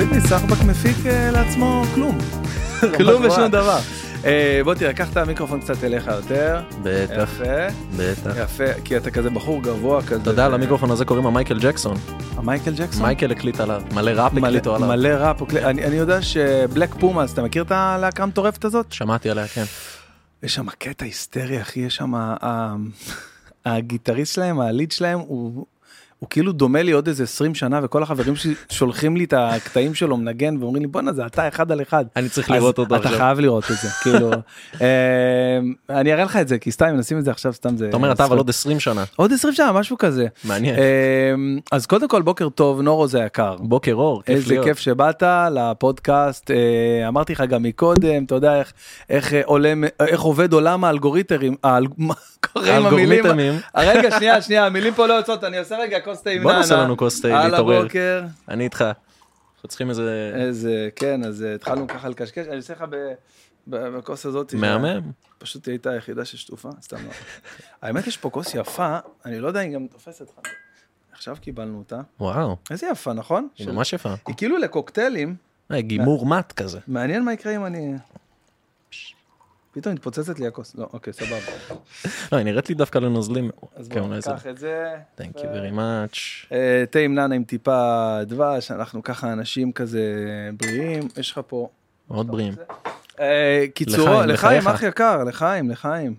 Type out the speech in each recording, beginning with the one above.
תגיד לי, סחבק מפיק לעצמו כלום. כלום ושום דבר. בוא תראה, קח את המיקרופון קצת אליך יותר. בטח. יפה. יפה, כי אתה כזה בחור גבוה כזה. אתה יודע, למיקרופון הזה קוראים המייקל ג'קסון. המייקל ג'קסון? מייקל הקליט עליו, מלא ראפ הקליטו עליו. מלא ראפ, אני יודע שבלק פומאס, אתה מכיר את הלהקה המטורפת הזאת? שמעתי עליה, כן. יש שם קטע היסטרי, אחי, יש שם, הגיטריסט שלהם, הליד שלהם, הוא כאילו דומה לי עוד איזה 20 שנה, וכל החברים שולחים לי את הקטעים שלו מנגן, ואומרים לי, בוא זה אתה אחד על אחד. אני צריך לראות אותו עכשיו. אתה חייב לראות את זה, כאילו. אני אראה לך את זה, כי סתם, נשים את זה עכשיו, סתם זה... אתה אומר, אתה אבל עוד 20 שנה. עוד 20 שנה, משהו כזה. מעניין. אז קודם כל, בוקר טוב, נורו זה יקר. בוקר אור, כיף להיות. איזה כיף שבאת לפודקאסט, אמרתי לך גם מקודם, אתה יודע איך עובד עולם האלגוריתמים, האלגוריתמים. רגע, שנייה, המילים פה לא יוצאות, אני עושה רגע כוס תה עם נענה. בוא נעשה לנו כוס תה, להתעורר. על הבוקר. אני איתך. אנחנו צריכים איזה, כן, אז התחלנו ככה לקשקש, אני עושה לך בכוס הזאת. מהמם. פשוט היא הייתה היחידה ששטופה, סתם לא. האמת יש פה כוס יפה, אני לא יודע אם גם תופסת לך. עכשיו קיבלנו אותה. וואו. איזה יפה, נכון? היא ממש יפה. היא כאילו לקוקטיילים. גימור מת כזה. מעניין מה יקרה אם אני... פתאום מתפוצצת לי הכוס. לא, אוקיי, סבבה. לא, היא נראית לי דווקא לנוזלים. אז בואו ניקח את זה. Thank you very much. תה עם נענה עם טיפה דבש, אנחנו ככה אנשים כזה בריאים. יש לך פה... מאוד בריאים. קיצורו, לחיים, אח יקר, לחיים.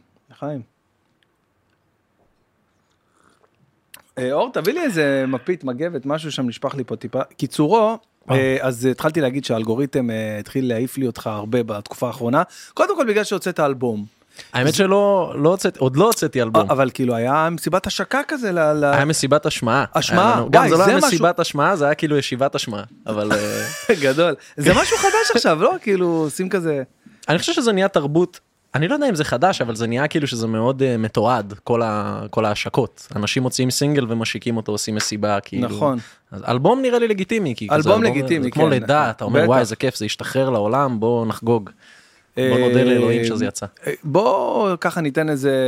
אור, תביא לי איזה מפית, מגבת, משהו שם נשפך לי פה טיפה. קיצורו, אז התחלתי להגיד שהאלגוריתם התחיל להעיף לי אותך הרבה בתקופה האחרונה, קודם כל בגלל שהוצאת האלבום. האמת עוד לא הוצאתי אלבום. אבל כאילו היה מסיבת השקה כזה. היה מסיבת השמעה. גם זה לא היה מסיבת השמעה, זה היה כאילו ישיבת השמעה. אבל... גדול. זה משהו חדש עכשיו, לא? כאילו עושים כזה... אני חושב שזה נהיה תרבות, אני לא יודע אם זה חדש, אבל זה נהיה כאילו שזה מאוד מתועד, כל ההשקות. אנשים מוציאים סינגל ומשיקים אותו, עושים מסיבה, כאילו. נכון. אז אלבום נראה לי לגיטימי. אלבום לגיטימי, זה כמו לידה, אתה אומר, וואי, זה כיף, זה ישתחרר לעולם, בוא נחגוג. בוא נודה לאלוהים שזה יצא. בוא ככה ניתן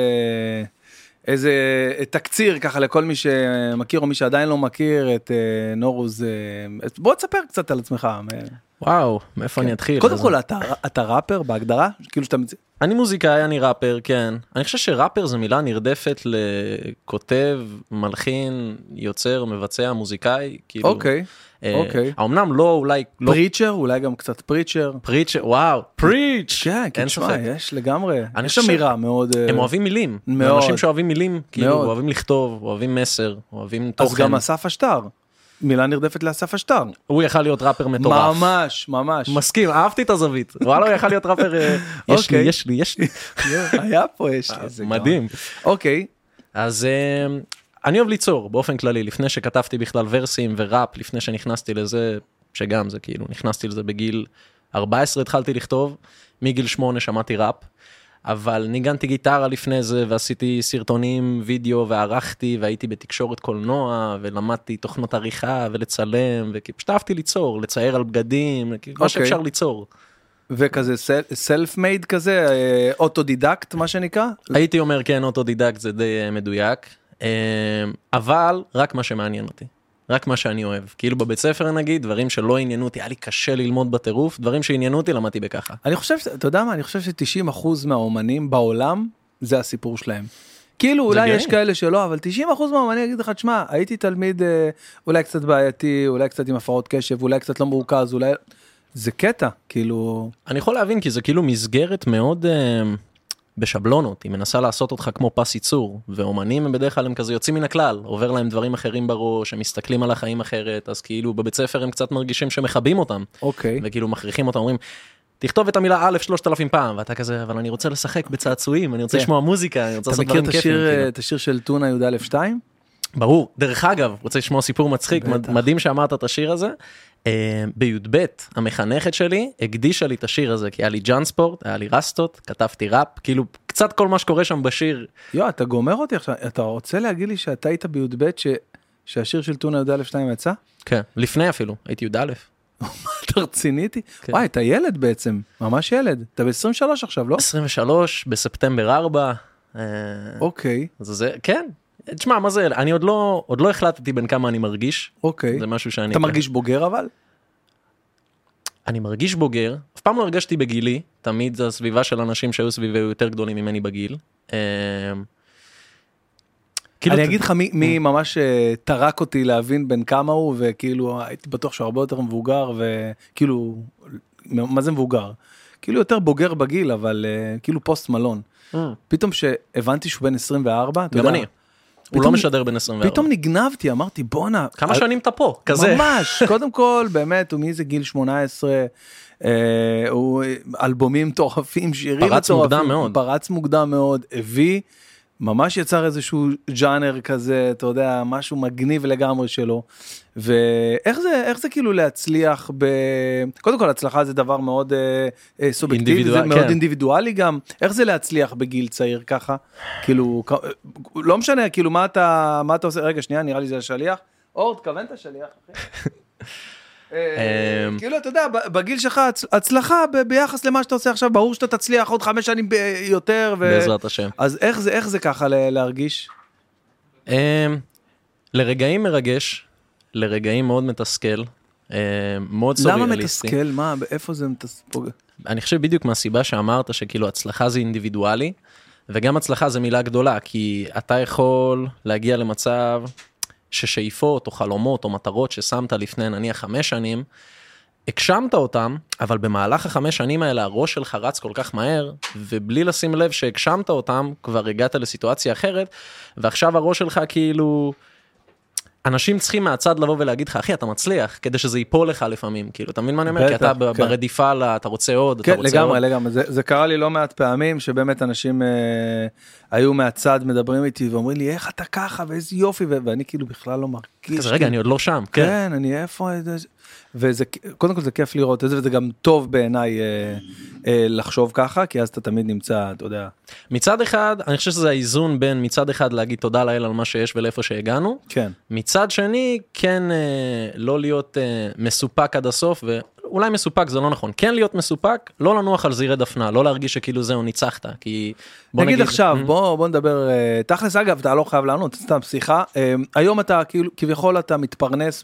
איזה תקציר ככה לכל מי שמכיר או מי שעדיין לא מכיר את נורוז. בוא תספר קצת על עצמך. וואו, מאיפה אני אתחיל? קודם כל, אתה ראפר בהגדרה? כאילו שאתה... אני מוזיקאי, אני ראפר, כן. אני חושב שראפר זו מילה נרדפת לכותב, מלחין, יוצר, מבצע, מוזיקאי. אוקיי. האמנם לא אולי... פריצ'ר, אולי גם קצת פריצ'ר. וואו, פריץ'. כן, אין ספק. יש לגמרי. יש אמירה מאוד... הם אוהבים מילים. אנשים שאוהבים מילים, כאילו, אוהבים לכתוב, אוהבים מסר, אוהבים תוכן. אז גם אסף אשתר. מילה נרדפת לאסף אשתר. הוא יכל להיות ראפר מטורף. ממש. מסכים, אהבתי את הזווית. וואלה, הוא יכל להיות ראפר... יש לי. היה פה, יש לי. מדהים. אוקיי. אז אני אוהב ליצור, באופן כללי, לפני שכתבתי בכלל ורסים וראפ, לפני שנכנסתי לזה, שגם זה כאילו, נכנסתי לזה בגיל 14, התחלתי לכתוב, מגיל 8 שמעתי ראפ, אבל ניגנתי גיטרה לפני זה, ועשיתי סרטונים, וידאו, וערכתי, והייתי בתקשורת קולנוע, ולמדתי תוכנות עריכה, ולצלם, ופשוט אהבתי ליצור, לצייר על בגדים, מה שאפשר ליצור. וכזה סלף מייד כזה, אוטודידקט מה שנקרא? הייתי אומר כן, אוטודידקט זה די מדויק, אבל רק מה שמעניין אותי. רק מה שאני אוהב. כאילו בבית ספר נגיד, דברים שלא עניינו אותי, היה לי קשה ללמוד בטירוף, דברים שעניינו אותי, למדתי בככה. אני חושב, אתה יודע מה, אני חושב ש90% מהאומנים בעולם, זה הסיפור שלהם. כאילו אולי יש כאלה שלא, אבל 90% מהאומנים, אני אגיד לך, תשמע, הייתי תלמיד אולי קצת בעייתי, אולי קצת עם הפרעות קשב, אולי קצת לא מורכז, אולי... זה קטע, כאילו... אני יכול להבין, כי זה כאילו מסגרת מאוד... בשבלונות, היא מנסה לעשות אותך כמו פס ייצור, ואומנים הם בדרך כלל הם כזה יוצאים מן הכלל, עובר להם דברים אחרים בראש, הם מסתכלים על החיים אחרת, אז כאילו בבית ספר הם קצת מרגישים שמחבים אותם, וכאילו מכריחים אותם, אומרים, תכתוב את המילה א' 3,000 פעם, ואתה כזה, אבל אני רוצה לשחק בצעצועים, אני רוצה לשמוע מוזיקה, אני רוצה לעשות דברים כיפים. אתה מכיר את השיר של טונה י"א2? ברור, דרך אגב, רוצה לשמוע סיפור מצחיק, מדהים שאמרת את השיר הזה, בי"ב, המחנכת שלי הקדישה לי את השיר הזה, כי היה לי ג'אנספורט, היה לי רסטות, כתבתי ראפ, כאילו קצת כל מה שקורה שם בשיר. אתה גומר אותי עכשיו, אתה רוצה להגיד לי שאתה היית בי"ב שהשיר של טונה י"א2 יצא? כן, לפני אפילו, הייתי י"א. אתה רציניתי? וואי, אתה ילד בעצם, ממש ילד. אתה ב-23 עכשיו, לא? 23, בספטמבר 4. אוקיי. זה, כן. תשמע, מה זה? אני עוד לא החלטתי בין כמה אני מרגיש. אוקיי. זה משהו שאני... אתה מרגיש בוגר אבל? אני מרגיש בוגר, אף פעם לא הרגשתי בגילי, תמיד זו הסביבה של אנשים שהיו סביבי יותר גדולים ממני בגיל. אני אגיד לך מי ממש טרק אותי להבין בין כמה הוא, וכאילו הייתי בטוח שהוא הרבה יותר מבוגר, וכאילו, מה זה מבוגר? כאילו יותר בוגר בגיל, אבל כאילו פוסט מלון. פתאום שהבנתי שהוא בן 24, גם אני. הוא לא משדר בין 24. פתאום נגנבתי, אמרתי בואנה. כמה שנים אתה פה? כזה. ממש, קודם כל באמת, הוא מאיזה גיל 18, הוא אלבומים מטורפים, שירים פרץ מוקדם מאוד. פרץ מוקדם מאוד, הביא, ממש יצר איזשהו ג'אנר כזה, אתה יודע, משהו מגניב לגמרי שלו, ואיך זה כאילו להצליח קודם כל הצלחה זה דבר מאוד סובייקטיבי, זה מאוד אינדיבידואלי גם, איך זה להצליח בגיל צעיר ככה, כאילו, לא משנה, כאילו מה אתה עושה, רגע שנייה, נראה לי זה השליח, אור, תכוון את השליח, אחי. כאילו אתה יודע, בגיל שלך הצלחה ביחס למה שאתה עושה עכשיו, ברור שאתה תצליח עוד 5 שנים יותר, בעזרת השם. אז איך זה ככה להרגיש? לרגעים מרגש, לרגעים מאוד מתסכל, מאוד סוריאליסטי. למה מתסכל? מה? איפה זה מתסכל? אני חושב בדיוק מהסיבה שאמרת שכאילו הצלחה זה אינדיבידואלי, וגם הצלחה זה מילה גדולה, כי אתה יכול להגיע למצב ששאיפות או חלומות או מטרות ששמת לפני נניח 5 שנים, הגשמת אותם, אבל במהלך 5 שנים האלה הראש שלך רץ כל כך מהר, ובלי לשים לב שהגשמת אותם, כבר הגעת לסיטואציה אחרת, ועכשיו הראש שלך כאילו, אנשים צריכים מהצד לבוא ולהגיד לך, אחי, אתה מצליח, כדי שזה ייפול לך לפעמים, כאילו, אתה מבין מה אני אומר? כי אתה ברדיפה, אתה רוצה עוד, אתה רוצה עוד. לגמרי, זה קרה לי לא מעט פעמים, שבאמת אנשים היו מהצד, מדברים איתי, ואומרים לי, איך אתה ככה, ואיזה יופי, ואני כאילו בכלל לא מרגיש. אז רגע, אני עוד לא שם. כן, אני איפה, קודם כל זה כיף לראות את זה, וזה גם טוב בעיניי לחשוב ככה, כי אז אתה תמיד נמצא, אתה יודע. מצד אחד, אני חושב שזה האיזון בין מצד אחד להגיד תודה לאל על מה שיש ולאיפה שהגענו. כן. מצד שני, כן לא להיות מסופק עד הסוף, ואולי מסופק זה לא נכון. כן להיות מסופק, לא לנוח על זירי דפנה, לא להרגיש שכאילו זהו ניצחת, כי נגיד עכשיו, בוא נדבר, תכלס אגב, אתה לא חייב לענות, סתם שיחה, היום אתה כביכול אתה מתפרנס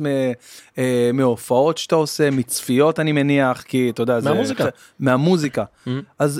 מהופעות שאתה עושה, מצפיות אני מניח, כי אתה יודע, מהמוזיקה, אז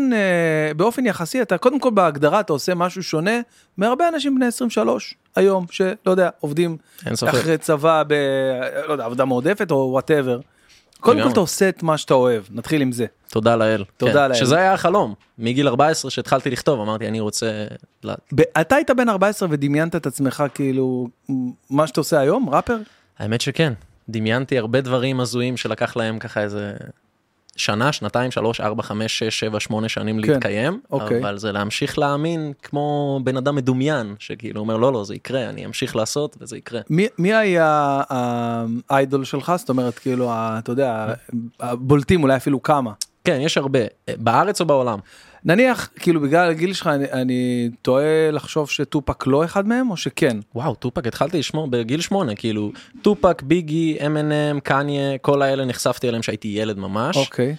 באופן יחסי, אתה קודם כל בהגדרה, אתה עושה משהו שונה, מהרבה אנשים בני 23, היום, שלא יודע, עובדים אחרי צבא, לא יודע, עבודה מועדפת או whatever, קודם כל אתה עושה את מה שאתה אוהב, נתחיל עם זה. תודה לאל. תודה לאל. שזה היה החלום. מגיל 14 שהתחלתי לכתוב, אמרתי, אני רוצה... אתה היית בן 14 ודמיינת את עצמך כאילו, מה שאתה עושה היום, ראפר? האמת שכן. דמיינתי הרבה דברים הזויים שלקח להם ככה איזה שנה, 2, 3, 4, 5, 6, 7, 8 שנים להתקיים, אבל זה להמשיך להאמין כמו בן אדם מדומיין, שכאילו אומר, לא, זה יקרה, אני אמשיך לעשות וזה יקרה. מי היה האיידול שלך? זאת אומרת, כאילו, אתה יודע, הבולטים אולי אפילו כמה. כן, יש הרבה. בארץ או בעולם? נניח, כאילו, בגלל הגיל שלך, אני טועה לחשוב שטופק לא אחד מהם, או שכן? וואו, טופק, התחלתי לשמוע בגיל 8, כאילו, טופק, ביגי, M&M, קניה, כל האלה נחשפתי אליהם שהייתי ילד ממש. אוקיי.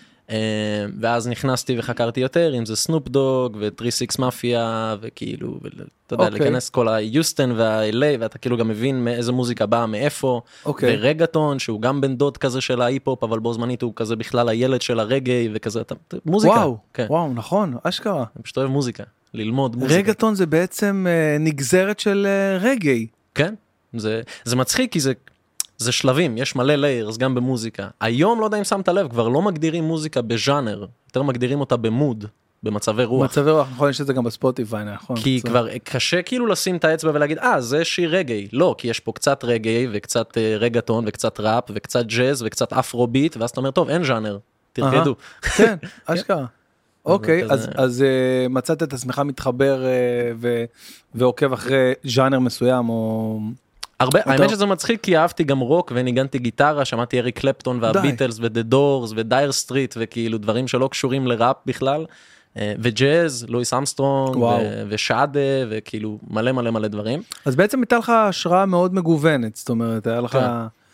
ואז נכנסתי וחקרתי יותר, אם זה סנופ דוג ו-36 מאפיה, וכאילו, אתה יודע, להיכנס כל היוסטון וה-LA, ואתה כאילו גם מבין מאיזה מוזיקה באה, מאיפה, ורגטון, שהוא גם בן דוד כזה של ההיפ-הופ, אבל בו זמנית הוא כזה בכלל הילד של הרגעי, וכזה, מוזיקה. וואו, נכון, אשכרה. אני פשוט אוהב מוזיקה, ללמוד מוזיקה. רגטון זה בעצם נגזרת של רגעי. כן, זה מצחיק, כי זה שלבים, יש מלא ליירס גם במוזיקה. היום, לא יודע אם שמת לב, כבר לא מגדירים מוזיקה בז'אנר, יותר מגדירים אותה במוד, במצבי רוח. במצבי רוח, נכון, יש את זה גם בספוטיפיי, נכון. כי כבר קשה כאילו לשים את האצבע ולהגיד, זה שיר רגעי. לא, כי יש פה קצת רגעי, וקצת רגטון, וקצת ראפ, וקצת ג'אז, וקצת אפרוביט, ואז אתה אומר, טוב, אין ז'אנר, תרקדו. כן, אשכרה. אוקיי, אז מצאת את עצמך מתחבר ועוקב אחרי ז'אנר מסוים, או... הרבה, האמת שזה מצחיק, כי אהבתי גם רוק וניגנתי גיטרה, שמעתי אריק קלפטון והביטלס ודה דורס ודייר סטריט וכאילו דברים שלא קשורים לראפ בכלל, וג'אז, לואיס אמסטרונג ושאדה וכאילו מלא מלא מלא דברים. אז בעצם הייתה לך השראה מאוד מגוונת, זאת אומרת, היה לך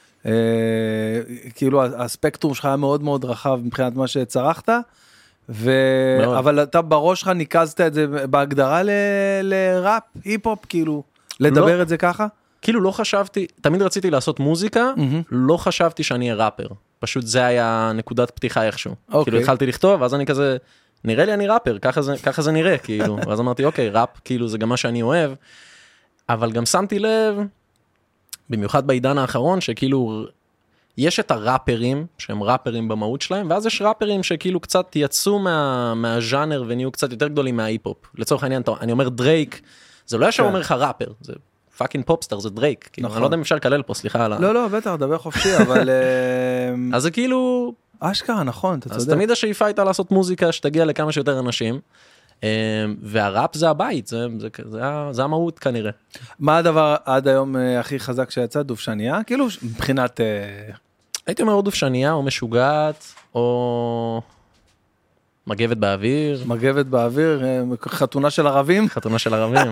כאילו הספקטרום שלך היה מאוד מאוד רחב מבחינת מה שצרכת, אבל אתה בראש שלך ניקזת את זה בהגדרה לראפ, היפ-הופ, כאילו, לדבר את זה ככה? כאילו לא חשבתי, תמיד רציתי לעשות מוזיקה, לא חשבתי שאני אהיה ראפר. פשוט זה היה נקודת פתיחה איכשהו. אוקיי. כאילו התחלתי לכתוב, ואז אני כזה, נראה לי אני ראפר, ככה זה נראה, כאילו. ואז אמרתי, אוקיי, ראפ, כאילו זה גם מה שאני אוהב, אבל גם שמתי לב, במיוחד בעידן האחרון, שכאילו, יש את הראפרים, שהם ראפרים במהות שלהם, ואז יש ראפרים שכאילו קצת יצאו מהז'אנר, ונהיו קצת יותר גדולים מההיפ-הופ. לצורך העניין, אני אומר דרייק, זה לא ישר אומר לך ראפר, זה פאקינג פופסטאר, זה דרייק. כאילו, אני לא יודע אם אפשר לקלל פה, סליחה על ה... לא, בטח, דבר חופשי, אבל... אז זה כאילו... אשכרה, נכון, אתה צודק. אז תמיד השאיפה הייתה לעשות מוזיקה שתגיע לכמה שיותר אנשים, והראפ זה הבית, זה המהות כנראה. מה הדבר עד היום הכי חזק שיצא? דובשניה? כאילו, מבחינת... הייתי אומר או דובשניה, או משוגעת, או... מגבת באוויר. מגבת באוויר, חתונה של ערבים. חתונה של ערבים.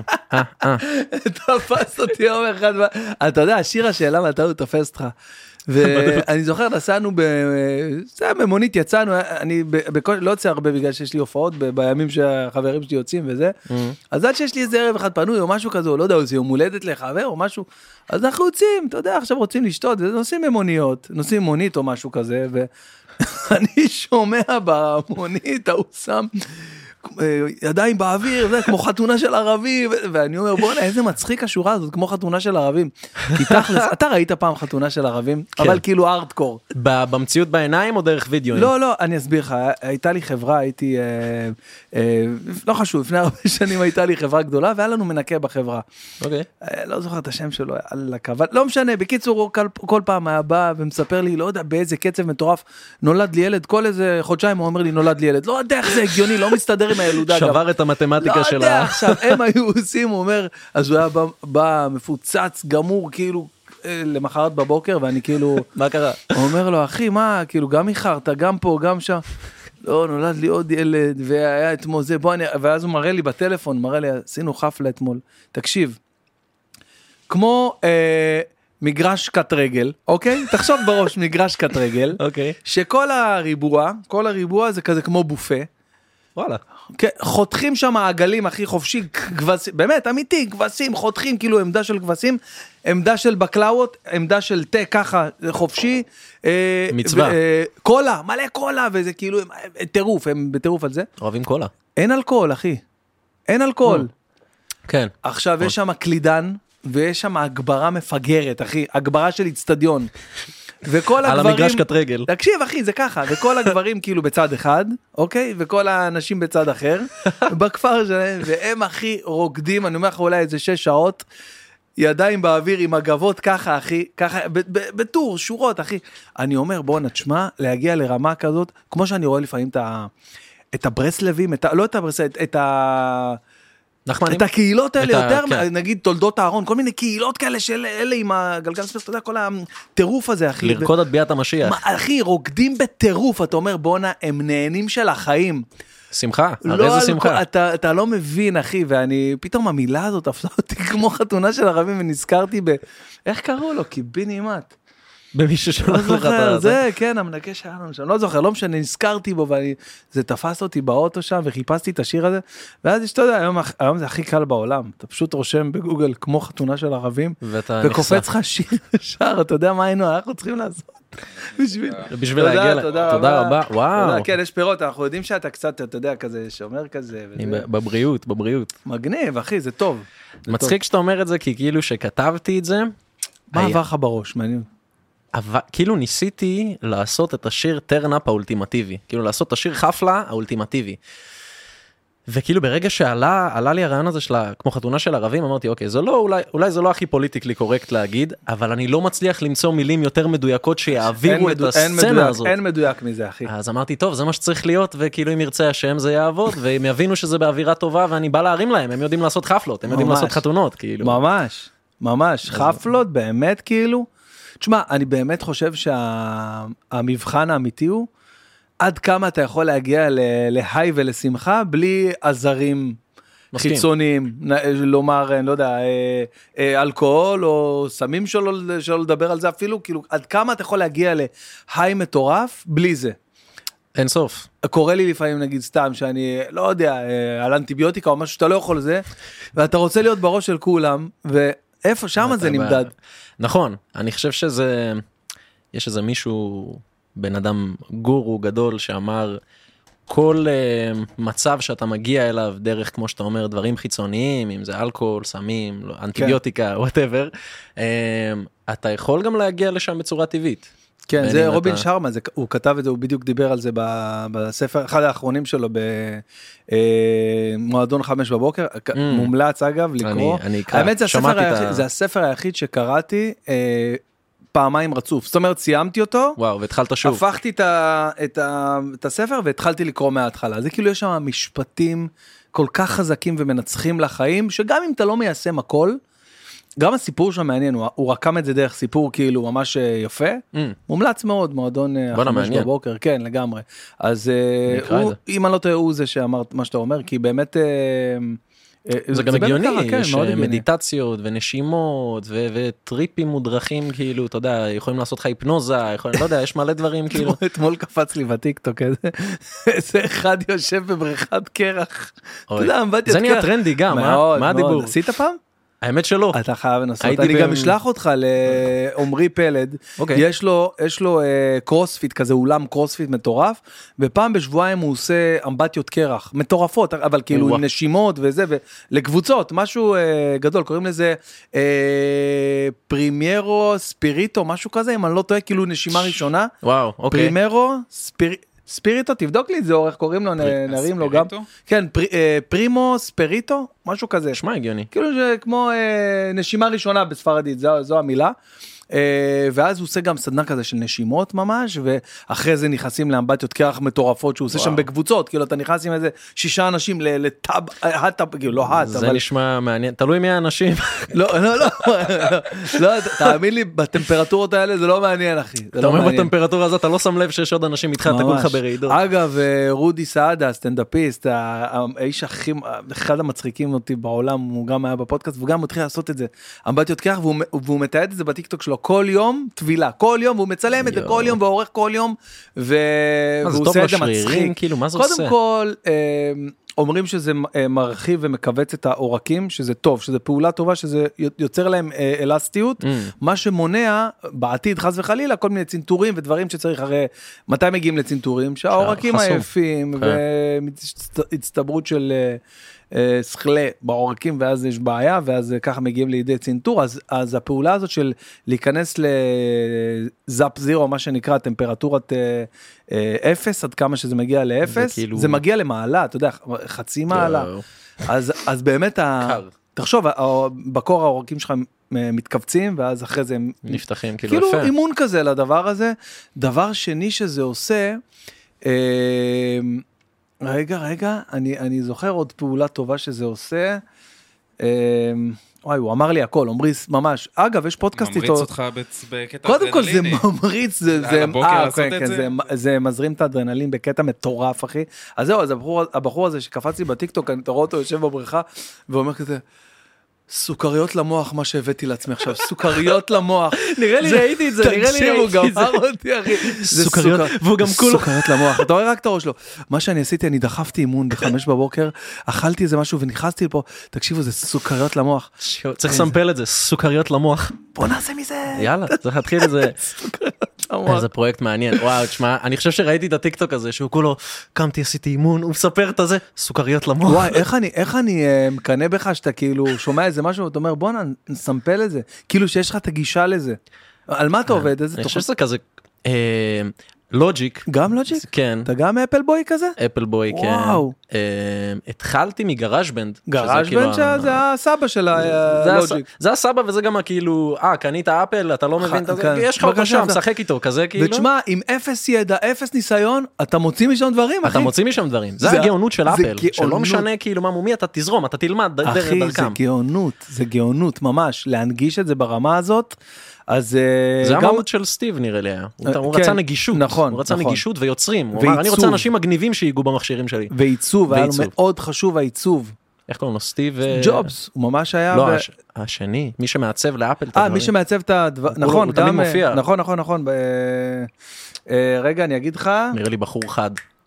תפס אותי יום אחד. אתה יודע, השיר השאלה מתי הוא תופס אותך. ואני זוכר, נסענו במונית, יצאנו, אני לא יוצא הרבה בגלל שיש לי הופעות בימים שהחברים שלי יוצאים וזה, אז עד שיש לי איזה ערב אחד פנוי או משהו כזה, או לא יודע, זה יום הולדת לחבר או משהו, אז אנחנו יוצאים, אתה יודע, עכשיו רוצים לשתות, ונוסעים במוניות, נוסעים מונית או משהו כזה, ואני שומע במונית, הוא שם ידיים באוויר, זה כמו חתונה של ערבים, ואני אומר, בוא'נה, איזה מצחיק השורה הזאת, כמו חתונה של ערבים. כי תכלס, אתה ראית פעם חתונה של ערבים, אבל כאילו ארדקור. במציאות בעיניים או דרך וידאוים? לא, אני אסביר לך, הייתה לי חברה, הייתי, לא חשוב, לפני הרבה שנים הייתה לי חברה גדולה, והיה לנו מנקה בחברה. אוקיי. לא זוכר את השם שלו, לא משנה, בקיצור, כל פעם היה בא ומספר לי, לא יודע באיזה קצב מטורף, נולד לי ילד, כל איזה חודשיים הוא אומר לי, נולד לי ילד, לא יודע איך זה הגיוני, לא מסתדר עם הילודה. שבר את המתמטיקה שלה. לא יודע, עכשיו, הם היו עושים, הוא אומר, אז הוא היה בא מפוצץ, גמור, כאילו, למחרת בבוקר, ואני כאילו... מה קרה? הוא אומר לו, אחי, מה, כאילו, גם איחרת, גם פה, גם שם. לא, נולד לי עוד ילד, והיה אתמול זה, בוא, ואז הוא מראה לי בטלפון, מראה לי, עשינו חפלה אתמול. תקשיב, כמו מגרש קט רגל, אוקיי? תחשוב בראש, מגרש קט רגל, אוקיי. שכל הריבוע זה כזה כמו בופה, וואלה. כן, חותכים שם העגלים הכי חופשי, כבשים, באמת, אמיתי, כבשים, חותכים, כאילו עמדה של כבשים, עמדה של בקלאות, עמדה של תה ככה, חופשי. מצווה. קולה, מלא קולה, וזה כאילו, טירוף, הם בטירוף על זה. אוהבים קולה. אין אלכוהול, אחי. אין אלכוהול. כן. עכשיו יש שם קלידן, ויש שם הגברה מפגרת, אחי, הגברה של אצטדיון. וכל על הגברים, המגרש קט רגל. תקשיב אחי, זה ככה, וכל הגברים כאילו בצד אחד, אוקיי? וכל האנשים בצד אחר, בכפר שלהם, והם הכי רוקדים, אני אומר לך אולי איזה 6 שעות, ידיים באוויר עם הגבות ככה, אחי, ככה, בטור, שורות, אחי. אני אומר, בוא נשמע, להגיע לרמה כזאת, כמו שאני רואה לפעמים את הברסלבים, לא את הברסלבים, את הקהילות האלה יותר, נגיד תולדות הארון, כל מיני קהילות כאלה של אלה עם הגלגל ספס, אתה יודע, כל הטירוף הזה, אחי. לרקוד את ביאת המשיח. אחי, רוקדים בטירוף, אתה אומר, בונה, הם נהנים של החיים. שמחה, הרי זה שמחה. אתה לא מבין, אחי, ואני, פתאום המילה הזאת תפסה אותי כמו חתונה של ערבים, ונזכרתי איך קראו לו? קיבינימט. במישהו שלא זוכר, זה, כן, המנקה שהיה לנו שם, לא זוכר, לא משנה, נזכרתי בו, וזה תפס אותי באוטו שם, וחיפשתי את השיר הזה, ואז יש, אתה יודע, היום זה הכי קל בעולם, אתה פשוט רושם בגוגל כמו חתונה של ערבים, וקופץ לך שיר שר, אתה יודע מה היינו, אנחנו צריכים לעשות, בשביל להגיע, תודה רבה, וואו. כן, יש פירות, אנחנו יודעים שאתה קצת, אתה יודע, כזה שומר כזה, בבריאות. מגניב, אחי, זה טוב. מצחיק שאתה אומר את זה, כי כאילו שכתבתי את זה, מה עבר לך בראש, מעניין? אבל כאילו ניסיתי לעשות את השיר טרנאפ האולטימטיבי, כאילו לעשות את השיר חפלה האולטימטיבי. וכאילו ברגע שעלה לי הרעיון הזה שלה, כמו חתונה של ערבים, אמרתי, אוקיי, זה לא, אולי זה לא הכי פוליטיקלי קורקט להגיד, אבל אני לא מצליח למצוא מילים יותר מדויקות שיעבירו את הסצנה הזאת. אין מדויק מזה, אחי. אז אמרתי, טוב, זה מה שצריך להיות, וכאילו אם ירצה השם זה יעבוד, והם יבינו שזה באווירה טובה, ואני בא להרים להם, הם יודעים לעשות חפלות, הם יודעים לעשות חתונות, כאילו. ממש, חפלות, באמת, כאילו. תשמע, אני באמת חושב שהמבחן האמיתי הוא, עד כמה אתה יכול להגיע להיי ולשמחה, בלי עזרים חיצוניים, לומר, אני לא יודע, אלכוהול או סמים שלא לדבר על זה אפילו, כאילו, עד כמה אתה יכול להגיע להיי מטורף, בלי זה. אין סוף. קורה לי לפעמים, נגיד, סתם, שאני, לא יודע, על אנטיביוטיקה או משהו שאתה לא יכול זה, ואתה רוצה להיות בראש של כולם, ואיפה, שם זה נמדד. נכון, אני חושב שזה, יש איזה מישהו בן אדם גורו גדול שאמר, כל מצב שאתה מגיע אליו דרך, כמו שאתה אומר, דברים חיצוניים, אם זה אלכוהול, סמים, אנטיביוטיקה, whatever, אתה יכול גם להגיע לשם בצורה טבעית. כן, זה רובין שרמה, הוא כתב את זה, הוא בדיוק דיבר על זה בספר, אחד האחרונים שלו במועדון 5 בבוקר, מומלץ אגב לקרוא. האמת זה הספר היחיד שקראתי פעמיים רצוף, זאת אומרת סיימתי אותו, וואו, והתחלת שוב. הפכתי את הספר והתחלתי לקרוא מההתחלה, זה כאילו יש שם משפטים כל כך חזקים ומנצחים לחיים, שגם אם אתה לא מיישם הכל, גם הסיפור שם מעניין, הוא רקם את זה דרך סיפור כאילו ממש יפה, מומלץ מאוד, מועדון 5 בבוקר, כן לגמרי, אז אם אני לא טועה הוא זה שאמרת מה שאתה אומר, כי באמת, זה גם הגיוני, יש מדיטציות ונשימות וטריפים מודרכים, כאילו, אתה יודע, יכולים לעשות לך היפנוזה, לא יודע, יש מלא דברים כאילו. אתמול קפץ לי בטיקטוק איזה אחד יושב בבריכת קרח. זה נהיה טרנדי גם, מה הדיבור? עשית פעם? האמת שלא. אתה חייב לנסות, אני גם אשלח אותך לעומרי פלד, יש לו קרוספיט כזה, אולם קרוספיט מטורף, ופעם בשבועיים הוא עושה אמבטיות קרח, מטורפות, אבל כאילו נשימות וזה, לקבוצות, משהו גדול, קוראים לזה פרימיירו ספיריטו, משהו כזה, אם אני לא טועה, כאילו נשימה ראשונה, פרימיירו ספיריטו, תבדוק לי את זה אורך, קוראים לו, נרים לו גם, כן, פרימו ספיריטו, משהו כזה. שמה הגיוני. כאילו כמו נשימה ראשונה בספרדית, זו המילה. ואז הוא עושה גם סדנה כזה של נשימות ממש, ואחרי זה נכנסים לאמבטיות קרח מטורפות, שהוא עושה שם בקבוצות, כאילו אתה נכנס עם איזה 6 אנשים לטאב, כאילו לא האט, זה נשמע מעניין, תלוי מי האנשים. לא, תאמין לי, בטמפרטורות האלה זה לא מעניין, אחי. אתה אומר בטמפרטורה הזאת, אתה לא שם לב שיש עוד אנשים איתך, אתה כולך ברעידות. אגב, רודי סעדה, סטנדאפיסט, האיש הכי, אחד המצחיקים אותי בעולם, הוא גם היה בפודקאסט, והוא גם מתחיל לעשות את זה, אמבטיות קרח, והוא מתעד את זה בטיקטוק שלו כל יום טבילה, כל יום, והוא מצלם את זה כל יום, ועורך כל יום, והוא עושה את זה מצחיק. קודם כל, אומרים שזה מרחיב ומכווץ את העורקים, שזה טוב, שזה פעולה טובה, שזה יוצר להם אלסטיות, מה שמונע בעתיד, חס וחלילה, כל מיני צנתורים ודברים שצריך, הרי מתי מגיעים לצנתורים? שהעורקים עייפים, והצטברות של שכלה בעורקים, ואז יש בעיה, ואז ככה מגיעים לידי צנתור, אז הפעולה הזאת של להיכנס לזאפ זירו, מה שנקרא טמפרטורת 0, עד כמה שזה מגיע ל-0, זה מגיע למעלה, אתה יודע, חצי מעלה, אז באמת, תחשוב, בקור העורקים שלך מתכווצים, ואז אחרי זה הם נפתחים, כאילו אימון כזה לדבר הזה. דבר שני שזה עושה, רגע, אני זוכר עוד פעולה טובה שזה עושה, וואי, הוא אמר לי הכל, ממריץ ממש, אגב, יש פודקאסט איתו, ממריץ אותך בקטע קודם כל זה ממריץ, זה מזרים את האדרנלין בקטע מטורף, אחי, אז זהו, אז הבחור הזה שקפץ לי בטיקטוק, אתה רואה אותו יושב בבריכה, ואומר כזה, סוכריות למוח, מה שהבאתי לעצמי עכשיו, סוכריות למוח. נראה לי ראיתי את זה, נראה לי ראיתי את זה. תקשיבו, גמר אותי, אחי. סוכריות, והוא גם כולו. סוכריות למוח, אתה רואה רק את הראש שלו. מה שאני עשיתי, אני דחפתי אימון ב5 בבוקר, אכלתי איזה משהו ונכנסתי לפה, תקשיבו, זה סוכריות למוח. צריך לסמפל את זה, סוכריות למוח. בוא נעשה מזה. יאללה, צריך להתחיל את זה. איזה פרויקט מעניין. וואו, תשמע, אני חושב שראיתי את הטיקטוק הזה, שהוא כולו, קמתי, עשיתי אימון, הוא מספר את זה, סוכריות למוח. וואי, איך אני מקנה בך שאתה כאילו שומע איזה משהו, ואתה אומר, בוא נסמפל את זה. כאילו שיש לך את הגישה לזה. על מה אתה עובד? אני חושב שזה כזה, לוג'יק. גם לוג'יק? כן. אתה גם אפל בוי כזה? אפל בוי, כן. וואו. התחלתי מגראז' בנד. גראז' בנד שזה הסבא של הלוג'יק. זה הסבא וזה גם כאילו, קנית אפל, אתה לא מבין את זה, יש לך אותו שם, שחק איתו, כזה כאילו. ותשמע, עם אפס ידע, אפס ניסיון, אתה מוציא משם דברים, אחי. אתה מוציא משם דברים. זה הגאונות של אפל, שלא משנה כאילו מה מומי, אתה תזרום, אתה תלמד דרך דרכם. אחי, זה גאונות ממש, להנגיש את זה ברמה הזאת. אז זה המהות של סטיב נראה לי, הוא רצה נגישות, הוא רצה נגישות ויוצרים, הוא אמר אני רוצה אנשים מגניבים שיגעו במכשירים שלי. ועיצוב, היה לו מאוד חשוב העיצוב. איך קוראים לו? סטיב ג'ובס, הוא ממש היה... לא, השני, מי שמעצב לאפל את הדברים. מי שמעצב את הדברים, נכון, הוא תמיד מופיע. נכון, רגע אני אגיד לך. נראה לי בחור חד.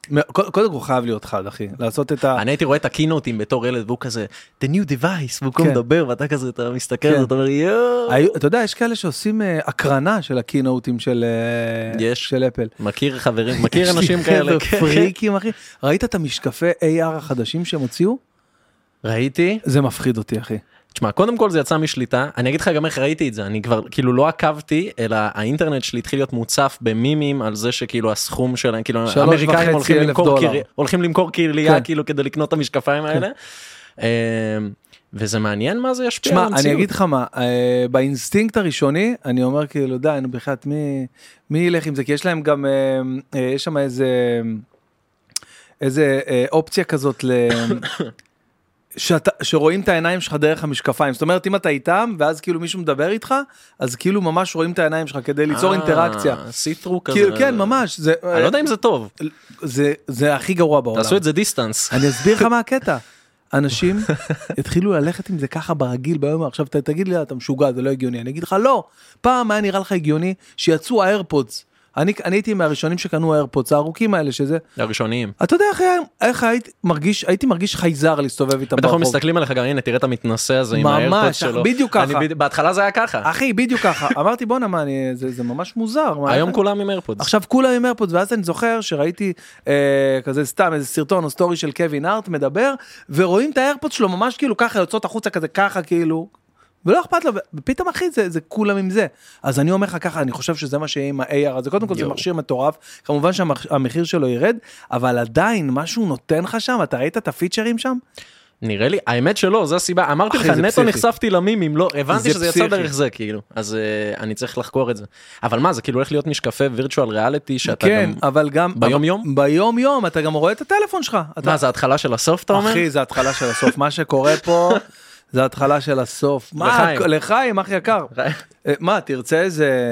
קודם כל חייב להיות חד, אחי, לעשות את ה... אני הייתי רואה את הקינוטים בתור ילד, והוא כזה, the new device, והוא כבר מדבר, ואתה כזה, אתה מסתכל, אתה אומר, יואו. אתה יודע, יש כאלה שעושים הקרנה של הקינוטים של אפל. מכיר חברים, מכיר אנשים כאלה. פריקים, אחי. ראית את המשקפי AR החדשים שהם הוציאו? ראיתי. זה מפחיד אותי, אחי. תשמע, קודם כל זה יצא משליטה, אני אגיד לך גם איך ראיתי את זה, אני כבר כאילו לא עקבתי, אלא האינטרנט שלי התחיל להיות מוצף במימים על זה שכאילו הסכום שלהם, כאילו האמריקאים הולכים למכור קרלייה כאילו כדי לקנות את המשקפיים האלה, וזה מעניין מה זה ישפיע על המציאות. תשמע, אני אגיד לך מה, באינסטינקט הראשוני, אני אומר כאילו די, נו בכלל, מי ילך עם זה, כי יש להם גם, יש שם איזה אופציה כזאת שרואים את העיניים שלך דרך המשקפיים, זאת אומרת אם אתה איתם ואז כאילו מישהו מדבר איתך, אז כאילו ממש רואים את העיניים שלך כדי ליצור אינטראקציה. סיטרו כזה. כן, ממש. אני לא יודע אם זה טוב. זה הכי גרוע בעולם. תעשו את זה דיסטנס. אני אסביר לך מה הקטע. אנשים התחילו ללכת עם זה ככה ברגיל ביום, עכשיו תגיד לי, אתה משוגע, זה לא הגיוני. אני אגיד לך, לא. פעם היה נראה לך הגיוני שיצאו האיירפודס. אני הייתי מהראשונים שקנו האיירפודס, הארוכים האלה שזה... הראשוניים. אתה יודע איך הייתי מרגיש חייזר להסתובב איתם ברחוב. בטח מסתכלים עליך גם, הנה, תראה את המתנשא הזה עם האיירפודס שלו. ממש, בדיוק ככה. בהתחלה זה היה ככה. אחי, בדיוק ככה. אמרתי, בוא נמה, זה ממש מוזר. היום כולם עם האיירפודס. עכשיו כולם עם האיירפודס, ואז אני זוכר שראיתי כזה סתם איזה סרטון או סטורי של קווין הארט מדבר, ורואים את האיירפודס שלו ממש כאילו ככה, יוצאות החוצה כזה ככה כאילו, ולא אכפת לו, ופתאום אחי זה כולם עם זה. אז אני אומר לך ככה, אני חושב שזה מה שיהיה עם ה-AR הזה, קודם כל זה מכשיר מטורף, כמובן שהמחיר שלו ירד, אבל עדיין משהו נותן לך שם, אתה ראית את הפיצ'רים שם? נראה לי, האמת שלא, זו הסיבה, אמרתי לך, נטו נחשפתי למימים, לא, הבנתי שזה יצא דרך זה, כאילו, אז אני צריך לחקור את זה. אבל מה, זה כאילו הולך להיות משקפי וירטואל ריאליטי, שאתה כן, אבל גם, ביום יום? ביום יום, אתה גם רואה את הטלפון שלך. מה, זה ההתחלה של הסוף, אתה אומר? אחי, זה ההתחלה של הסוף, מה שקורה פה, זה ההתחלה של הסוף. לחיים, אח יקר. מה, תרצה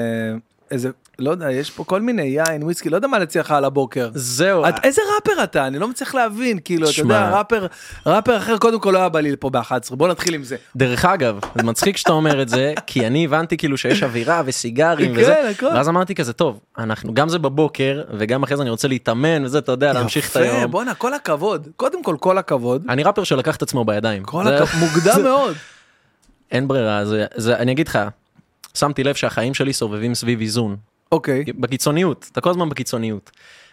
איזה, לא יודע, יש פה כל מיני יין, וויסקי, לא יודע מה להציע לך על הבוקר. זהו. איזה ראפר אתה? אני לא מצליח להבין, כאילו, אתה יודע, ראפר אחר קודם כל לא היה בא לי פה ב-11, בוא נתחיל עם זה. דרך אגב, זה מצחיק שאתה אומר את זה, כי אני הבנתי כאילו שיש אווירה וסיגרים וזה, ואז אמרתי כזה, טוב, אנחנו, גם זה בבוקר, וגם אחרי זה אני רוצה להתאמן, וזה, אתה יודע, להמשיך את היום. בוא'נה, כל הכבוד, קודם כל הכבוד. אני ראפר שלקח את עצמו בידיים. מוקדם מאוד. אין ברירה, אני אגיד לך, שמתי לב שהחיים שלי סובבים סביב איזון. אוקיי. בקיצוניות, אתה כל הזמן בקיצוניות.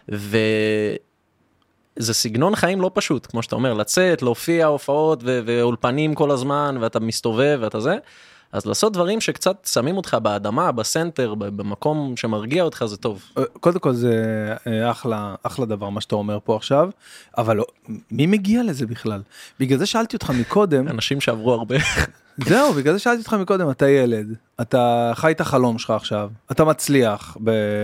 וזה סגנון חיים לא פשוט, כמו שאתה אומר, לצאת, להופיע הופעות ואולפנים כל הזמן, ואתה מסתובב ואתה זה. אז לעשות דברים שקצת שמים אותך באדמה, בסנטר, במקום שמרגיע אותך, זה טוב. קודם כל זה אחלה דבר מה שאתה אומר פה עכשיו, אבל מי מגיע לזה בכלל? בגלל זה שאלתי אותך מקודם. אנשים שעברו הרבה. זהו, בגלל זה שאלתי אותך מקודם, אתה ילד, אתה חי את החלום שלך עכשיו, אתה מצליח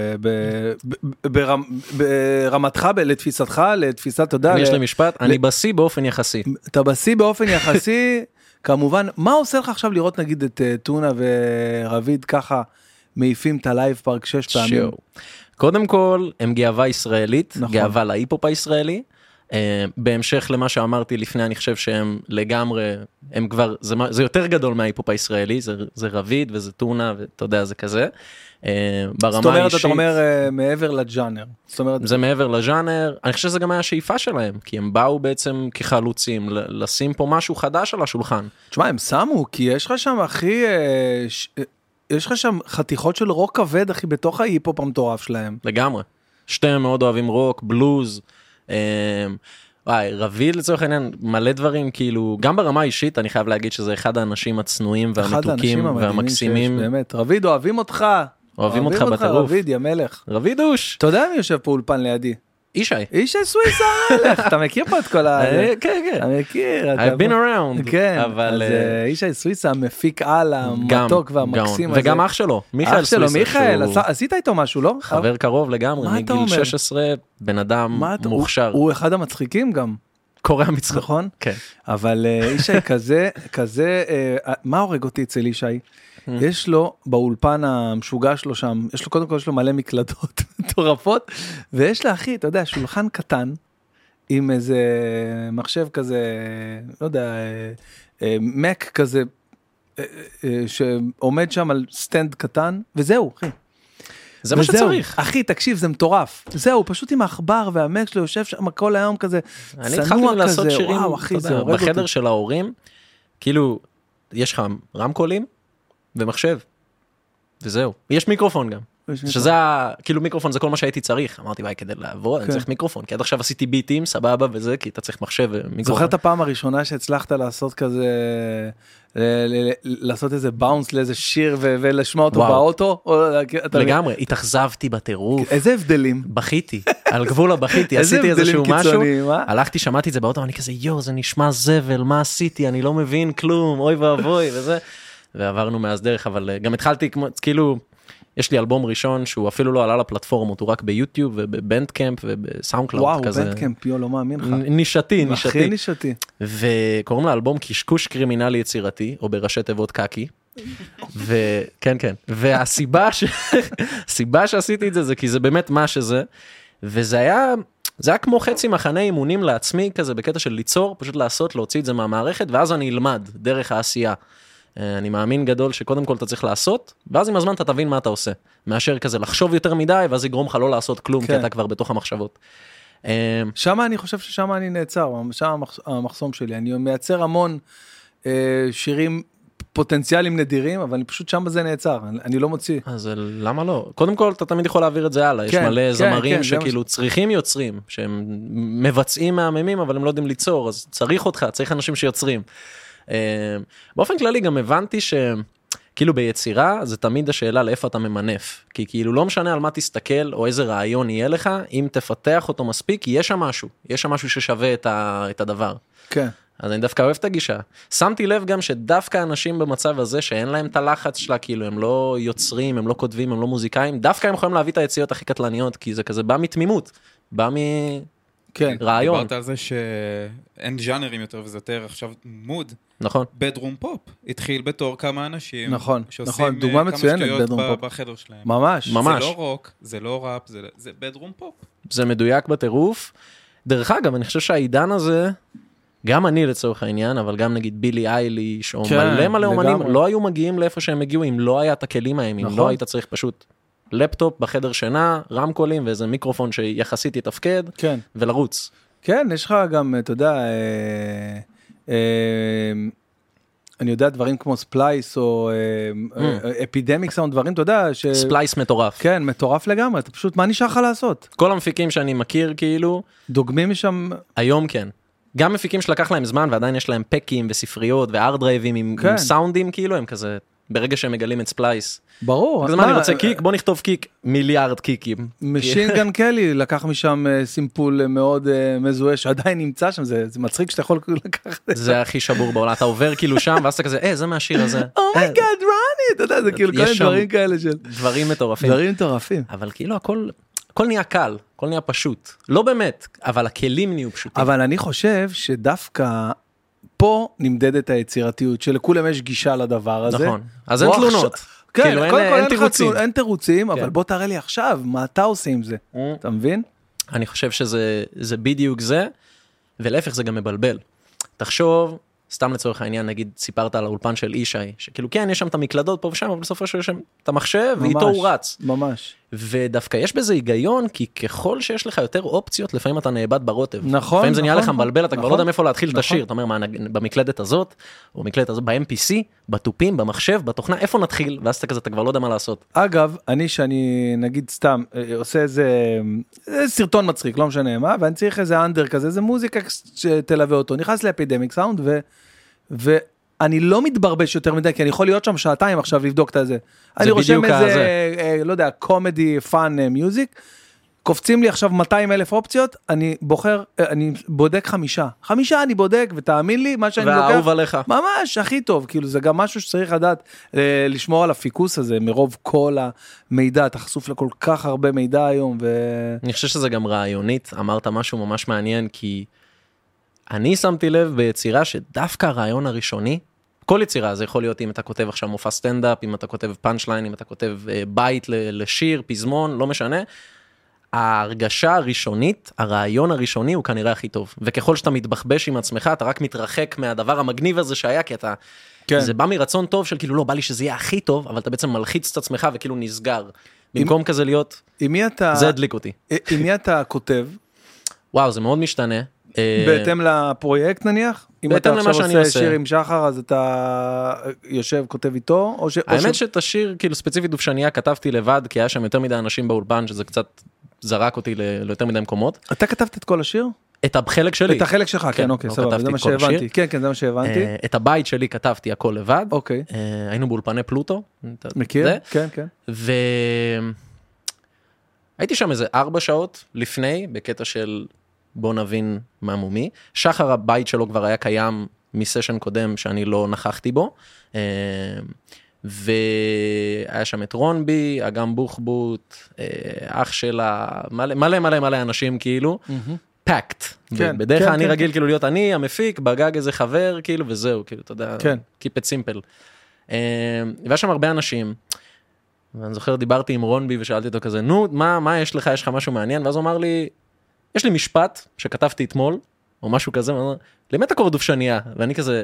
ברמתך, לתפיסתך, לתפיסת תודה. יש לי משפט, אני בשיא באופן יחסי. אתה בשיא באופן יחסי, כמובן, מה עושה לך עכשיו לראות נגיד את טונה ורביד ככה מעיפים את הלייב פארק 6 פעמים? קודם כל, הם גאווה ישראלית, גאווה להיפופ הישראלי, בהמשך למה שאמרתי לפני, אני חושב שהם לגמרי, הם כבר, זה יותר גדול מההיפופ הישראלי, זה רביד וזה טונה, ואתה יודע, זה כזה. זאת אומרת, אתה אומר מעבר לג'אנר. זה מעבר לג'אנר, אני חושב שזה גם היה השאיפה שלהם, כי הם באו בעצם כחלוצים, לשים פה משהו חדש על השולחן. תשמע, הם שמו, כי יש לך שם, אחי, יש לך שם חתיכות של רוק כבד, אחי, בתוך ההיפופ המטורף שלהם. לגמרי. שתיהם מאוד אוהבים רוק, בלוז, רביד לצורך העניין, מלא דברים, כאילו, גם ברמה אישית, אני חייב להגיד שזה אחד האנשים הצנועים והמתוקים והמקסימים. באמת, רביד, אוהבים אותך. אוהבים אותך בטירוף. רביד, יא מלך. רבידוש. אתה יודע מי יושב פה אולפן לידי? ישי. ישי סוויסה המלך, אתה מכיר פה את כל ה... כן, כן. אתה מכיר. I've been around. כן, אז ישי סוויסה, המפיק על המתוק והמקסים הזה. וגם אח שלו, מיכאל סוויסה. אח שלו, מיכאל, עשית איתו משהו, לא? חבר קרוב לגמרי, מגיל 16, בן אדם מוכשר. הוא אחד המצחיקים גם. קורא מצחיק. נכון? כן. אבל ישי כזה, מה הורג אותי אצל ישי? יש לו באולפן המשוגע שלו שם, יש לו קודם כל, יש לו מלא מקלדות מטורפות, ויש לה, אחי, אתה יודע, שולחן קטן, עם איזה מחשב כזה, לא יודע, מק כזה, שעומד שם על סטנד קטן, וזהו, אחי. זה מה שצריך. אחי, תקשיב, זה מטורף. זהו, פשוט עם האחבר והמק שלו יושב שם כל היום כזה, אני התחלתי לעשות שירים, וואו, אחי, זה הורג אותי. בחדר של ההורים, כאילו, יש לך רמקולים ומחשב, וזהו. יש מיקרופון גם. שזה, כאילו מיקרופון זה כל מה שהייתי צריך. אמרתי, וואי, כדי לעבוד, אני צריך מיקרופון. כי עד עכשיו עשיתי ביטים, סבבה וזה, כי אתה צריך מחשב ומיקרופון. זוכר את הפעם הראשונה שהצלחת לעשות כזה, לעשות איזה באונס לאיזה שיר ולשמוע אותו באוטו? לגמרי, התאכזבתי בטירוף. איזה הבדלים? בכיתי, על גבול הבכיתי, עשיתי איזשהו משהו, הלכתי, שמעתי את זה באוטו, אני כזה, יו, זה נשמע זבל, מה עשיתי? אני לא מבין כלום, אוי ואבוי, וזה. ועברנו מאז דרך, אבל גם התחלתי, כאילו, יש לי אלבום ראשון שהוא אפילו לא עלה לפלטפורמות, הוא רק ביוטיוב ובבנדקאמפ ובסאונדקלאוד כזה. וואו, בנדקאמפ, יו, לא מאמין לך. נישתי. הכי נישתי. וקוראים לאלבום קשקוש קרימינלי יצירתי, או בראשי תיבות קקי. וכן, כן. והסיבה שעשיתי את זה, זה כי זה באמת מה שזה, וזה היה כמו חצי מחנה אימונים לעצמי, כזה בקטע של ליצור, פשוט לעשות, להוציא את זה מהמערכת, ואז אני אלמד דרך העשייה. אני מאמין גדול שקודם כל אתה צריך לעשות, ואז עם הזמן אתה תבין מה אתה עושה, מאשר כזה לחשוב יותר מדי, ואז יגרום לך לא לעשות כלום, כי אתה כבר בתוך המחשבות. שם אני חושב ששם אני נעצר, שם המחסום שלי, אני מייצר המון שירים פוטנציאלים נדירים, אבל אני פשוט שם בזה נעצר, אני לא מוציא. אז למה לא? קודם כל אתה תמיד יכול להעביר את זה הלאה, יש מלא זמרים שכאילו צריכים יוצרים, שהם מבצעים מהממים, אבל הם לא יודעים ליצור, אז צריך אותך, צריך אנשים שיוצרים. באופן כללי גם הבנתי שכאילו ביצירה זה תמיד השאלה לאיפה אתה ממנף, כי כאילו לא משנה על מה תסתכל או איזה רעיון יהיה לך, אם תפתח אותו מספיק, יש שם משהו ששווה את הדבר. כן. אז אני דווקא אוהב את הגישה. שמתי לב גם שדווקא אנשים במצב הזה שאין להם את הלחץ שלה, כאילו הם לא יוצרים, הם לא כותבים, הם לא מוזיקאים, דווקא הם יכולים להביא את היציאות הכי קטלניות, כי זה כזה בא מתמימות, בא רעיון. דיברת על זה שאין ז'אנרים יותר וזה יותר עכשיו מוד. נכון. בדרום פופ. התחיל בתור כמה אנשים. נכון, נכון. דוגמה מצוינת בדרום פופ. בחדר שלהם. ממש. זה לא רוק, זה לא ראפ, זה בדרום פופ. זה מדויק בטירוף. דרך אגב, אני חושב שהעידן הזה, גם אני לצורך העניין, אבל גם נגיד בילי אייליש, או מלא אומנים, לא היו מגיעים לאיפה שהם הגיעו, אם לא היה את הכלים ההם, אם לא היית צריך פשוט לפטופ בחדר שינה, רמקולים ואיזה מיקרופון שיחסית יתפקד, ולרוץ. כן, יש לך גם, אתה יודע, אני יודע דברים כמו ספלייס או אפידמיק סאונד, דברים, אתה יודע, ספלייס מטורף. כן, מטורף לגמרי, אתה פשוט, מה נשאר לך לעשות? כל המפיקים שאני מכיר, כאילו, דוגמים משם? היום כן. גם מפיקים שלקח להם זמן, ועדיין יש להם פקים וספריות וארד דרייבים עם סאונדים, כאילו, הם כזה, ברגע שהם מגלים את ספלייס. ברור. אז מה, אני רוצה קיק, בוא נכתוב קיק, מיליארד קיקים. משינגן קלי לקח משם סימפול מאוד מזוהה, שעדיין נמצא שם, זה מצחיק שאתה יכול לקחת. זה הכי שבור בעולם, אתה עובר כאילו שם, ואז אתה כזה, זה מהשיר הזה. אומייגאד, רוני, אתה יודע, זה כאילו כל מיני דברים כאלה של... דברים מטורפים. דברים מטורפים. אבל כאילו הכל נהיה קל, הכל נהיה פשוט. לא באמת, אבל הכלים נהיו פשוטים. אבל אני חושב שדווקא פה נמדדת היצירתיות, שלכולם יש גישה לדבר הזה. נכון, אז אין תלונות. כן, אין תירוצים, אבל בוא תראה לי עכשיו, מה אתה עושה עם זה? אתה מבין? אני חושב שזה בדיוק זה, ולהפך זה גם מבלבל. תחשוב, סתם לצורך העניין, נגיד סיפרת על האולפן של אישי, שכאילו כן, יש שם את המקלדות פה ושם, אבל בסופו של שם את המחשב, ואיתו הוא רץ. ממש. ודווקא יש בזה היגיון, כי ככל שיש לך יותר אופציות, לפעמים אתה נאבד ברוטב. נכון. לפעמים זה נהיה לך מבלבל, אתה כבר לא יודע מאיפה להתחיל את השיר. אתה אומר, מה, במקלדת הזאת, או מקלדת הזאת, ב-MPC, בטופים, במחשב, בתוכנה, איפה נתחיל? ואז אתה כזה, אתה כבר לא יודע מה לעשות. אגב, שאני, נגיד סתם, עושה איזה סרטון מצחיק, לא משנה מה, ואני צריך איזה אנדר כזה, איזה מוזיקה שתלווה אותו. נכנס לאפידמיק סאונד, ואני לא מתברבש יותר מדי, כי אני יכול להיות שם שעתיים עכשיו לבדוק את זה. אני רושם איזה, לא יודע, קומדי, פאן, מיוזיק, קופצים לי עכשיו 200,000 אופציות, אני בוחר, אני בודק 5 אני בודק, ותאמין לי, מה שאני לוקח, והאהוב עליך. ממש, הכי טוב, כאילו זה גם משהו שצריך לדעת, לשמור על הפיקוס הזה, מרוב כל המידע, אתה חשוף לכל כך הרבה מידע היום, אני חושב שזה גם רעיונית, אמרת משהו ממש מעניין, כי אני שמתי לב ביצירה שדווקא הרעיון הראשוני, כל יצירה, זה יכול להיות אם אתה כותב עכשיו מופע סטנדאפ, אם אתה כותב פאנצ'ליין, אם אתה כותב בית לשיר, פזמון, לא משנה, ההרגשה הראשונית, הרעיון הראשוני הוא כנראה הכי טוב, וככל שאתה מתבחבש עם עצמך, אתה רק מתרחק מהדבר המגניב הזה שהיה, כי אתה, זה בא מרצון טוב של כאילו לא, בא לי שזה יהיה הכי טוב, אבל אתה בעצם מלחיץ את עצמך וכאילו נסגר, במקום כזה להיות, עם מי אתה... זה הדליק אותי. עם מי אתה כותב? וואו, זה מאוד משתנה. בהתאם לפרויקט נניח? אם אתה בהתאם למה עכשיו שאני עושה עושה. שיר עם שחר, אז אתה יושב, כותב איתו? האמת שאת השיר, כאילו ספציפית דובשניה, כתבתי לבד, כי היה שם יותר מדי אנשים באולפן, שזה קצת זרק אותי ליותר מדי מקומות. אתה כתבת את כל השיר? את החלק שלי. את החלק שלך, כן, אוקיי, לא סבבה, כתבתי זה מה את כל השיר. שהבנתי. כן, כן, זה מה שהבנתי. את הבית שלי כתבתי הכל לבד. אוקיי. היינו באולפני פלוטו. מכיר? זה. כן, כן. והייתי שם איזה 4 שעות לפני, בקטע של בוא נבין מה מומי. שחר הבית שלו כבר היה קיים מסשן קודם שאני לא נכחתי בו. והיה שם את רונבי, אגם בוחבוט, אח שלה, מלא אנשים כאילו. פאקט. בדרך כלל אני רגיל כאילו להיות אני, המפיק, בגג איזה חבר, כאילו, וזהו, כאילו, אתה יודע, keep it simple. והיה שם הרבה אנשים, ואני זוכר, דיברתי עם רונבי ושאלתי אותו כזה, נו, מה יש לך, יש לך משהו מעניין? ואז הוא אמר לי, יש לי משפט שכתבתי אתמול, או משהו כזה, ואני אומר, למי אתה קורא דובשניה? ואני כזה,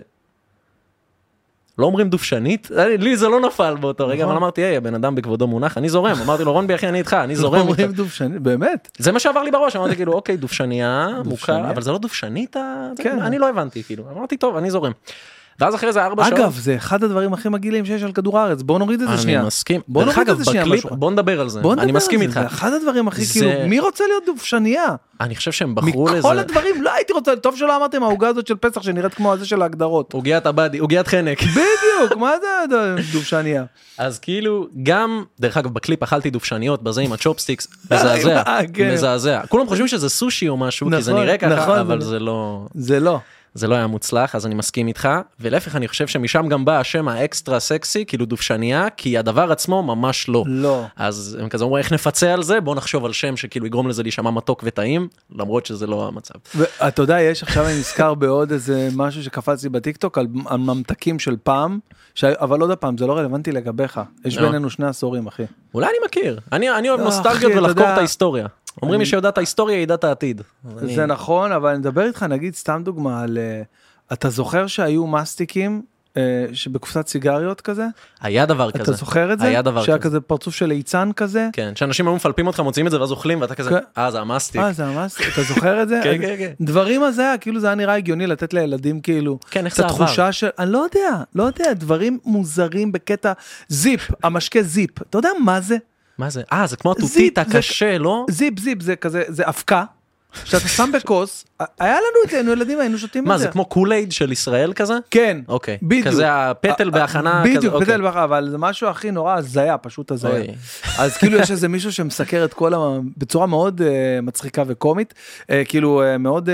לא אומרים דובשנית? לי זה לא נפל באותו רגע, אבל אמרתי, היי, הבן אדם בכבודו מונח, אני זורם, אמרתי לו, רונבי אחי, אני איתך, אני זורם. לא אומרים דובשנית, באמת? זה מה שעבר לי בראש, אמרתי כאילו, אוקיי, דובשניה, מוכר, אבל זה לא דובשנית, אני לא הבנתי, כאילו, אמרתי, טוב, אני זורם. ואז אחרי זה 4 שעות. אגב, זה אחד הדברים הכי מגעילים שיש על כדור הארץ, בוא נוריד את זה שנייה. אני מסכים. בוא נוריד את זה שנייה משהו. בוא נדבר על זה, אני מסכים איתך. זה אחד הדברים הכי כאילו, מי רוצה להיות דובשניה? אני חושב שהם בחרו לזה. מכל הדברים, לא הייתי רוצה, טוב שלא אמרתם, העוגה הזאת של פסח שנראית כמו הזה של ההגדרות. עוגיית הבדי, עוגיית חנק. בדיוק, מה זה דובשניה? אז כאילו, גם, דרך אגב, בקליפ אכלתי דובשניות, בזה עם הצ'ופסטיקס, מזעזע. כולם חושבים שזה סושי או משהו, כי זה נראה ככה, אבל זה לא. זה לא. זה לא היה מוצלח, אז אני מסכים איתך, ולהפך אני חושב שמשם גם בא השם האקסטרה סקסי, כאילו דובשניה, כי הדבר עצמו ממש לא. לא. אז הם כזה אומרים, איך נפצה על זה? בוא נחשוב על שם שכאילו יגרום לזה להישמע מתוק וטעים, למרות שזה לא המצב. ואתה יודע, יש עכשיו אני נזכר בעוד איזה משהו שקפצתי בטיקטוק, על ממתקים של פעם, אבל עוד הפעם, זה לא רלוונטי לגביך. יש בינינו 2 עשורים, אחי. אולי אני מכיר. אני אוהב נוסטלגיות ולחקור את ההיסטוריה. אומרים מי שיודע את ההיסטוריה, ידע את העתיד. זה נכון, אבל אני מדבר איתך, נגיד סתם דוגמה על, אתה זוכר שהיו מסטיקים שבקופסת סיגריות כזה? היה דבר כזה. אתה זוכר את זה? היה דבר כזה. שהיה כזה פרצוף של ליצן כזה? כן, שאנשים היו מפלפים אותך, מוצאים את זה ואז אוכלים, ואתה כזה, זה המסטיק. זה המסטיק, אתה זוכר את זה? כן, כן, כן. דברים הזה, כאילו זה היה נראה הגיוני לתת לילדים כאילו, כן, איך זה עבר? התחושה של, אני לא יודע, דברים מוזרים בקטע, זיפ, המשקה זיפ, אתה יודע מה זה? מה זה? זה כמו התותית הקשה, לא? זיפ, זה כזה, זה אבקה, שאתה שם בכוס, היה לנו את זה, ילדים היינו שותים את זה. מה, זה כמו קולייד של ישראל כזה? כן, אוקיי. בדיוק. כזה הפטל בהכנה. בדיוק, פטל בהכנה, אבל זה משהו הכי נורא, הזיה, פשוט הזיה. אז כאילו יש איזה מישהו שמסקר את כל, בצורה מאוד מצחיקה וקומית, כאילו מאוד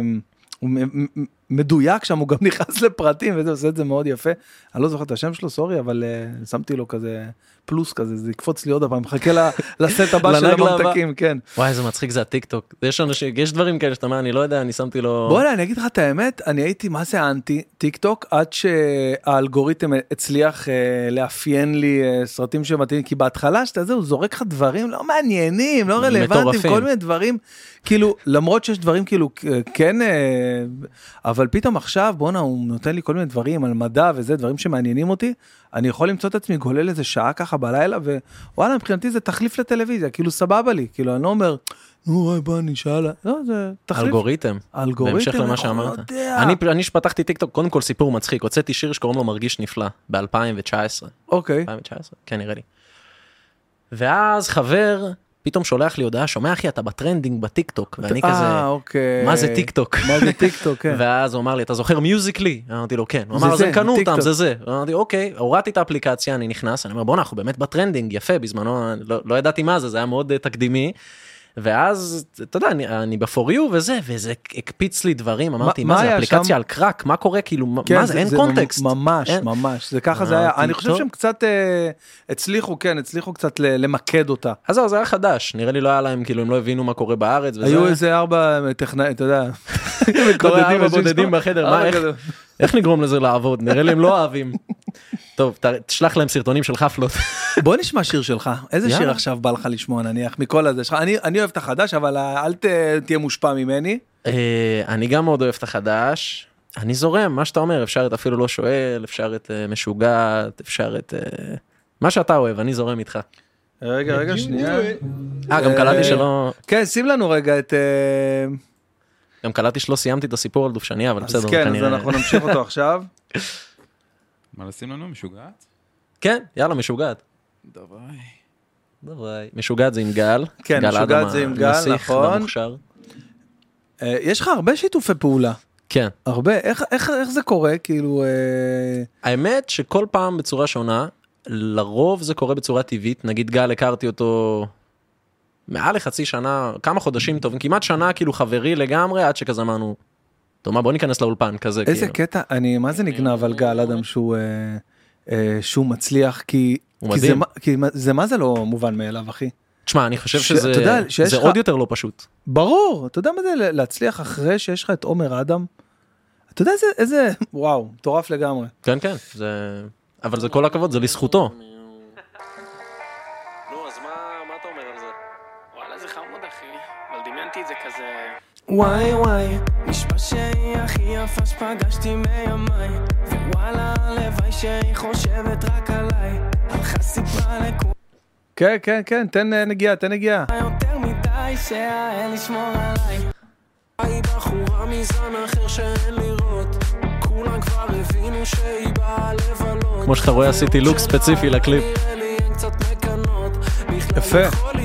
מדויק שם, הוא גם נכנס לפרטים, וזה עושה את זה מאוד יפה. אני לא זוכר את השם שלו, סורי, אבל שמתי לו כזה פלוס כזה, זה יקפוץ לי עוד הפעם, מחכה לסט הבא של הממתקים, כן. וואי, איזה מצחיק זה הטיק-טוק. יש דברים כאלה שאתה אומר, אני לא יודע, אני שמתי לו... בוא'נה, אני אגיד לך את האמת, אני הייתי, מה זה אנטי טיק-טוק, עד שהאלגוריתם הצליח לאפיין לי סרטים שמתאים, כי בהתחלה שאתה זה, הוא זורק לך דברים לא מעניינים, לא רלוונטיים, כל מיני דברים, כאילו, למרות שיש דברים כאילו, כן, אבל פתאום עכשיו, בוא'נה, הוא נותן לי כל מיני דברים על מדע וזה, דברים שמעניינים אותי, אני יכול למצוא את עצמי גולל איזה שעה ככה בלילה, ווואלה, מבחינתי זה תחליף לטלוויזיה, כאילו סבבה לי, כאילו אני לא אומר, נו, בוא נשאל, לא, זה תחליף. אלגוריתם. בהמשך למה שאמרת. אני שפתחתי טיקטוק, קודם כל סיפור מצחיק, הוצאתי שיר שקוראים לו מרגיש נפלא, ב-2019. אוקיי. 2019? כן, נראה לי. ואז חבר... פתאום שולח לי הודעה, שומע אחי, אתה בטרנדינג בטיקטוק, ואני כזה, אוקיי. מה זה טיקטוק? מה זה טיקטוק, כן. ואז הוא אמר לי, אתה זוכר מיוזיקלי? אמרתי לו, כן. הוא אמר, אז הם קנו אותם, זה. אמרתי, אוקיי, הורדתי את האפליקציה, אני נכנס, אני אומר, בוא, אנחנו באמת בטרנדינג, יפה, בזמנו, לא ידעתי מה זה, זה היה מאוד תקדימי, ואז, אתה יודע, אני ב-for you וזה הקפיץ לי דברים, אמרתי, מה זה, אפליקציה על קרק, מה קורה, כאילו, מה זה, אין קונטקסט. ממש, זה ככה זה היה, אני חושב שהם קצת הצליחו קצת למקד אותה. אז זה היה חדש, נראה לי לא היה להם, כאילו, הם לא הבינו מה קורה בארץ, היו איזה 4 טכנאים, אתה יודע, 4 בודדים בחדר, איך נגרום לזה לעבוד, נראה לי הם לא אוהבים. טוב, תשלח להם סרטונים של חפלות. בוא נשמע שיר שלך. איזה שיר עכשיו בא לך לשמוע, נניח, מכל הזה שלך? אני אוהב את החדש, אבל אל תהיה מושפע ממני. אני גם מאוד אוהב את החדש. אני זורם, מה שאתה אומר, אפשר את אפילו לא שואל, אפשר את משוגעת, אפשר את... מה שאתה אוהב, אני זורם איתך. רגע, שנייה. גם קלטתי שלא... כן, שים לנו רגע את... גם קלטתי שלא סיימתי את הסיפור על דובשניה, אבל בסדר, אז כן, אז אנחנו נמשיך אותו עכשיו. מה לשים לנו? משוגעת? כן, יאללה, משוגעת. דווי. משוגעת זה עם גל. כן, משוגעת זה עם גל, נכון. יש לך הרבה שיתופי פעולה. כן. הרבה, איך זה קורה? כאילו... האמת שכל פעם בצורה שונה, לרוב זה קורה בצורה טבעית, נגיד גל הכרתי אותו מעל לחצי שנה, כמה חודשים טובים, כמעט שנה כאילו חברי לגמרי, עד שכזה אמרנו, טוב מה בוא ניכנס לאולפן כזה. איזה קטע, מה זה נגנב על גל אדם שהוא מצליח, כי זה מה זה לא מובן מאליו אחי. תשמע, אני חושב שזה עוד יותר לא פשוט. ברור, אתה יודע מה זה להצליח אחרי שיש לך את עומר אדם? אתה יודע איזה, וואו, מטורף לגמרי. כן, כן, אבל זה כל הכבוד, זה לזכותו. נו, אז מה אתה אומר על זה? וואלה, זה חמוד אחי, אבל דמיינתי את זה כזה... וואי, נשמע שהיא הכי יפה שפגשתי מימיי, ווואלה, הלוואי שהיא חושבת רק עליי, הלכה סיפרה לכו... כן, תן נגיעה. יותר מדי שהאל ישמור עליי. היא בחורה מזן אחר שאין לראות, כולם כבר הבינו שהיא באה לבלות. כמו שאתה רואה עשיתי לוק ספציפי לקליפ. יפה.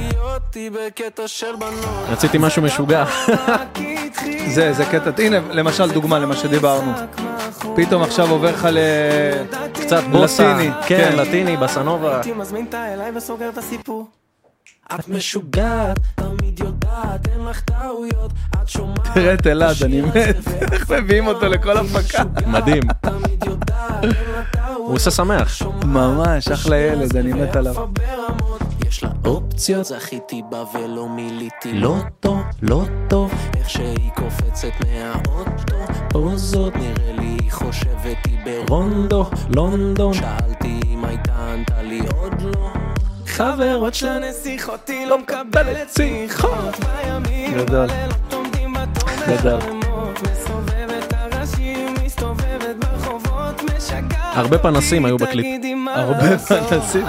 רציתי משהו משוגע. זה קטע, הנה למשל דוגמה למה שדיברנו. פתאום עכשיו עובר לך קצת בוסה. כן, לטיני, בסנובה. הייתי מזמין את אליי וסוגר את הסיפור. את משוגעת, תמיד יודעת, אין לך טעויות, את שומעת. תראה את אלעד, אני מת. איך מביאים אותו לכל הפקה. מדהים. תמיד יודעת, אין לך טעויות. הוא עושה שמח. ממש, אחלה ילד, אני מת עליו. יש לה אופציות, זכיתי בה ולא מיליתי לא טוב, איך שהיא קופצת מהאוטו, או זאת נראה לי היא חושבת היא ברונדו, לונדון, שאלתי אם הייתה ענתה לי עוד לא, חברות של הנסיכות היא לא מקבלת שיחות, בימים ובלילות עומדים בתומך למות, מסובבת הראשים, מסתובבת ברחובות, משגעת, הרבה פנסים היו בקליפ. הרבה פנסים.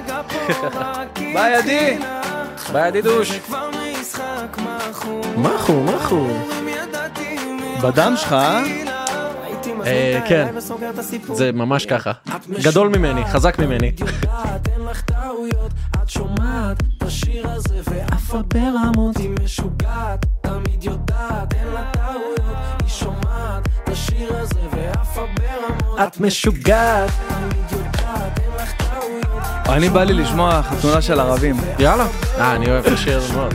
בידי דוש. מחו. בדם שלך? כן, זה ממש ככה. גדול ממני, חזק ממני. את שומעת את השיר הזה ואפה ברמות, היא משוגעת, תמיד יודעת, אין לה טעויות, היא שומעת את השיר הזה ואפה ברמות, את משוגעת, תמיד יודעת, אין לך טעויות. אני בא לי לשמוע חתונה של ערבים. יאללה. אני אוהב לשיר מאוד.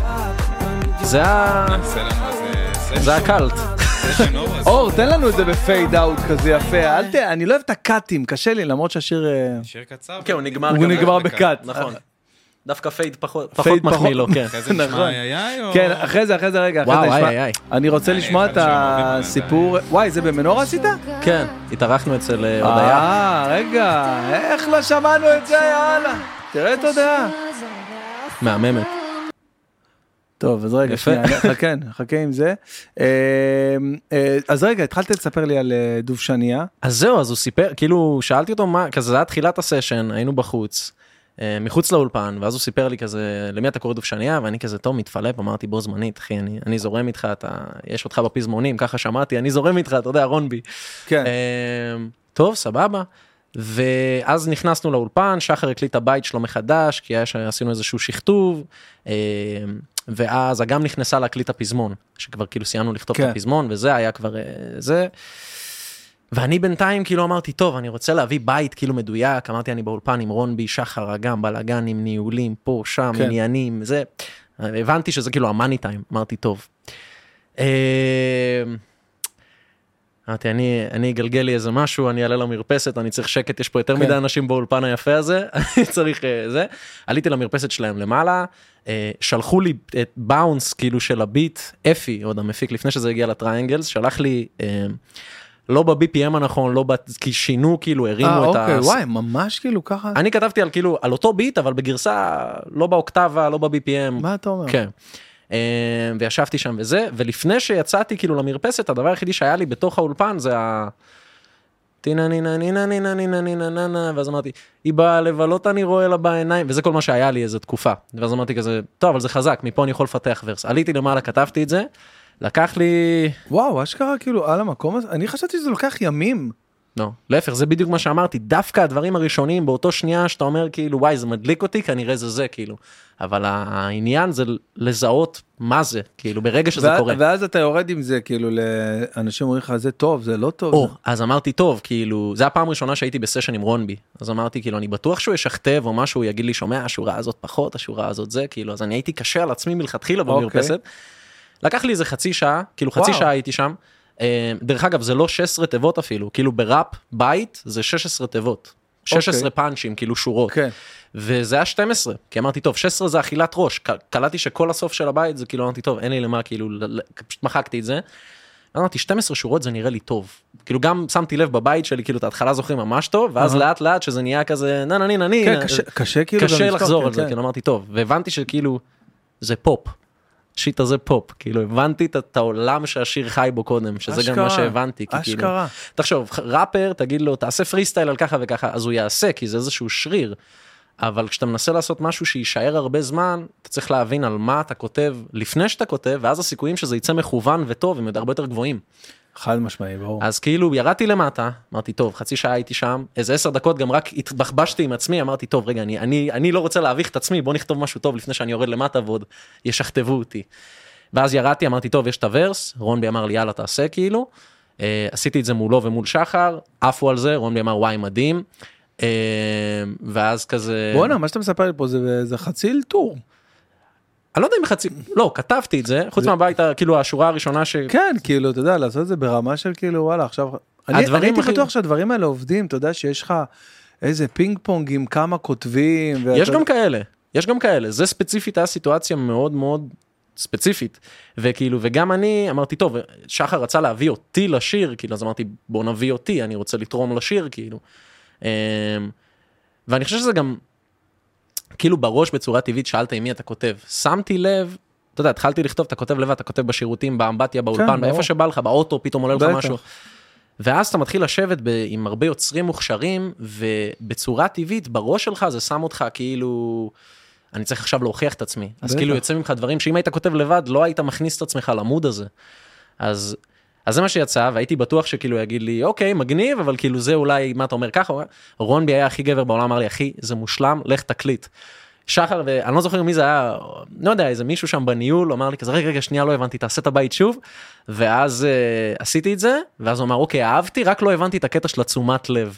זה הקלט. אור, תן לנו את זה בפייד אאוט כזה יפה. אני לא אוהב את הקאטים, קשה לי, למרות שהשיר... שיר קצר. כן, הוא נגמר בקאט. נכון. דווקא פייד פחות מחמיא לו, כן. אחרי זה נשמע איי או... כן, אחרי זה רגע. וואו, איי. אני רוצה לשמוע את הסיפור... וואי, זה במנורה עשית? כן, התארחנו אצל הודיה. רגע, איך לא שמענו את זה, יאללה. תראה את הודיה. מהממת. טוב, אז רגע, שנייה, חכה עם זה. אז רגע, התחלת לספר לי על דובשניה. אז זהו, אז הוא סיפר, כאילו, שאלתי אותו מה, כזה זה היה תחילת הסשן, היינו בחוץ, מחוץ לאולפן, ואז הוא סיפר לי כזה, למי אתה קורא דובשניה? ואני כזה, טוב, מתפלפ, אמרתי, בו זמנית, אחי, אני זורם איתך, יש אותך בפזמונים, ככה שמעתי, אני זורם איתך, אתה יודע, רונבי. כן. טוב, סבבה. ואז נכנסנו לאולפן, שחר הקליט הבית שלו מחדש, כי עשינו איזשהו שכתוב, ואז אגם נכנסה להקליט הפזמון, שכבר כאילו סיימנו לכתוב את הפזמון, וזה היה כבר זה. ואני בינתיים כאילו אמרתי, טוב, אני רוצה להביא בית כאילו מדויק, אמרתי אני באולפן עם רונבי, שחר, אגם, בלגנים, ניהולים, פה, שם, עניינים, זה. הבנתי שזה כאילו המאני טיים, אמרתי, טוב. אמרתי, אני אגלגל לי איזה משהו, אני אעלה למרפסת, אני צריך שקט, יש פה יותר מדי אנשים באולפן היפה הזה, אני צריך זה. עליתי למרפסת שלהם למעלה, שלחו לי את באונס כאילו של הביט, אפי, עוד המפיק, לפני שזה הגיע לטריינגלס, שלח לי, לא ב-BPM הנכון, לא כי שינו, כאילו, הרימו את ה... אוקיי, וואי, ממש כאילו ככה? אני כתבתי על כאילו, על אותו ביט, אבל בגרסה, לא באוקטבה, לא ב-BPM. מה אתה אומר? כן. וישבתי שם וזה, ולפני שיצאתי כאילו למרפסת, הדבר היחידי שהיה לי בתוך האולפן זה טינה נינה נינה נינה נינה נינה נינה, ואז אמרתי, היא באה לבלות אני רואה לה בעיניים, וזה כל מה שהיה לי איזו תקופה, ואז אמרתי כזה, טוב, אבל זה חזק, מפה אני יכול לפתח ורס, עליתי למעלה, כתבתי את זה, לקח לי... וואו, אשכרה כאילו על המקום הזה, אני חשבתי שזה לוקח ימים. לא, להפך, זה בדיוק מה שאמרתי, דווקא הדברים הראשונים, באותו שנייה שאתה אומר כאילו, וואי, זה מדליק אותי, כנראה זה כאילו, אבל העניין זה לזהות מה זה, כאילו, ברגע שזה קורה. ואז אתה יורד עם זה, כאילו, לאנשים אומרים לך, זה טוב, זה לא טוב. אז אמרתי, טוב, כאילו, זה הפעם הראשונה שהייתי בסשן עם רונבי, אז אמרתי, כאילו, אני בטוח שהוא ישכתב, או משהו, יגיד לי, שומע, השורה הזאת פחות, השורה הזאת זה, כאילו, אז אני הייתי קשה על עצמי מלכתחילה במרפסת. לקח לי איזה חצי שעה, כאילו, חצי שעה הייתי שם. דרך אגב, זה לא 16 תיבות אפילו, כאילו בראפ, בית, זה 16 תיבות. 16 פאנצ'ים, כאילו שורות. וזה היה 12, כי אמרתי, טוב, 16 זה אכילת ראש. קלטתי שכל הסוף של הבית, זה כאילו, אמרתי, טוב, אין לי למה, כאילו, פשוט מחקתי את זה. אמרתי, 12 שורות זה נראה לי טוב. כאילו, גם שמתי לב בבית שלי, כאילו, את ההתחלה זוכרים ממש טוב, ואז לאט לאט שזה נהיה כזה, נני, קשה כאילו. קשה לחזור על זה, כאילו, אמרתי, טוב. והבנתי שכאילו, זה פופ. שיט הזה פופ, כאילו הבנתי את העולם שהשיר חי בו קודם, שזה גם מה שהבנתי, כאילו, תחשוב, ראפר, תגיד לו, תעשה פרי סטייל על ככה וככה, אז הוא יעשה, כי זה איזשהו שריר, אבל כשאתה מנסה לעשות משהו שישאר הרבה זמן, אתה צריך להבין על מה אתה כותב, לפני שאתה כותב, ואז הסיכויים שזה יצא מכוון וטוב, הם הרבה יותר גבוהים. חד משמעי, ברור. אז כאילו ירדתי למטה, אמרתי, טוב, חצי שעה הייתי שם, איזה 10 דקות גם רק התבחבשתי עם עצמי, אמרתי, טוב, רגע, אני לא רוצה להביך את עצמי, בוא נכתוב משהו טוב לפני שאני יורד למטה ועוד ישכתבו אותי. ואז ירדתי, אמרתי, טוב, יש את הוורס, רונבי אמר לי, יאללה, תעשה כאילו, עשיתי את זה מולו ומול שחר, עפו על זה, רונבי אמר, וואי, מדהים, ואז כזה... בוא'נה, מה שאתה מספר לי פה זה חצי אלתור. אני לא יודע אם חצי, לא, כתבתי את זה, חוץ מהבית, כאילו, השורה הראשונה כן, כאילו, אתה יודע, לעשות את זה ברמה של כאילו, וואלה, עכשיו... אני הייתי בטוח שהדברים האלה עובדים, אתה יודע שיש לך איזה פינג פונג עם כמה כותבים. יש גם כאלה, זה ספציפית, היה סיטואציה מאוד מאוד ספציפית, וכאילו, וגם אני אמרתי, טוב, שחר רצה להביא אותי לשיר, כאילו, אז אמרתי, בוא נביא אותי, אני רוצה לתרום לשיר, כאילו. ואני חושב שזה גם... כאילו בראש בצורה טבעית שאלת עם מי אתה כותב, שמתי לב, אתה יודע, התחלתי לכתוב, אתה כותב לבד, אתה כותב בשירותים, באמבטיה, באולפן, באיפה שבא לך, באוטו, פתאום עולה לך משהו, ואז אתה מתחיל לשבת עם הרבה יוצרים מוכשרים, ובצורה טבעית, בראש שלך זה שם אותך כאילו, אני צריך עכשיו להוכיח את עצמי, אז כאילו יוצא ממך דברים, שאם היית כותב לבד, לא היית מכניס את עצמך למוד הזה, אז זה מה שיצא, והייתי בטוח שכאילו יגיד לי, אוקיי, מגניב, אבל כאילו זה אולי, מה אתה אומר ככה, רונבי היה הכי גבר בעולם, אמר לי, אחי, זה מושלם, לך תקליט. שחר, ואני לא זוכר מי זה היה, לא יודע, איזה מישהו שם בניהול, אמר לי כזה, רגע, שנייה, לא הבנתי, תעשה את הבית שוב, ואז עשיתי את זה, ואז הוא אמר, אוקיי, אהבתי, רק לא הבנתי את הקטע של התשומת לב.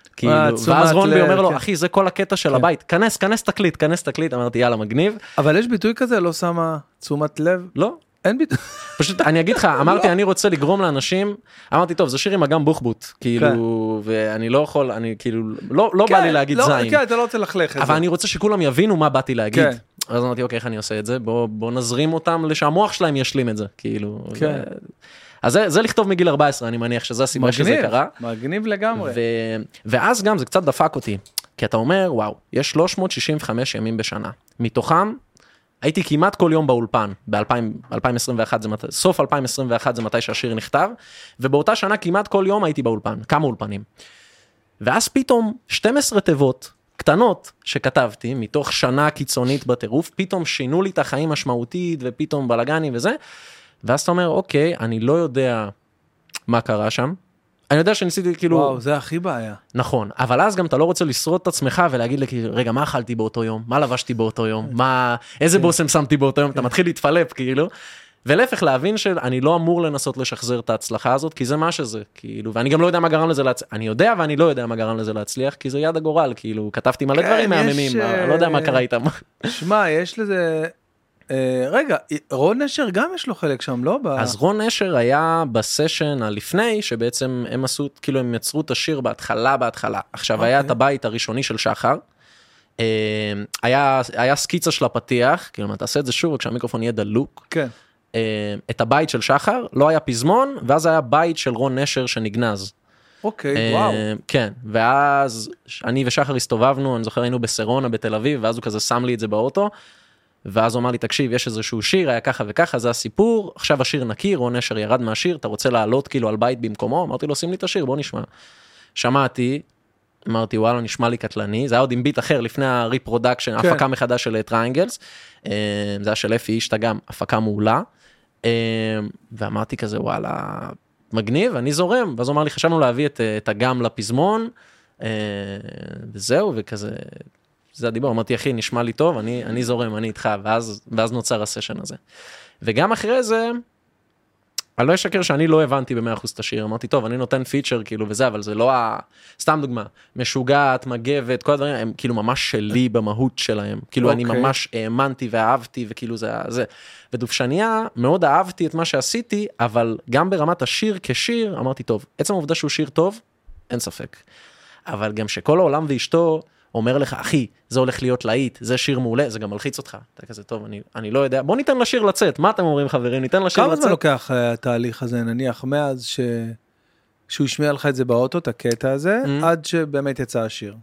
ואז רונבי אומר לו, אחי, זה כל הקטע של הבית, כנס תקליט, אמרתי, יאללה, מגניב. אבל יש ביטוי כזה, לא שמה תשומת לב? לא. אין ביטוי. פשוט אני אגיד לך, אמרתי אני רוצה לגרום לאנשים, אמרתי טוב זה שיר עם אגם בוחבוט, כאילו, ואני לא יכול, אני כאילו, לא בא לי להגיד זין. כן, אתה לא רוצה לחלך את זה. אבל אני רוצה שכולם יבינו מה באתי להגיד. אז אמרתי אוקיי, איך אני עושה את זה? בוא נזרים אותם שהמוח שלהם ישלים את זה, כאילו. אז זה לכתוב מגיל 14, אני מניח שזה הסיבה שזה קרה. מגניב לגמרי. ואז גם זה קצת דפק אותי, כי אתה אומר, וואו, יש 365 ימים בשנה, מתוכם הייתי כמעט כל יום באולפן, ב-2021, סוף 2021 זה מתי שהשיר נכתב, ובאותה שנה כמעט כל יום הייתי באולפן, כמה אולפנים. ואז פתאום 12 תיבות קטנות שכתבתי, מתוך שנה קיצונית בטירוף, פתאום שינו לי את החיים משמעותית, ופתאום בלגני וזה, ואז אתה אומר, אוקיי, אני לא יודע מה קרה שם, אני יודע שניסיתי כאילו... וואו, זה הכי בעיה. נכון, אבל אז גם אתה לא רוצה לשרוד את עצמך ולהגיד לי, רגע, מה אכלתי באותו יום? מה לבשתי באותו יום? איזה בוסם שמתי באותו יום? אתה מתחיל להתפלפ, כאילו. ולהפך להבין שאני לא אמור לנסות לשחזר את ההצלחה הזאת, כי זה מה שזה, כאילו, ואני גם לא יודע מה גרם לזה להצליח. אני יודע ואני לא יודע מה גרם לזה להצליח, כי זה יד הגורל, כאילו, כתבתי מלא דברים מהממים, אני לא יודע מה קרה איתם. שמע, יש לזה... רגע, רון נשר גם יש לו חלק שם, לא? אז רון נשר היה בסשן הלפני, שבעצם הם עשו, כאילו הם יצרו את השיר בהתחלה. עכשיו היה את הבית הראשוני של שחר, היה סקיצה של הפתיח, כאילו אתה עושה את זה שוב, כשהמיקרופון יהיה דלוק. כן. את הבית של שחר, לא היה פזמון, ואז היה בית של רון נשר שנגנז. אוקיי, וואו. כן, ואז אני ושחר הסתובבנו, אני זוכר היינו בסרונה בתל אביב, ואז הוא כזה שם לי את זה באוטו, ואז הוא אמר לי, תקשיב, יש איזשהו שיר, היה ככה וככה, זה הסיפור, עכשיו השיר נקי, רון נשר ירד מהשיר, אתה רוצה לעלות כאילו על בית במקומו? אמרתי לו, שים לי את השיר, בוא נשמע. שמעתי, אמרתי, וואלה, נשמע לי קטלני, זה היה עוד עם ביט אחר, לפני הריפרודקשן, הפקה מחדש של טריינגלס, זה היה של אפי אישתה גם, הפקה מעולה, ואמרתי כזה, וואלה, מגניב, אני זורם, ואז הוא אמר לי, חשבנו להביא את הגם לפזמון, וזהו, וכזה, זה הדיבור, אמרתי, אחי, נשמע לי טוב, אני זורם, אני איתך, ואז נוצר הסשן הזה. וגם אחרי זה, אני לא אשקר שאני לא הבנתי ב100% את השיר, אמרתי, טוב, אני נותן פיצ'ר, כאילו, וזה, אבל זה לא סתם דוגמה, משוגעת, מגבת, כל הדברים, הם כאילו ממש שלי במהות שלהם, כאילו, אני ממש האמנתי ואהבתי, וכאילו זה. ודובשניה, מאוד אהבתי את מה שעשיתי, אבל גם ברמת השיר כשיר, אמרתי, טוב, עצם העובדה שהוא שיר טוב, אין ספק. אבל גם שכל העולם ואשתו אומר לך, אחי, זה הולך להיות להיט, זה שיר מעולה, זה גם מלחיץ אותך. אתה כזה טוב, אני לא יודע. בוא ניתן לשיר לצאת. מה אתם אומרים, חברים? ניתן לשיר לצאת. כמה זמן לוקח התהליך הזה, נניח, מאז שהוא השמיע לך את זה באוטו, את הקטע הזה, עד שבאמת יצא השיר?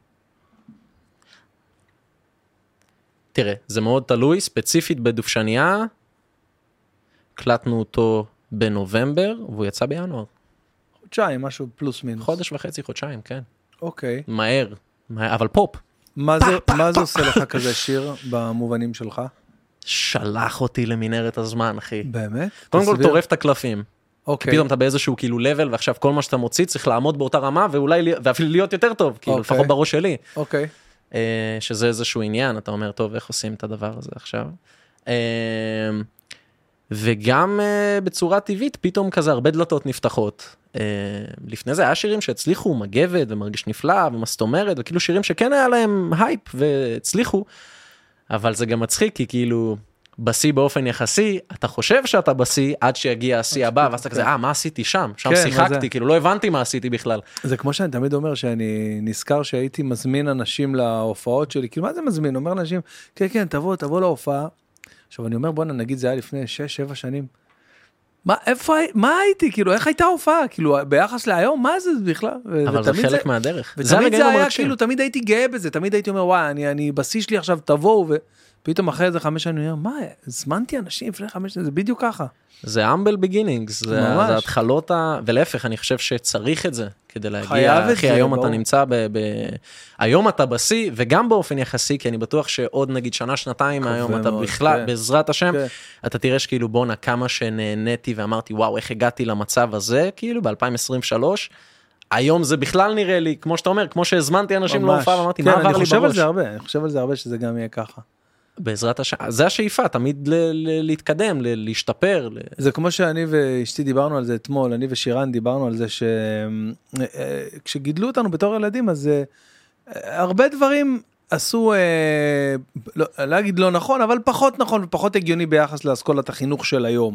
תראה, זה מאוד תלוי, ספציפית בדובשניה, הקלטנו אותו בנובמבר, והוא יצא בינואר. חודשיים, משהו פלוס מינוס. חודש וחצי, חודשיים, כן. אוקיי. מהר, אבל פופ. מה זה עושה לך כזה שיר במובנים שלך? שלח אותי למנהרת הזמן, אחי. באמת? קודם כל טורף את הקלפים. אוקיי. פתאום אתה באיזשהו כאילו לבל, ועכשיו כל מה שאתה מוציא צריך לעמוד באותה רמה, ואפילו להיות יותר טוב, כאילו לפחות בראש שלי. אוקיי. שזה איזשהו עניין, אתה אומר, טוב, איך עושים את הדבר הזה עכשיו? וגם בצורה טבעית, פתאום כזה הרבה דלתות נפתחות. לפני זה היה שירים שהצליחו, מגבת ומרגיש נפלא ומסתומרת, וכאילו שירים שכן היה להם הייפ והצליחו, אבל זה גם מצחיק, כי כאילו בסי באופן יחסי, אתה חושב שאתה בסי עד שיגיע הסי הבא, ואז אתה כזה, מה עשיתי שם? שם שיחקתי, כאילו לא הבנתי מה עשיתי בכלל. זה כמו שאני תמיד אומר, שאני נזכר שהייתי מזמין אנשים להופעות שלי, כאילו מה זה מזמין? אומר לאנשים, כן, כן, תבוא להופעה. עכשיו אני אומר, בוא נגיד זה היה לפני 6-7 שנים. מה הייתי? כאילו, איך הייתה הופעה? כאילו, ביחס להיום, מה זה בכלל? אבל זה חלק מהדרך. ותמיד זה היה, כאילו, תמיד הייתי גאה בזה, תמיד הייתי אומר, וואי, אני בשיא שלי עכשיו, תבואו, ופתאום אחרי איזה 5 שנים, אני אומר, מה, הזמנתי אנשים לפני 5 שנים, זה בדיוק ככה. זה humble beginnings, זה התחלות, ולהפך, אני חושב שצריך את זה, כדי להגיע, אחי, היום אתה נמצא היום אתה בשיא, וגם באופן יחסי, כי אני בטוח שעוד נגיד שנה, שנתיים, היום אתה בכלל, בעזרת השם, אתה תראה שכאילו בונה כמה שנהניתי, ואמרתי, וואו, איך הגעתי למצב הזה, כאילו, ב-2023, היום זה בכלל נראה לי, כמו שאתה אומר, כמו שהזמנתי אנשים להופעה, ואמרתי, מה עבר לי בראש? אני חושב על זה הרבה, שזה גם יהיה ככה. בעזרת השם, זה השאיפה, תמיד להתקדם, להשתפר. זה כמו שאני ואשתי דיברנו על זה אתמול, אני ושירן דיברנו על זה שכשגידלו אותנו בתור ילדים, אז הרבה דברים עשו, לא להגיד לא נכון, אבל פחות נכון ופחות הגיוני ביחס לאסכולת החינוך של היום.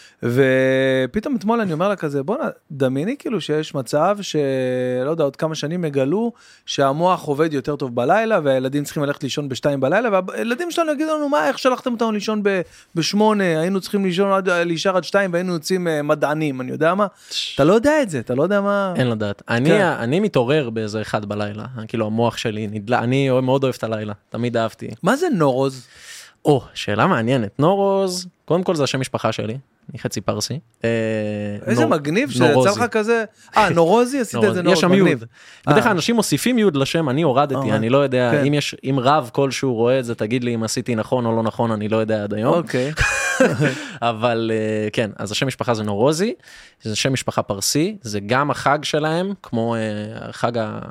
ופתאום אתמול אני אומר לה כזה, בוא דמייני כאילו שיש מצב שלא יודע, עוד כמה שנים יגלו שהמוח עובד יותר טוב בלילה, והילדים צריכים ללכת לישון ב2 בלילה, והילדים שלנו יגידו לנו, מה, איך שלחתם אותנו לישון ב8, היינו צריכים להישאר עד 2, והיינו יוצאים מדענים, אני יודע מה? אתה לא יודע את זה, אתה לא יודע מה... אין לדעת. אני מתעורר באיזה 1 בלילה, כאילו המוח שלי נדלה, אני מאוד אוהב את הלילה, תמיד אהבתי. מה זה נורוז? שאלה מעניינת. נורוז, קודם כל זה השם משפחה שלי, אני חצי פרסי. איזה מגניב שיצא לך כזה, נורוזי, עשית את זה נורוז, מגניב. בדרך כלל אנשים מוסיפים יוד לשם, אני הורדתי, אני לא יודע, אם רב כלשהו רואה את זה, תגיד לי אם עשיתי נכון או לא נכון, אני לא יודע עד היום. אוקיי. אבל כן, אז השם משפחה זה נורוזי, זה שם משפחה פרסי, זה גם החג שלהם, כמו חג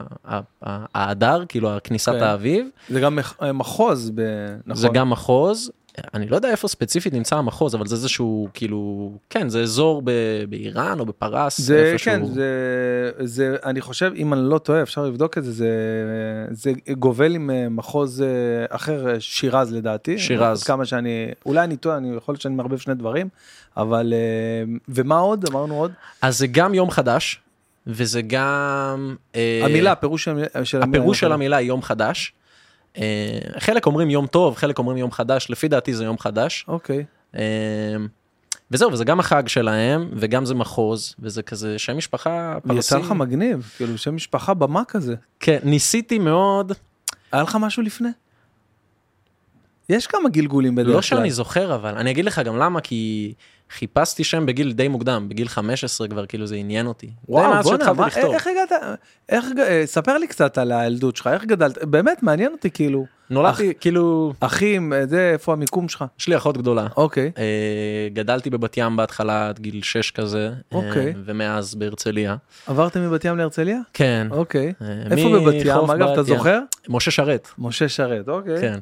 האדר, כאילו כניסת האביב. זה גם מחוז, נכון? זה גם מחוז, אני לא יודע איפה ספציפית נמצא המחוז, אבל זה איזשהו, כאילו, כן, זה אזור באיראן או בפרס. זה, כן, זה, אני חושב, אם אני לא טועה, אפשר לבדוק את זה, זה גובל עם מחוז אחר, שירז לדעתי. שירז. כמה שאני, אולי אני טועה, אני יכול להיות שאני מערבב 2 דברים, אבל, ומה עוד? אמרנו עוד? אז זה גם יום חדש, וזה גם... המילה, הפירוש של המילה. הפירוש של המילה היא יום חדש. חלק אומרים יום טוב, חלק אומרים יום חדש, לפי דעתי זה יום חדש. אוקיי. וזהו, וזה גם החג שלהם, וגם זה מחוז, וזה כזה שם משפחה פרסי. יצא לך מגניב, כאילו שם משפחה במה כזה. כן, ניסיתי מאוד. היה לך משהו לפני? יש כמה גלגולים בדרך כלל. לא שאני זוכר, אבל אני אגיד לך גם למה, כי חיפשתי שם בגיל די מוקדם, בגיל 15 כבר, כאילו זה עניין אותי. וואו, בונה, איך הגעת, ספר לי קצת על הילדות שלך, איך גדלת, באמת מעניין אותי כאילו. נולדתי כאילו... אחים, זה, איפה המיקום שלך? יש לי אחות גדולה. אוקיי. גדלתי בבת ים בהתחלה עד גיל 6 כזה, ומאז בהרצליה. עברתם מבת ים להרצליה? כן. אוקיי. איפה בבת ים? אגב, אתה זוכר? משה שרת. משה שרת, אוקיי. כן.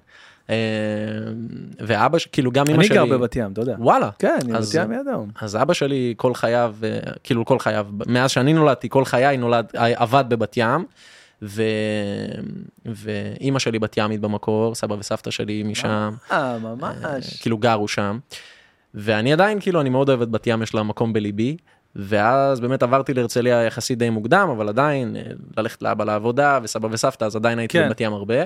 ואבא, כאילו גם אמא שלי... אני גר בבת ים, אתה יודע. וואלה. כן, אני בבת ים ידעום. אז אבא שלי כל חייו, כאילו כל חייו, מאז שאני נולדתי, כל חיי עבד בבת ים, ואמא שלי בת ימית במקור, סבא וסבתא שלי משם. ממש. כאילו גרו שם. ואני עדיין, כאילו, אני מאוד אוהב את בת ים, יש לה מקום בליבי. ואז באמת עברתי להרצליה יחסית די מוקדם, אבל עדיין ללכת לאבא לעבודה, וסבא וסבתא, אז עדיין הייתי בבת ים הרבה.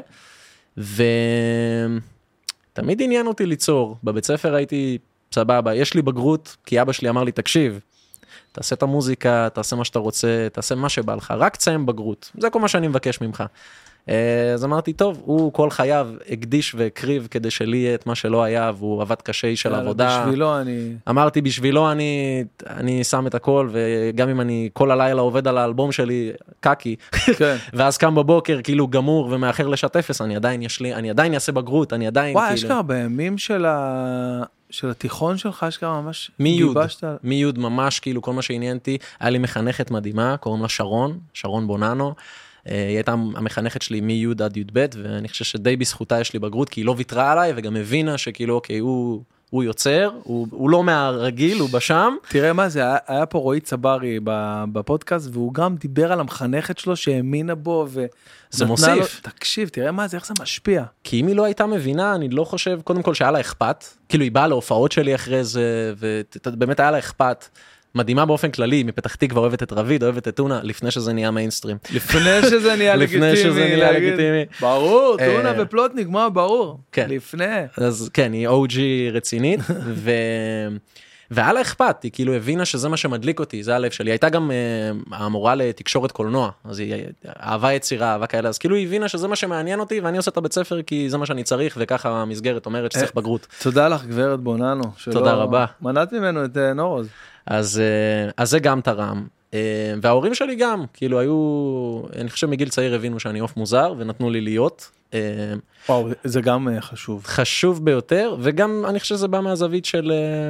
ותמיד עניין אותי ליצור. בבית ספר הייתי סבבה, יש לי בגרות, כי אבא שלי אמר לי, תקשיב, תעשה את המוזיקה, תעשה מה שאתה רוצה, תעשה מה שבא לך, רק תסיים בגרות. זה כל מה שאני מבקש ממך. אז אמרתי, טוב, הוא כל חייו הקדיש והקריב כדי שלי יהיה את מה שלא היה, והוא עבד קשה של עבודה. בשבילו אני... אמרתי, בשבילו אני שם את הכל, וגם אם אני כל הלילה עובד על האלבום שלי, קקי, ואז קם בבוקר, כאילו גמור ומאחר לשעת אפס, אני עדיין אעשה בגרות, אני עדיין... וואי, אשכרה, בימים של התיכון שלך, אשכרה ממש גיבשת... מיוד ממש, כאילו כל מה שעניינתי, היה לי מחנכת מדהימה, קוראים לה שרון בוננו, היא הייתה המחנכת שלי מי' עד י"ב, ואני חושב שדי בזכותה יש לי בגרות, כי היא לא ויתרה עליי, וגם הבינה שכאילו, אוקיי, הוא יוצר, הוא לא מהרגיל, הוא בשם. תראה מה זה, היה פה רועי צברי בפודקאסט, והוא גם דיבר על המחנכת שלו שהאמינה בו, זה מוסיף. תקשיב, תראה מה זה, איך זה משפיע. כי אם היא לא הייתה מבינה, אני לא חושב, קודם כל שהיה לה אכפת, כאילו היא באה להופעות שלי אחרי זה, ובאמת היה לה אכפת. מדהימה באופן כללי, מפתח תקווה אוהבת את רביד, אוהבת את טונה, לפני שזה נהיה מיינסטרים. לפני שזה נהיה לגיטימי. ברור, טונה ופלוטניק, מה ברור? לפני. אז כן, היא OG רצינית, והיה לה אכפת, היא כאילו הבינה שזה מה שמדליק אותי, זה הלב שלי. היא הייתה גם המורה לתקשורת קולנוע, אז היא אהבה יצירה, אהבה כאלה, אז כאילו היא הבינה שזה מה שמעניין אותי, ואני עושה את הבית ספר כי זה מה שאני צריך, וככה המסגרת אומרת שצריך בגרות. תודה לך גברת בוננו. תודה רבה. מנעת ממנו את נורוז. אז זה גם תרם, וההורים שלי גם, כאילו היו, אני חושב מגיל צעיר הבינו שאני אוף מוזר, ונתנו לי להיות. וואו, זה גם חשוב. חשוב ביותר, וגם אני חושב שזה בא מהזווית של,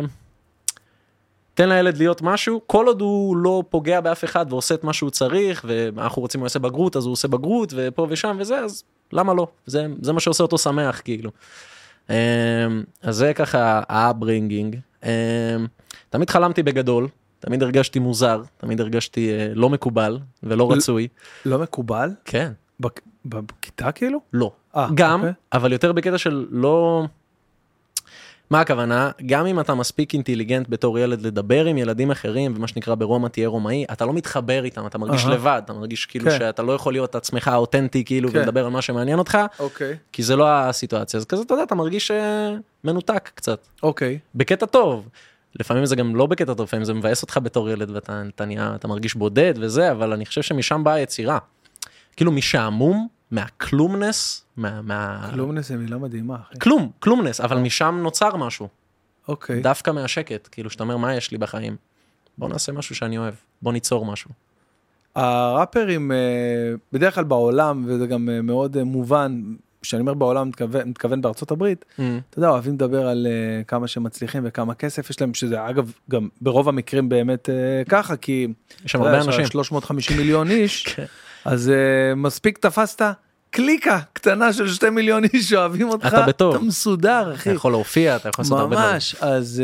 תן לילד להיות משהו, כל עוד הוא לא פוגע באף אחד, ועושה את מה שהוא צריך, ואנחנו רוצים הוא יעשה בגרות, אז הוא עושה בגרות, ופה ושם וזה, אז למה לא? זה מה שעושה אותו שמח, כאילו. אז זה ככה האברינגינג. תמיד חלמתי בגדול, תמיד הרגשתי מוזר, תמיד הרגשתי לא מקובל ולא רצוי. לא מקובל? כן. בכיתה כאילו? לא. גם, אבל יותר בקטע של לא... מה הכוונה? גם אם אתה מספיק אינטליגנט בתור ילד לדבר עם ילדים אחרים, ומה שנקרא ברומא תהיה רומאי, אתה לא מתחבר איתם, אתה מרגיש לבד, אתה מרגיש כאילו שאתה לא יכול להיות עצמך אותנטי כאילו, ולדבר על מה שמעניין אותך, כי זה לא הסיטואציה. אז כזה, אתה יודע, אתה מרגיש מנותק קצת. בקטע טוב. לפעמים זה גם לא בקטע טוב, לפעמים זה מבאס אותך בתור ילד, ואתה מרגיש בודד וזה, אבל אני חושב שמשם באה היצירה. כאילו משעמום, מהכלומנס, כלומנס זה מילה מדהימה, אחי. כלומנס, אבל משם נוצר משהו. דווקא מהשקט, כאילו שאתה אומר, מה יש לי בחיים? בוא נעשה משהו שאני אוהב, בוא ניצור משהו. הראפרים, בדרך כלל בעולם, וזה גם מאוד מובן, כשאני אומר בעולם, מתכוון בארצות הברית, אתה יודע, אוהבים לדבר על כמה שמצליחים וכמה כסף יש להם, שזה אגב, גם ברוב המקרים באמת ככה, כי יש שם הרבה אנשים. 350 מיליון איש, אז מספיק תפסת קליקה קטנה של 2 מיליון איש שאוהבים אותך, אתה בטוב. אתה מסודר, אחי. אתה יכול להופיע, אתה יכול לעשות הרבה דברים. ממש, אז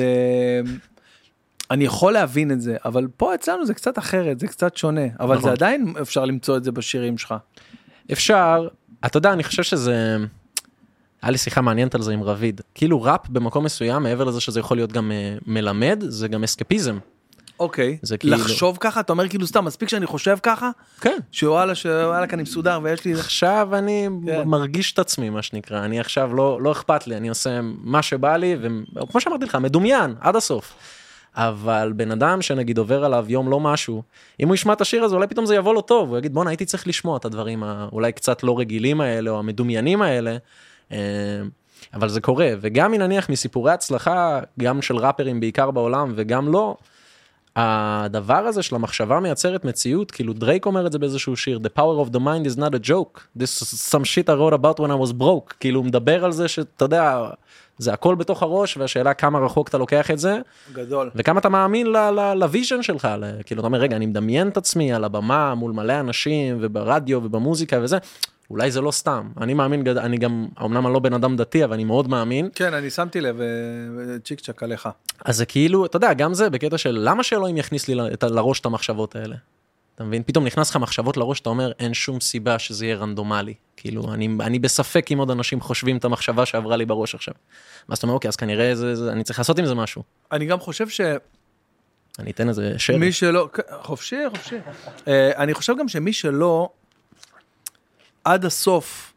אני יכול להבין את זה, אבל פה אצלנו זה קצת אחרת, זה קצת שונה, אבל זה עדיין אפשר למצוא את זה בשירים שלך. אפשר, אתה יודע, אני חושב שזה, היה לי שיחה מעניינת על זה עם רביד, כאילו ראפ במקום מסוים, מעבר לזה שזה יכול להיות גם מלמד, זה גם אסקפיזם. אוקיי, לחשוב ככה, אתה אומר כאילו סתם, מספיק שאני חושב ככה? כן. שוואלה כאן אני מסודר ויש לי... עכשיו אני מרגיש את עצמי, מה שנקרא, אני עכשיו לא אכפת לי, אני עושה מה שבא לי, וכמו שאמרתי לך, מדומיין, עד הסוף. אבל בן אדם שנגיד עובר עליו יום לא משהו, אם הוא ישמע את השיר הזה, אולי פתאום זה יבוא לו טוב, הוא יגיד, בוא, הייתי צריך לשמוע את הדברים אולי קצת לא רגילים האלה, או המדומיינים האלה, אבל זה קורה, וגם אם נניח מסיפורי הצלחה, גם של ראפרים בעיקר בעולם, וגם לא, הדבר הזה של המחשבה מייצרת מציאות, כאילו דרייק אומר את זה באיזשהו שיר, The power of the mind is not a joke, this is some shit I wrote about when I was broke, כאילו הוא מדבר על זה שאתה יודע, זה הכל בתוך הראש, והשאלה כמה רחוק אתה לוקח את זה, גדול. וכמה אתה מאמין לוויז'ן שלך, כאילו אתה אומר, רגע, אני מדמיין את עצמי על הבמה, מול מלא אנשים, וברדיו ובמוזיקה וזה, אולי זה לא סתם, אני מאמין, אני גם, אמנם אני לא בן אדם דתי, אבל אני מאוד מאמין. כן, אני שמתי לב, צ'יק צ'ק עליך. אז זה כאילו, אתה יודע, גם זה בקטע של, למה שאלוהים יכניס לי לראש את המחשבות האלה? אתה מבין? פתאום נכנס לך מחשבות לראש, אתה אומר, אין שום סיבה שזה יהיה רנדומלי. כאילו, אני בספק אם עוד אנשים חושבים את המחשבה שעברה לי בראש עכשיו. ואז אתה אומר, אוקיי, אז כנראה אני צריך לעשות עם זה משהו. אני גם חושב אני אתן איזה שיר. מי שלא, חופשי. אני חושב גם שמי שלא עד הסוף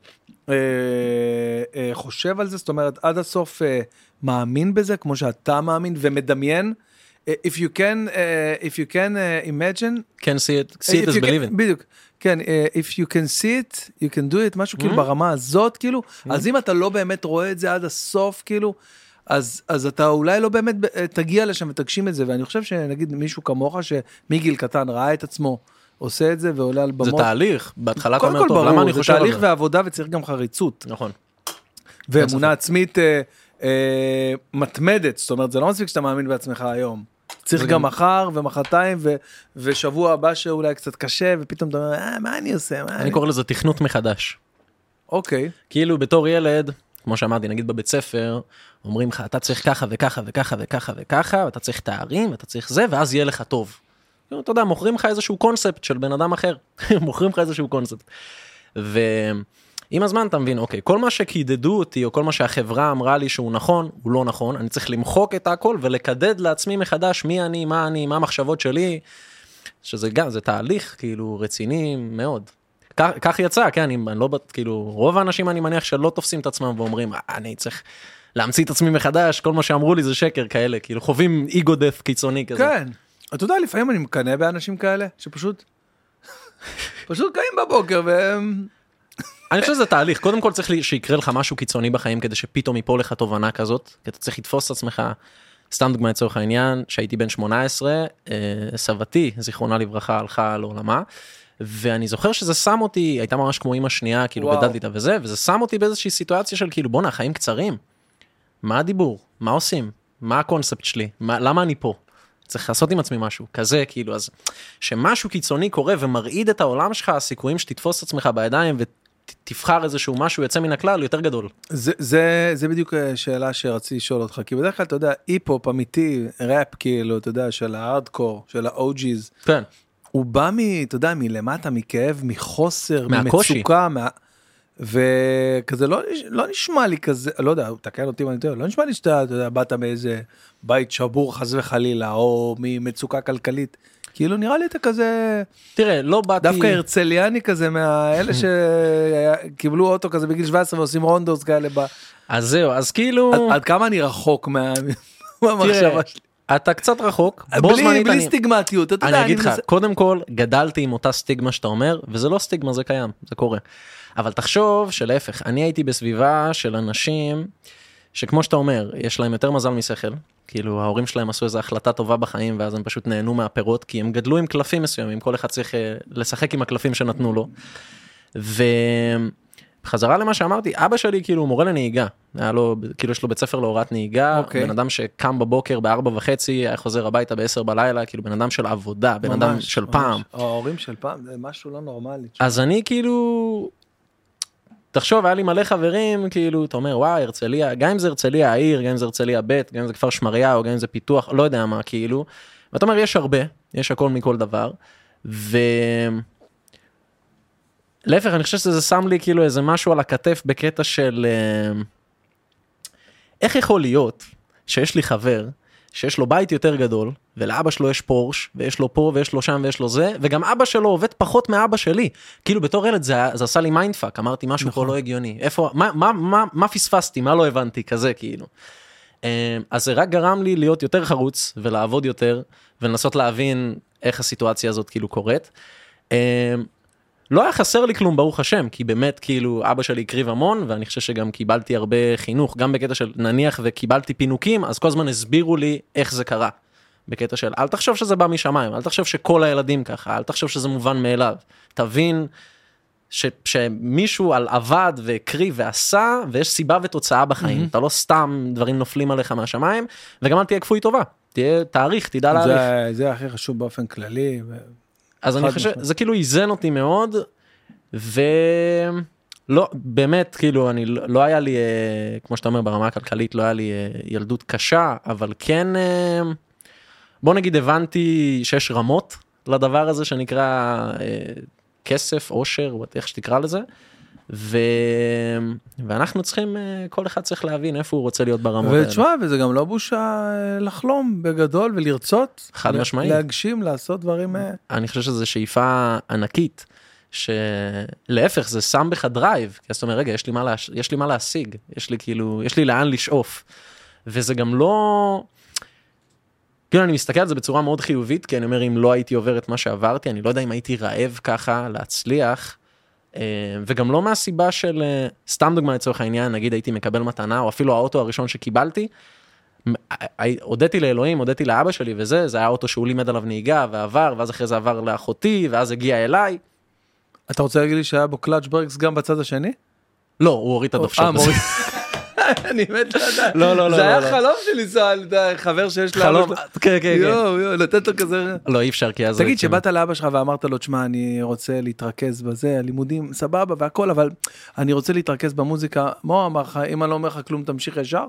חושב על זה, זאת אומרת, עד הסוף מאמין בזה, כמו שאתה מאמין ומדמיין, if you can imagine, can see it as believe it. בדיוק, כן, if you can see it, you can do it, משהו כאילו ברמה הזאת, כאילו, אז אם אתה לא באמת רואה את זה עד הסוף, כאילו, אז אתה אולי לא באמת תגיע לשם ותגשים את זה, ואני חושב שנגיד מישהו כמוך, שמגיל קטן ראה את עצמו, עושה את זה ועולה על במות. זה תהליך, בהתחלה אתה אומר קודם כל טוב, למה אני חושב על זה? זה תהליך ועבודה וצריך גם חריצות. נכון. ואמונה עצמית מתמדת, זאת אומרת, זה לא מספיק שאתה מאמין בעצמך היום. צריך גם מחר ומחרתיים ושבוע הבא שאולי קצת קשה, ופתאום אתה אומר, מה אני עושה? אני קורא לזה תכנות מחדש. אוקיי. כאילו בתור ילד, כמו שאמרתי, נגיד בבית ספר, אומרים לך, אתה צריך ככה וככה וככה וככה וככה, ואתה צריך תארים, ואתה צריך זה, ואז יהיה לך טוב. אתה יודע, מוכרים לך איזשהו קונספט של בן אדם אחר. מוכרים לך איזשהו קונספט. ועם הזמן אתה מבין, אוקיי, כל מה שקידדו אותי, או כל מה שהחברה אמרה לי שהוא נכון, הוא לא נכון. אני צריך למחוק את הכל, ולקדד לעצמי מחדש מי אני, מה המחשבות שלי. שזה גם, זה תהליך, כאילו, רציני מאוד. כך יצא, כן, אני לא, כאילו, רוב האנשים אני מניח שלא תופסים את עצמם ואומרים, אני צריך להמציא את עצמי מחדש, כל מה שאמרו לי זה שקר כאלה, כאילו, חווים אגו דף קיצוני כזה. כן. אתה יודע, לפעמים אני מקנא באנשים כאלה, שפשוט קיים בבוקר והם... אני חושב שזה תהליך, קודם כל צריך שיקרה לך משהו קיצוני בחיים, כדי שפתאום ייפול לך תובנה כזאת, כי אתה צריך לתפוס את עצמך, סתם דוגמה לצורך העניין, שהייתי בן 18, סבתי, זיכרונה לברכה, הלכה לעולמה, ואני זוכר שזה שם אותי, הייתה ממש כמו אמא שנייה, כאילו גדלתי איתה וזה שם אותי באיזושהי סיטואציה של כאילו, בונה, החיים קצרים, מה הדיבור? מה עושים? מה הקונספט שלי? למה אני פה? צריך לעשות עם עצמי משהו, כזה, כאילו, אז שמשהו קיצוני קורה ומרעיד את העולם שלך, הסיכויים שתתפוס את עצמך בידיים ותבחר איזשהו משהו יוצא מן הכלל, יותר גדול. זה בדיוק שאלה שרציתי לשאול אותך, כי בדרך כלל, אתה יודע, היפ-הופ אמיתי, ראפ, כאילו, אתה יודע, של הארדקור, של האוג'יז, כן. הוא בא אתה יודע, מלמטה, מכאב, מחוסר, ממצוקה, וכזה לא נשמע לי כזה, לא יודע, תקן אותי מה אני טועה, לא נשמע לי שאתה, אתה יודע, באת מאיזה בית שבור חס וחלילה, או ממצוקה כלכלית, כאילו נראה לי אתה כזה, תראה, לא באתי... דווקא הרצליאני כזה, מהאלה שקיבלו אוטו כזה בגיל 17 ועושים רונדוס כאלה. אז זהו, אז כאילו... עד כמה אני רחוק מהמחשבה שלי? אתה קצת רחוק, בלי סטיגמטיות, אתה יודע, אני אגיד לך, קודם כל, גדלתי עם אותה סטיגמה שאתה אומר, וזה לא סטיגמה, זה קיים, זה קורה. אבל תחשוב שלהפך, אני הייתי בסביבה של אנשים, שכמו שאתה אומר, יש להם יותר מזל משכל, כאילו ההורים שלהם עשו איזו החלטה טובה בחיים, ואז הם פשוט נהנו מהפירות, כי הם גדלו עם קלפים מסוימים, כל אחד צריך לשחק עם הקלפים שנתנו לו. וחזרה למה שאמרתי, אבא שלי כאילו מורה לנהיגה, היה לו, כאילו יש לו בית ספר להוראת נהיגה, בן אדם שקם בבוקר ב4:30, היה חוזר הביתה ב10 בלילה, כאילו בן אדם של עבודה, בן אדם של פעם. ההורים של פעם, זה משהו לא נורמלי. אז אני כאילו... תחשוב, היה לי מלא חברים, כאילו, אתה אומר, וואי, הרצליה, גם אם זה הרצליה העיר, גם אם זה הרצליה בית, גם אם זה כפר שמריה, או גם אם זה פיתוח, לא יודע מה, כאילו. ואתה אומר, יש הרבה, יש הכל מכל דבר, להפך, אני חושב שזה שם לי כאילו איזה משהו על הכתף בקטע של, איך יכול להיות שיש לי חבר, שיש לו בית יותר גדול, ולאבא שלו יש פורש, ויש לו פה, ויש לו שם, ויש לו זה, וגם אבא שלו עובד פחות מאבא שלי. כאילו בתור ילד זה עשה לי מיינדפאק, אמרתי משהו פה לא הגיוני. איפה, מה פספסתי, מה לא הבנתי, כזה כאילו. אז זה רק גרם לי להיות יותר חרוץ, ולעבוד יותר, ולנסות להבין איך הסיטואציה הזאת כאילו קורית. לא היה חסר לי כלום, ברוך השם, כי באמת כאילו אבא שלי הקריב המון, ואני חושב שגם קיבלתי הרבה חינוך, גם בקטע של נניח וקיבלתי פינוקים, אז כל הזמן הסבירו לי איך זה קרה. בקטע של אל תחשוב שזה בא משמיים, אל תחשוב שכל הילדים ככה, אל תחשוב שזה מובן מאליו. תבין שמישהו עבד והקריב ועשה, ויש סיבה ותוצאה בחיים. אתה לא סתם דברים נופלים עליך מהשמיים, וגם אל תהיה כפוי טובה. תהיה תאריך, תדע להאריך. זה הכי חשוב באופן כללי. אז אני חושב, זה כאילו איזן אותי מאוד, ולא, באמת, כאילו, אני לא היה לי, כמו שאתה אומר, ברמה הכלכלית, לא היה לי ילדות קשה, אבל כן, בוא נגיד, הבנתי שיש רמות לדבר הזה, שנקרא כסף, עושר, איך שתקרא לזה, ואנחנו צריכים, כל אחד צריך להבין איפה הוא רוצה להיות ברמות האלה. ותשמע, וזה גם לא בושה לחלום בגדול ולרצות. חד משמעית. להגשים, לעשות דברים. אני חושב שזו שאיפה ענקית, שלהפך זה שם בך דרייב, כי אז אתה אומר, רגע, יש לי מה להשיג, יש לי לאן לשאוף. וזה גם לא, כאילו אני מסתכל על זה בצורה מאוד חיובית, כי אני אומר, אם לא הייתי עובר את מה שעברתי, אני לא יודע אם הייתי רעב ככה להצליח, וגם לא מהסיבה של, סתם דוגמה לצורך העניין, נגיד הייתי מקבל מתנה, או אפילו האוטו הראשון שקיבלתי, הודיתי לאלוהים, הודיתי לאבא שלי וזה, זה היה האוטו שהוא לימד עליו נהיגה, ועבר, ואז אחרי זה עבר לאחותי, ואז הגיע אליי. אתה רוצה להגיד לי שהיה בו קלאץ' ברקס גם בצד השני? לא, הוא הוריד את הדופשת. אני מת לדעת. לא. זה היה חלום שלי, חבר שיש לאבא שלו. כן. לתת לו כזה. לא, אי אפשר, כי אז... תגיד, שבאת לאבא שלך ואמרת לו, תשמע, אני רוצה להתרכז בזה, הלימודים, סבבה והכל, אבל אני רוצה להתרכז במוזיקה. מה הוא אמר לך? אם אני לא אומר לך כלום, תמשיך ישר?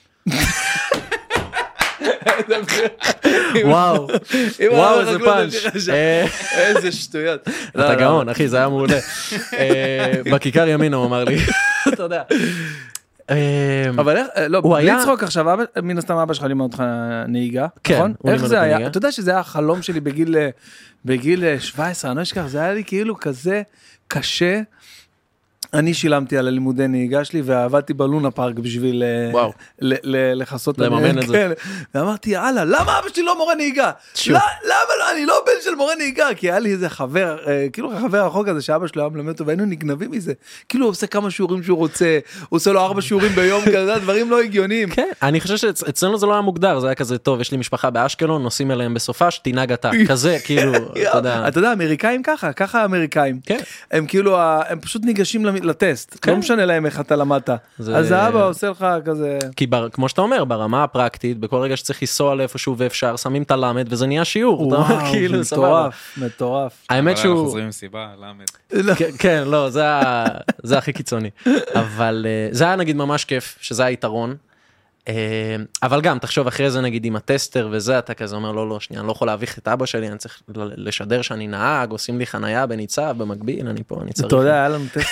וואו, איזה פאנץ'. איזה שטויות. אתה גאון, אחי, זה היה מעולה. בכיכר ימין הוא אמר לי, אתה יודע. אבל לא, בלי צחוק עכשיו, מן הסתם אבא שלך לימד אותך נהיגה, נכון? איך זה היה? אתה יודע שזה היה החלום שלי בגיל 17, אני לא אשכח, זה היה לי כאילו כזה קשה. אני שילמתי על הלימודי נהיגה שלי, ועבדתי בלונה פארק בשביל לחסות לממן את זה. ואמרתי, יאללה, למה אבא שלי לא מורה נהיגה? למה לא? אני לא בן של מורה נהיגה, כי היה לי איזה חבר, כאילו חבר החוק הזה שאבא שלו היה מלמד אותו, והיינו נגנבים מזה. כאילו הוא עושה כמה שיעורים שהוא רוצה, הוא עושה לו 4 שיעורים ביום, כזה, דברים לא הגיוניים. כן, אני חושב שאצלנו זה לא היה מוגדר, זה היה כזה טוב, יש לי משפחה באשקלון, נוסעים אליהם בסופה, שתנהג אתה, כזה, כאילו, אתה יודע, אמריקאים ככה אמריקאים. הם כאילו, הם פשוט ניגשים לטסט, לא משנה להם איך אתה למדת. אז האבא עושה לך כזה... כי כמו שאתה אומר, ברמה הפרקטית, בכל רגע שצריך לנסוע לאיפשהו ואפשר, שמים את הלמד וזה נהיה שיעור. וואו, מטורף. האמת שהוא... אנחנו חוזרים עם סיבה, למד. כן, לא, זה הכי קיצוני. אבל זה היה נגיד ממש כיף, שזה היתרון. אבל גם, תחשוב אחרי זה נגיד עם הטסטר וזה, אתה כזה אומר, לא, שנייה, אני לא יכול להביך את אבא שלי, אני צריך לשדר שאני נהג, עושים לי חנייה בניצב, במקביל, אני פה, אני צריך... אתה יודע, היה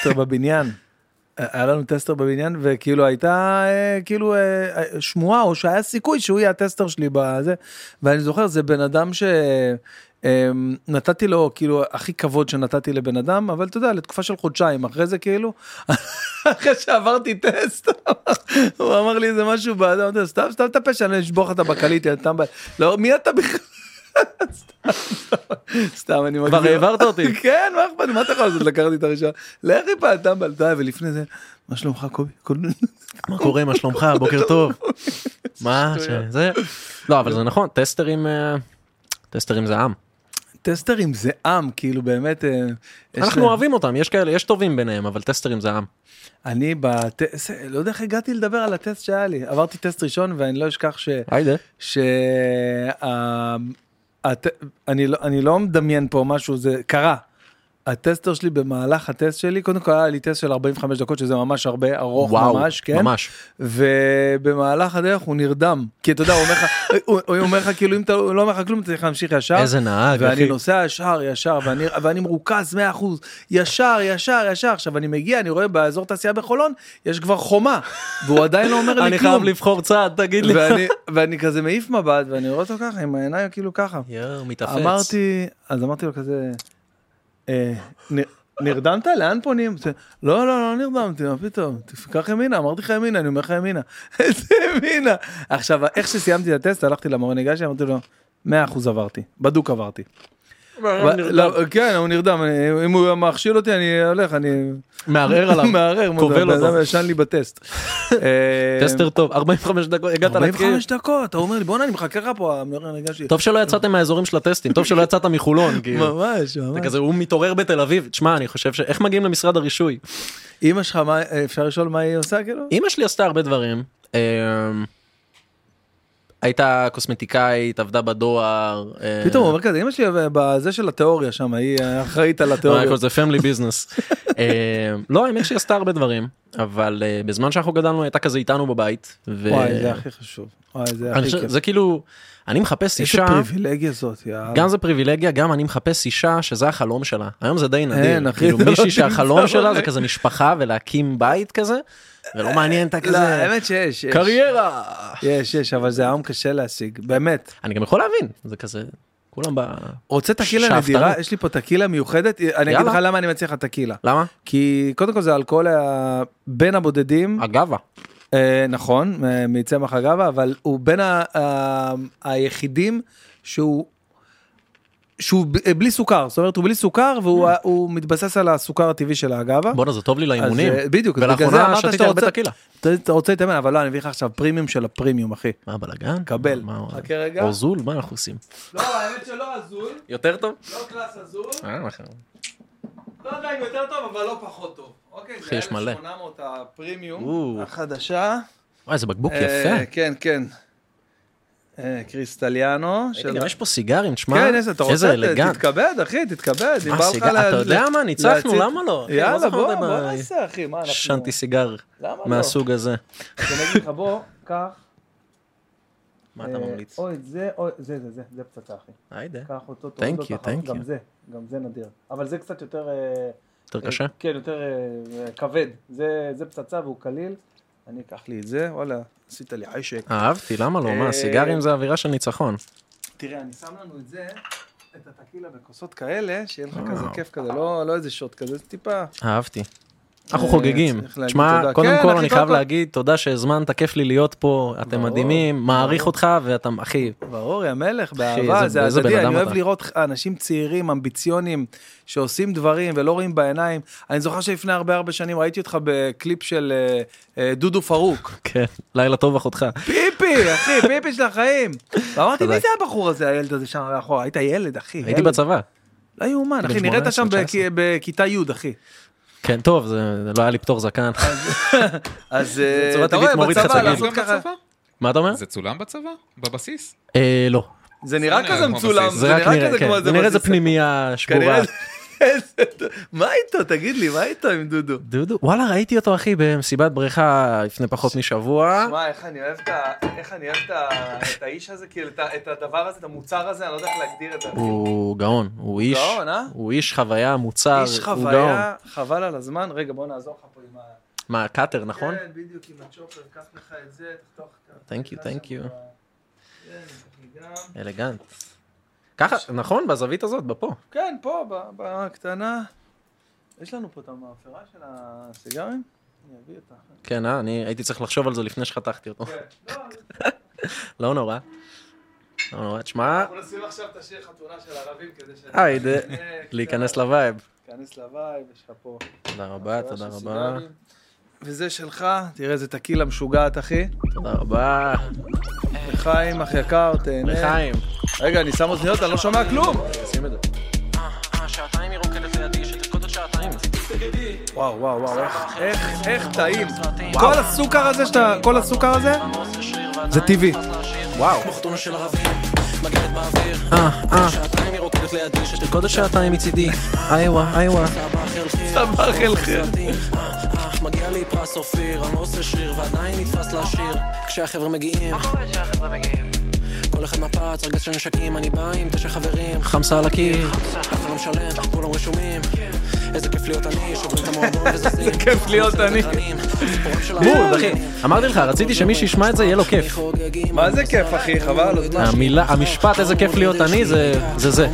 לנו טסטר בבניין, וכאילו הייתה כאילו שמועה, או שהיה סיכוי שהוא יהיה הטסטר שלי בזה, ואני זוכר, זה בן אדם נתתי לו, כאילו, הכי כבוד שנתתי לבן אדם, אבל אתה יודע, לתקופה של חודשיים, אחרי זה כאילו, אחרי שעברתי טסט, הוא אמר לי איזה משהו באדם, סתם תפה שאני אשבוך את הבקלית, לא, מי אתה בכלל? סתם, אני כבר העברת אותי. כן, מה אכפת, מה אתה יכול לעשות? לקחתי את הראשון, לך ריפה, טמבל, ולפני זה, מה שלומך, קובי? מה קורה, מה שלומך, בוקר טוב? מה, שזה? לא, אבל זה נכון, טסטרים זה עם. טסטרים זה עם, כאילו באמת... אנחנו אוהבים אותם, יש כאלה, יש טובים ביניהם, אבל טסטרים זה עם. אני לא יודע איך הגעתי לדבר על הטסט שהיה לי, עברתי טסט ראשון ואני לא אשכח אני לא מדמיין פה משהו, זה קרה. הטסטר שלי במהלך הטסט שלי, קודם כל היה לי טסט של 45 דקות, שזה ממש הרבה, ארוך ממש, כן? ממש. ובמהלך הדרך הוא נרדם, כי אתה יודע, הוא אומר לך, כאילו, אם אתה לא אומר לך כלום, אתה צריך להמשיך ישר. איזה נהג, אחי. ואני נוסע ישר, ואני מרוכז 100%, ישר. עכשיו אני מגיע, אני רואה באזור תעשייה בחולון, יש כבר חומה, והוא עדיין לא אומר לי כלום. אני חייב לבחור צעד, תגיד לי. ואני כזה מעיף מבט, ואני רואה אותו ככה, עם העיניים כאילו ככה. מתאפץ. אז אמרתי לו כזה, נרדמת? לאן פונים? לא נרדמתי, מה פתאום? תפקח ימינה, אמרתי לך ימינה, אני אומר לך ימינה. איזה ימינה? עכשיו, איך שסיימתי את הטסט, הלכתי למורה נהיגה, אמרתי לו, 100% עברתי, בדוק עברתי. כן, הוא נרדם, אם הוא מכשיל אותי אני הולך, אני מערער עליו, מערער, קובל אותו. ישן לי בטסט. טסטר טוב, 45 דקות, הגעת לקיר. 45 דקות, הוא אומר לי, בוא'נה, אני מחכה לך פה. טוב שלא יצאתם מהאזורים של הטסטים, טוב שלא יצאת מחולון. ממש, זה כזה, הוא מתעורר בתל אביב. תשמע, אני חושב איך מגיעים למשרד הרישוי? אמא שלך, אפשר לשאול מה היא עושה כאילו? אמא שלי עשתה הרבה דברים. הייתה קוסמטיקאית, עבדה בדואר. פתאום הוא אומר כזה, אמא שלי בזה של התיאוריה שם, היא אחראית על התיאוריה. זה family business. לא, האמת שהיא עשתה הרבה דברים, אבל בזמן שאנחנו גדלנו הייתה כזה איתנו בבית. וואי, זה הכי חשוב. וואי, זה הכי כיף. זה כאילו, אני מחפש אישה. איזה פריבילגיה זאת, יאללה. גם זה פריבילגיה, גם אני מחפש אישה שזה החלום שלה. היום זה די נדיר. כאילו מישהי שהחלום שלה זה כזה משפחה ולהקים בית כזה. ולא מעניין את כזה. לא, האמת שיש. קריירה. יש, אבל זה היום קשה להשיג, באמת. אני גם יכול להבין, זה כזה, כולם רוצה טקילה נדירה, יש לי פה טקילה מיוחדת, אני אגיד לך למה אני מציע לך טקילה. למה? כי קודם כל זה אלכוהול בין הבודדים. אגבה. נכון, מצמח אגבה, אבל הוא בין היחידים שהוא בלי סוכר, זאת אומרת הוא בלי סוכר והוא מתבסס על הסוכר הטבעי של האגבה. בוא'נה, זה טוב לי לאימונים. בדיוק, ולאחרונה שתיתי הרבה טקילה. אתה רוצה להתאמן, אבל לא, אני מביא לך עכשיו פרימיום של הפרימיום, אחי. מה, בלגן? קבל. חכה רגע. או זול, מה אנחנו עושים? לא, האמת שלא הזול. יותר טוב? לא קלאס הזול. נכון. לא יודע אם יותר טוב, אבל לא פחות טוב. אוקיי, זה 1800 הפרימיום, החדשה. וואי, זה בקבוק יפה. כן, כן. קריסטליאנו. יש פה סיגרים, תשמע, איזה אלגנט. תתכבד, אחי, תתכבד. אתה יודע מה, ניצחנו, למה לא? יאללה, בוא נעשה, אחי. שנתי סיגר מהסוג הזה. אני אגיד לך, בוא, קח. מה אתה ממליץ? אוי, זה פצצה, אחי. היידה. קח אותו, thank you. גם זה נדיר. אבל זה קצת יותר... יותר קשה? כן, יותר כבד. זה פצצה והוא קליל. אני אקח לי את זה, וואלה, עשית לי עשק. אהבתי, למה לא? מה, סיגרים זה אווירה של ניצחון. תראה, אני שם לנו את זה, את הטקילה בכוסות כאלה, שיהיה לך כזה כיף כזה, לא איזה שוט כזה, זה טיפה. אהבתי. אנחנו חוגגים. תשמע, קודם כל אני חייב להגיד, תודה שהזמנת, כיף לי להיות פה, אתם מדהימים, מעריך אותך, ואתה, אחי. ברור, יא מלך, באהבה, זה הדדי, אני אוהב לראות אנשים צעירים, אמביציונים, שעושים דברים ולא רואים בעיניים. אני זוכר שלפני הרבה שנים ראיתי אותך בקליפ של דודו פרוק. כן, לילה טוב אחותך. פיפי, אחי, פיפי של החיים. ואמרתי, מי זה הבחור הזה, הילד הזה שם מאחורה? היית ילד, אחי. הייתי בצבא. לא יאומן, אחי, נראית שם בכיתה י', אחי. כן, טוב, זה לא היה לי פטור זקן. אז אתה רואה, בצבא לעשות ככה. מה אתה אומר? זה צולם בצבא? בבסיס? לא. זה נראה כזה מצולם, זה נראה איזה פנימייה שבורה. מה איתו? תגיד לי, מה איתו עם דודו? דודו? וואלה, ראיתי אותו אחי במסיבת בריכה לפני פחות משבוע. שמע, איך אני אוהב את האיש הזה, כאילו את הדבר הזה, את המוצר הזה, אני לא יודע איך להגדיר את זה. הוא גאון, הוא איש. גאון, אה? הוא איש חוויה, מוצר, איש חוויה, חבל על הזמן. רגע, בוא נעזור לך פה עם ה... מה, קאטר, נכון? כן, בדיוק עם הצ'ופר, קח לך את זה, תחתוך. thank you. אלגנט. ככה, נכון, בזווית הזאת, בפה. כן, פה, בקטנה. יש לנו פה את המאפרה של הסיגרים? אני אביא אותה. כן, אני הייתי צריך לחשוב על זה לפני שחתכתי אותו. לא נורא. לא נורא, תשמע. אנחנו נשים עכשיו את השיר חתונה של הערבים כדי ש... היידה, להיכנס לווייב. להיכנס לווייב, יש לך פה... תודה רבה, תודה רבה. וזה שלך, תראה איזה טקילה משוגעת, אחי. תודה רבה. לחיים, אח יקר, תהנה. לחיים. רגע, אני שם אוזניות, אני לא שומע כלום. שים את זה. שעתיים היא רוקדת לידי, שתקוד עוד שעתיים. וואו, איך טעים. כל הסוכר הזה, כל הסוכר הזה, זה טבעי. וואו. מגנת באוויר שעתיים היא רוקדת לידי שתקוד עוד שעתיים מצידי. איווה סבח אל חיר מגיע לי פרס אופיר אני לא עושה שריר ועדיין נתפס לשיר כשהחבר'ה מגיעים כל אחד מפץ רגע של נשקים אני בא עם 9 חברים חמסה על הקיר אחלה משלם כולם רשומים איזה כיף להיות אני שוברים את המועדון וזזים איזה כיף להיות אני בול אחי אמרתי לך רציתי שמי שישמע את זה יהיה לו כיף מה זה כיף אחי חבל על הזמן המשפט איזה כיף להיות אני זה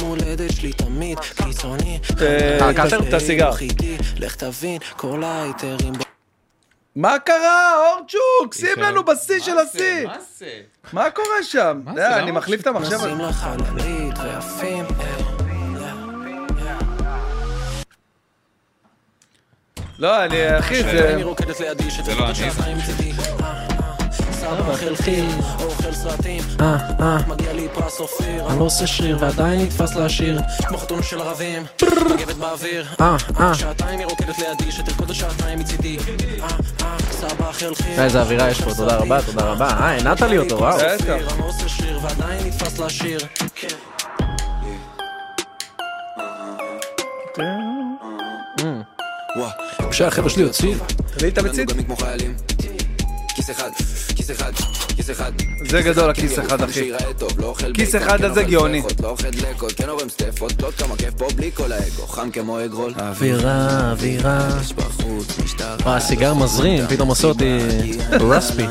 קאטר את הסיגר לך תבין כל היתרים מה קרה אורצ'וק שים לנו בשיא של השיא מה זה? מה קורה שם? אני מחליף את המחשב נשים לך לליט ויפים לא, אני, אחי, זה... זה לא אני. סבא חלחי, אוכל סרטים, מגיע לי פרס אופיר, אני לא עושה שריר ועדיין נתפס לשיר, כמו חתונה של ערבים, מגבת באוויר, שעתיים היא רוקדת לידי, שתרקוד השעתיים מצידי, סבא חלחי. איזה אווירה יש פה, תודה רבה, תודה רבה. הנעת לי אותו, וואו. אני לא עושה שריר ועדיין נתפס לשיר. כשהחבר'ה שלי יוצאים. תביא את המצית. זה גדול הכיס אחד אחי. כיס אחד הזה גאוני. אווירה הסיגר מזרים פתאום עושה אותי רספי.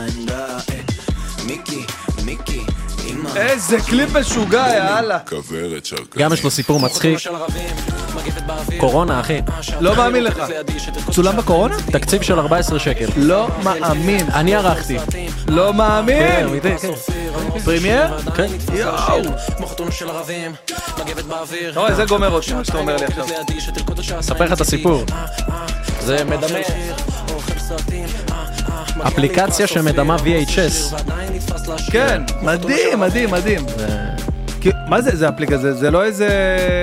איזה קליפ משוגע יאללה. גם יש לו סיפור מצחיק. קורונה אחי. לא מאמין לך. צולם בקורונה? תקציב של 14 שקל. לא מאמין. אני ערכתי. לא מאמין. פרימייר? כן. יואו. לא, איזה גומר אותי מה שאתה אומר לי עכשיו. אספר לך את הסיפור. זה מדמה אפליקציה שמדמה VHS. כן, מדהים, מדהים, מדהים. מה זה אפליקציה? זה לא איזה...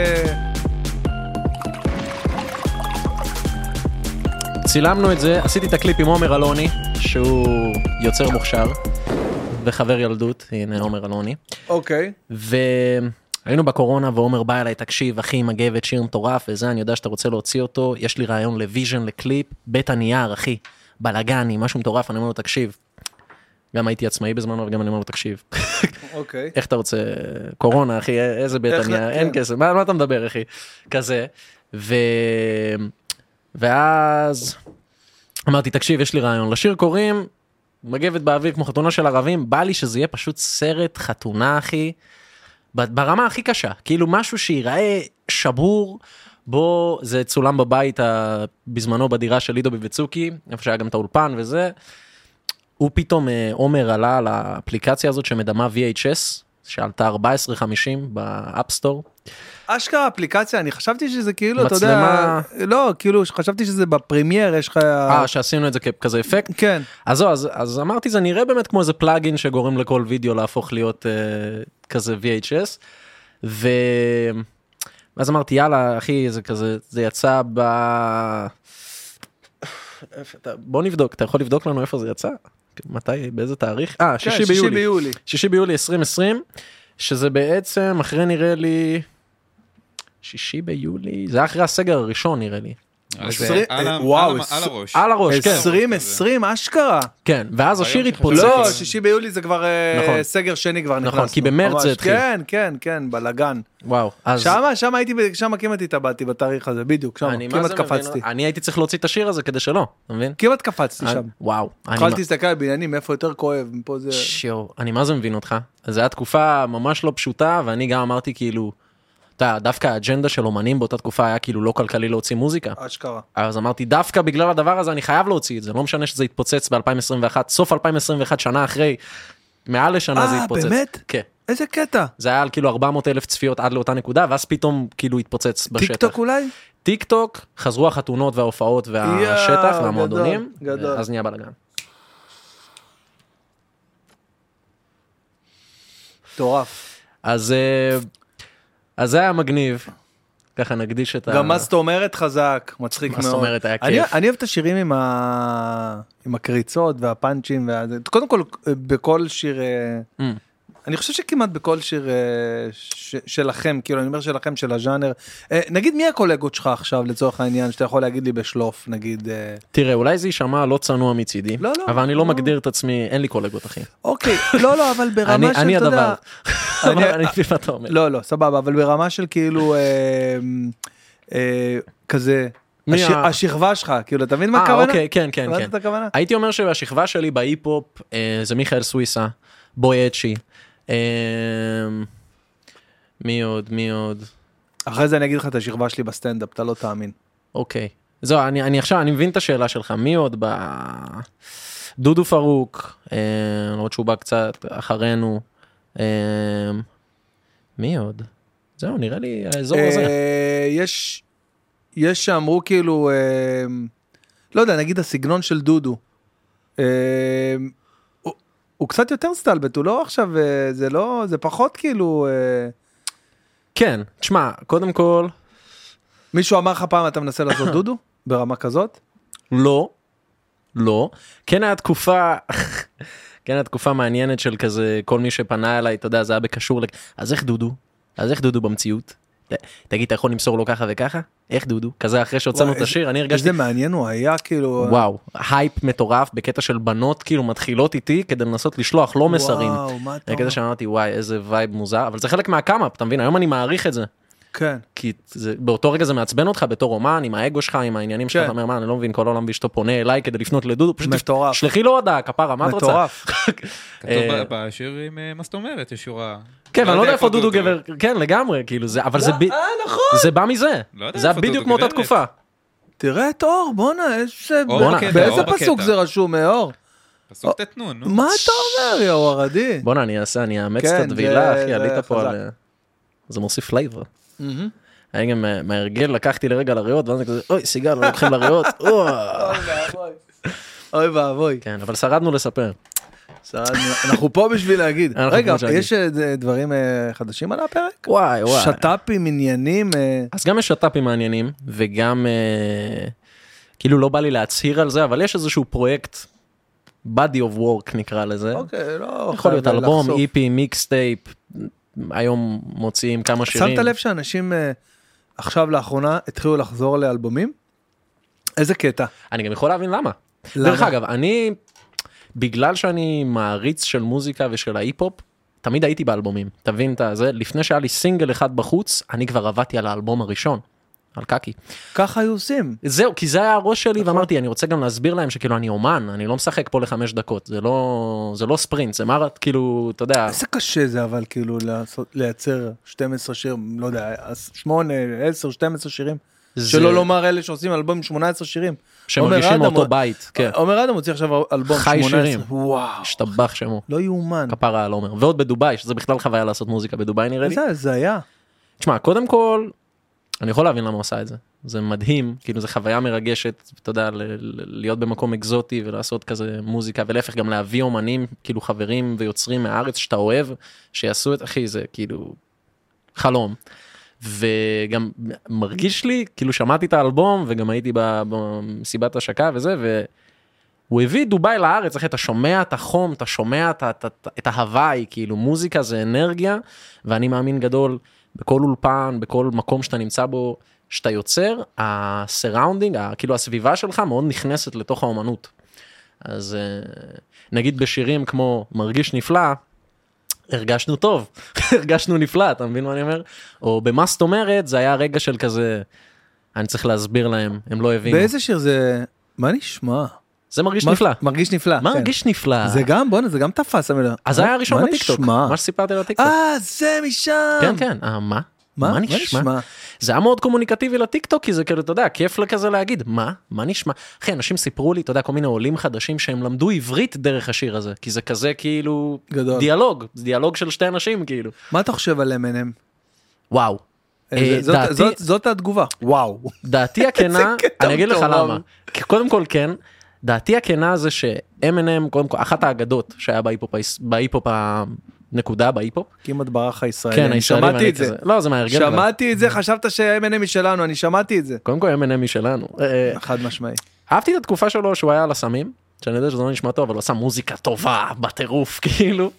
צילמנו את זה, עשיתי את הקליפ עם עומר אלוני, שהוא יוצר מוכשר, וחבר ילדות, הנה עומר אלוני. אוקיי. והיינו בקורונה, ועומר בא אליי, תקשיב, אחי, מגבת, שיר מטורף, וזה, אני יודע שאתה רוצה להוציא אותו, יש לי רעיון לוויז'ן, לקליפ, בית הנייר, אחי, בלגני, משהו מטורף, אני אומר לו, תקשיב. גם הייתי עצמאי בזמנו, וגם אני אומר לו, תקשיב. אוקיי. איך אתה רוצה, קורונה, אחי, איזה בית הנייר, אין כסף, מה אתה מדבר, אחי? כזה. ואז אמרתי, תקשיב, יש לי רעיון. לשיר קוראים, מגבת באוויר כמו חתונה של ערבים, בא לי שזה יהיה פשוט סרט חתונה, אחי, ברמה הכי קשה. כאילו משהו שיראה שבור, בו זה צולם בבית, בזמנו בדירה של לידו בבצוקי, איפה שהיה גם את האולפן וזה. הוא פתאום, עומר עלה על האפליקציה הזאת שמדמה VHS, שעלתה 14.50 באפסטור. אשכרה אפליקציה, אני חשבתי שזה כאילו, אתה יודע, לא, כאילו, חשבתי שזה בפרימייר, יש לך... שעשינו את זה כזה אפקט? כן. אז אמרתי, זה נראה באמת כמו איזה פלאגין שגורם לכל וידאו להפוך להיות כזה VHS, ואז אמרתי, יאללה, אחי, זה כזה, זה יצא בוא נבדוק, אתה יכול לבדוק לנו איפה זה יצא? מתי, באיזה תאריך? 6 ביולי. 6 ביולי 2020, שזה בעצם, אחרי נראה לי... 6 ביולי, זה אחרי הסגר הראשון נראה לי. וואו, על הראש, כן. 2020, אשכרה. כן, ואז השיר התפוצץ. לא, 6 ביולי זה כבר סגר שני כבר נכנסנו. נכון, כי במרץ זה התחיל. כן, בלגן. וואו. שם כמעט התאבדתי בתאריך הזה, בדיוק, שם, כמעט קפצתי. אני הייתי צריך להוציא את השיר הזה כדי שלא, אתה מבין? כמעט קפצתי שם. וואו. התחלתי להסתכל על בניינים, איפה יותר כואב, מפה זה... אני מה זה מבין אותך? זו הייתה תקופה ממש לא פשוטה, ואני גם אמרתי כאילו, דווקא האג'נדה של אומנים באותה תקופה היה כאילו לא כלכלי להוציא מוזיקה. אשכרה. אז אמרתי, דווקא בגלל הדבר הזה אני חייב להוציא את זה, לא משנה שזה יתפוצץ ב-2021, סוף 2021, שנה אחרי, מעל לשנה זה יתפוצץ. באמת? כן. איזה קטע? זה היה על כאילו 400,000 צפיות עד לאותה נקודה, ואז פתאום כאילו התפוצץ בשטח. טיק טוק אולי? טיק טוק, חזרו החתונות וההופעות והשטח והמועדונים, אז נהיה בלגן. מטורף. אז זה היה מגניב, ככה נקדיש את גם מה זאת אומרת חזק, מצחיק מאוד. מה זאת אומרת היה כיף. אני אוהב את השירים עם הקריצות והפאנצ'ים, קודם כל בכל שיר, אני חושב שכמעט בכל שיר שלכם, כאילו אני אומר שלכם, של הז'אנר, נגיד מי הקולגות שלך עכשיו לצורך העניין, שאתה יכול להגיד לי בשלוף, נגיד... תראה, אולי זה יישמע לא צנוע מצידי, אבל אני לא מגדיר את עצמי, אין לי קולגות אחי. אוקיי, לא, אבל ברמה של... אני הדבר. לא, סבבה, אבל ברמה של כאילו, כזה, השכבה שלך, כאילו, אתה מבין מה הכוונה? אוקיי, כן. הייתי אומר שהשכבה שלי בהיפ-הופ, זה מיכאל סוויסה, בוי אצ'י, מי עוד? אחרי זה אני אגיד לך את השכבה שלי בסטנדאפ, אתה לא תאמין. אוקיי. זהו, אני מבין את השאלה שלך, מי עוד דודו פרוק, למרות שהוא בא קצת אחרינו, מי עוד? זהו, נראה לי האזור הזה. יש שאמרו כאילו, לא יודע, נגיד הסגנון של דודו, הוא קצת יותר סטלבט, הוא לא עכשיו, זה לא, זה פחות כאילו... כן, תשמע, קודם כל... מישהו אמר לך פעם, אתה מנסה לעשות דודו? ברמה כזאת? לא, לא. כן היה תקופה... כן הייתה תקופה מעניינת של כזה, כל מי שפנה אליי, אתה יודע, זה היה בקשור אז איך דודו? אז איך דודו במציאות? תגיד, אתה יכול למסור לו ככה וככה? איך דודו? כזה אחרי שהוצאנו את השיר, אני הרגשתי... איזה מעניין הוא היה, כאילו... וואו, הייפ מטורף בקטע של בנות, כאילו מתחילות איתי כדי לנסות לשלוח לא מסרים. וואו, מה אתה... בקטע שאמרתי, וואי, איזה וייב מוזר, אבל זה חלק מהקאמאפ, אתה מבין? היום אני מעריך את זה. כן. כי באותו רגע זה מעצבן אותך בתור אומן, עם האגו שלך, עם העניינים שלך, אתה אומר, מה, אני לא מבין, כל העולם שאתה פונה אליי כדי לפנות לדודו, פשוט שלחי לו הודעה, כפרה, מה את רוצה? מטורף. כתוב בשיר עם מה זאת אומרת, יש שורה... כן, אני לא יודע איפה דודו גבר, כן, לגמרי, כאילו, אבל זה בא מזה, זה היה בדיוק מאותה תקופה. תראה את אור, בונה, באיזה פסוק זה רשום, אור? פסוק תתנון, נו. מה אתה אומר, יא אורדי? בונה, אני אאמץ את הדבילה, אחי, עלית פה על... זה מוסיף פלייבר. אני גם מהרגל לקחתי לרגע לריאות, ואז אני כזה, אוי, סיגל, לא לוקחים לריאות, אוי ואבוי. כן, אבל שרדנו לספר. אנחנו פה בשביל להגיד. רגע, יש דברים חדשים על הפרק? וואי. שטאפים, עניינים? אז גם יש שטאפים מעניינים, וגם, כאילו לא בא לי להצהיר על זה, אבל יש איזשהו פרויקט, body of work נקרא לזה. אוקיי, לא. יכול להיות אלבום, EP, מיקסטייפ, היום מוציאים כמה שירים. שמת לב שאנשים עכשיו לאחרונה התחילו לחזור לאלבומים? איזה קטע? אני גם יכול להבין למה. דרך אגב, אני, בגלל שאני מעריץ של מוזיקה ושל ההיפ-הופ, תמיד הייתי באלבומים. תבין את זה, לפני שהיה לי סינגל אחד בחוץ, אני כבר עבדתי על האלבום הראשון. על קאקי. ככה היו עושים. זהו, כי זה היה הראש שלי, ואמרתי, אני רוצה גם להסביר להם שכאילו אני אומן, אני לא משחק פה ל5 דקות, זה לא ספרינט, זה מרת, כאילו, אתה יודע. איזה קשה זה אבל, כאילו, לייצר 12 שירים, לא יודע, 8, 10, 12 שירים, שלא לומר אלה שעושים אלבום 18 שירים. שמרגישים מאותו בית, כן. עומר אדם מוציא עכשיו אלבום 18. חי שירים. וואו. השתבח שמו. לא יאומן. כפרה על עומר. ועוד בדוביי, שזה בכלל חוויה לעשות מוזיקה בדוביי נראה לי. זה היה. תשמע, קודם כל, אני יכול להבין למה הוא עשה את זה. זה מדהים, כאילו זו חוויה מרגשת, אתה יודע, להיות במקום אקזוטי ולעשות כזה מוזיקה, ולהפך גם להביא אומנים, כאילו חברים ויוצרים מהארץ שאתה אוהב, שיעשו את, אחי, זה כאילו חלום. וגם מרגיש לי, כאילו שמעתי את האלבום, וגם הייתי במסיבת השקה וזה, והוא הביא דוביי לארץ, אחי, אתה שומע את החום, אתה שומע את ההוואי, כאילו מוזיקה זה אנרגיה, ואני מאמין גדול, בכל אולפן, בכל מקום שאתה נמצא בו, שאתה יוצר, הסראונדינג, כאילו הסביבה שלך מאוד נכנסת לתוך האומנות. אז נגיד בשירים כמו מרגיש נפלא, הרגשנו טוב, הרגשנו נפלא, אתה מבין מה אני אומר? או במה זאת אומרת, זה היה רגע של כזה, אני צריך להסביר להם, הם לא הבינו. באיזה שיר זה, מה נשמע? זה מרגיש נפלא. מרגיש נפלא. מרגיש נפלא. זה גם, בוא, זה גם תפס. אז זה היה הראשון בטיקטוק. מה שסיפרתי בטיקטוק. זה משם. כן, כן. מה? מה נשמע? זה היה מאוד קומוניקטיבי לטיקטוק, כי זה כאילו, אתה יודע, כיף לכזה להגיד, מה נשמע? אחי, אנשים סיפרו לי, אתה יודע, כל מיני עולים חדשים שהם למדו עברית דרך השיר הזה, כי זה כזה כאילו דיאלוג של שתי אנשים, כאילו. מה אתה חושב על M&M? וואו. זאת התגובה. וואו. דעתי הכנה, אני אגיד לך למה. קודם כל כן, דעתי הכנה זה ש-M&M, קודם כל, אחת האגדות שהיה בהיפופ נקודה בהיפופ. כמעט ברח הישראלי. כן, הישראלים. שמעתי את זה. לא, זה מהרגל. שמעתי את זה, חשבת ש-M&M משלנו, אני שמעתי את זה. קודם כל M&M משלנו. חד משמעי. אהבתי את התקופה שלו שהוא היה על הסמים, שאני יודע שזה לא נשמע טוב, אבל הוא עשה מוזיקה טובה, בטירוף, כאילו.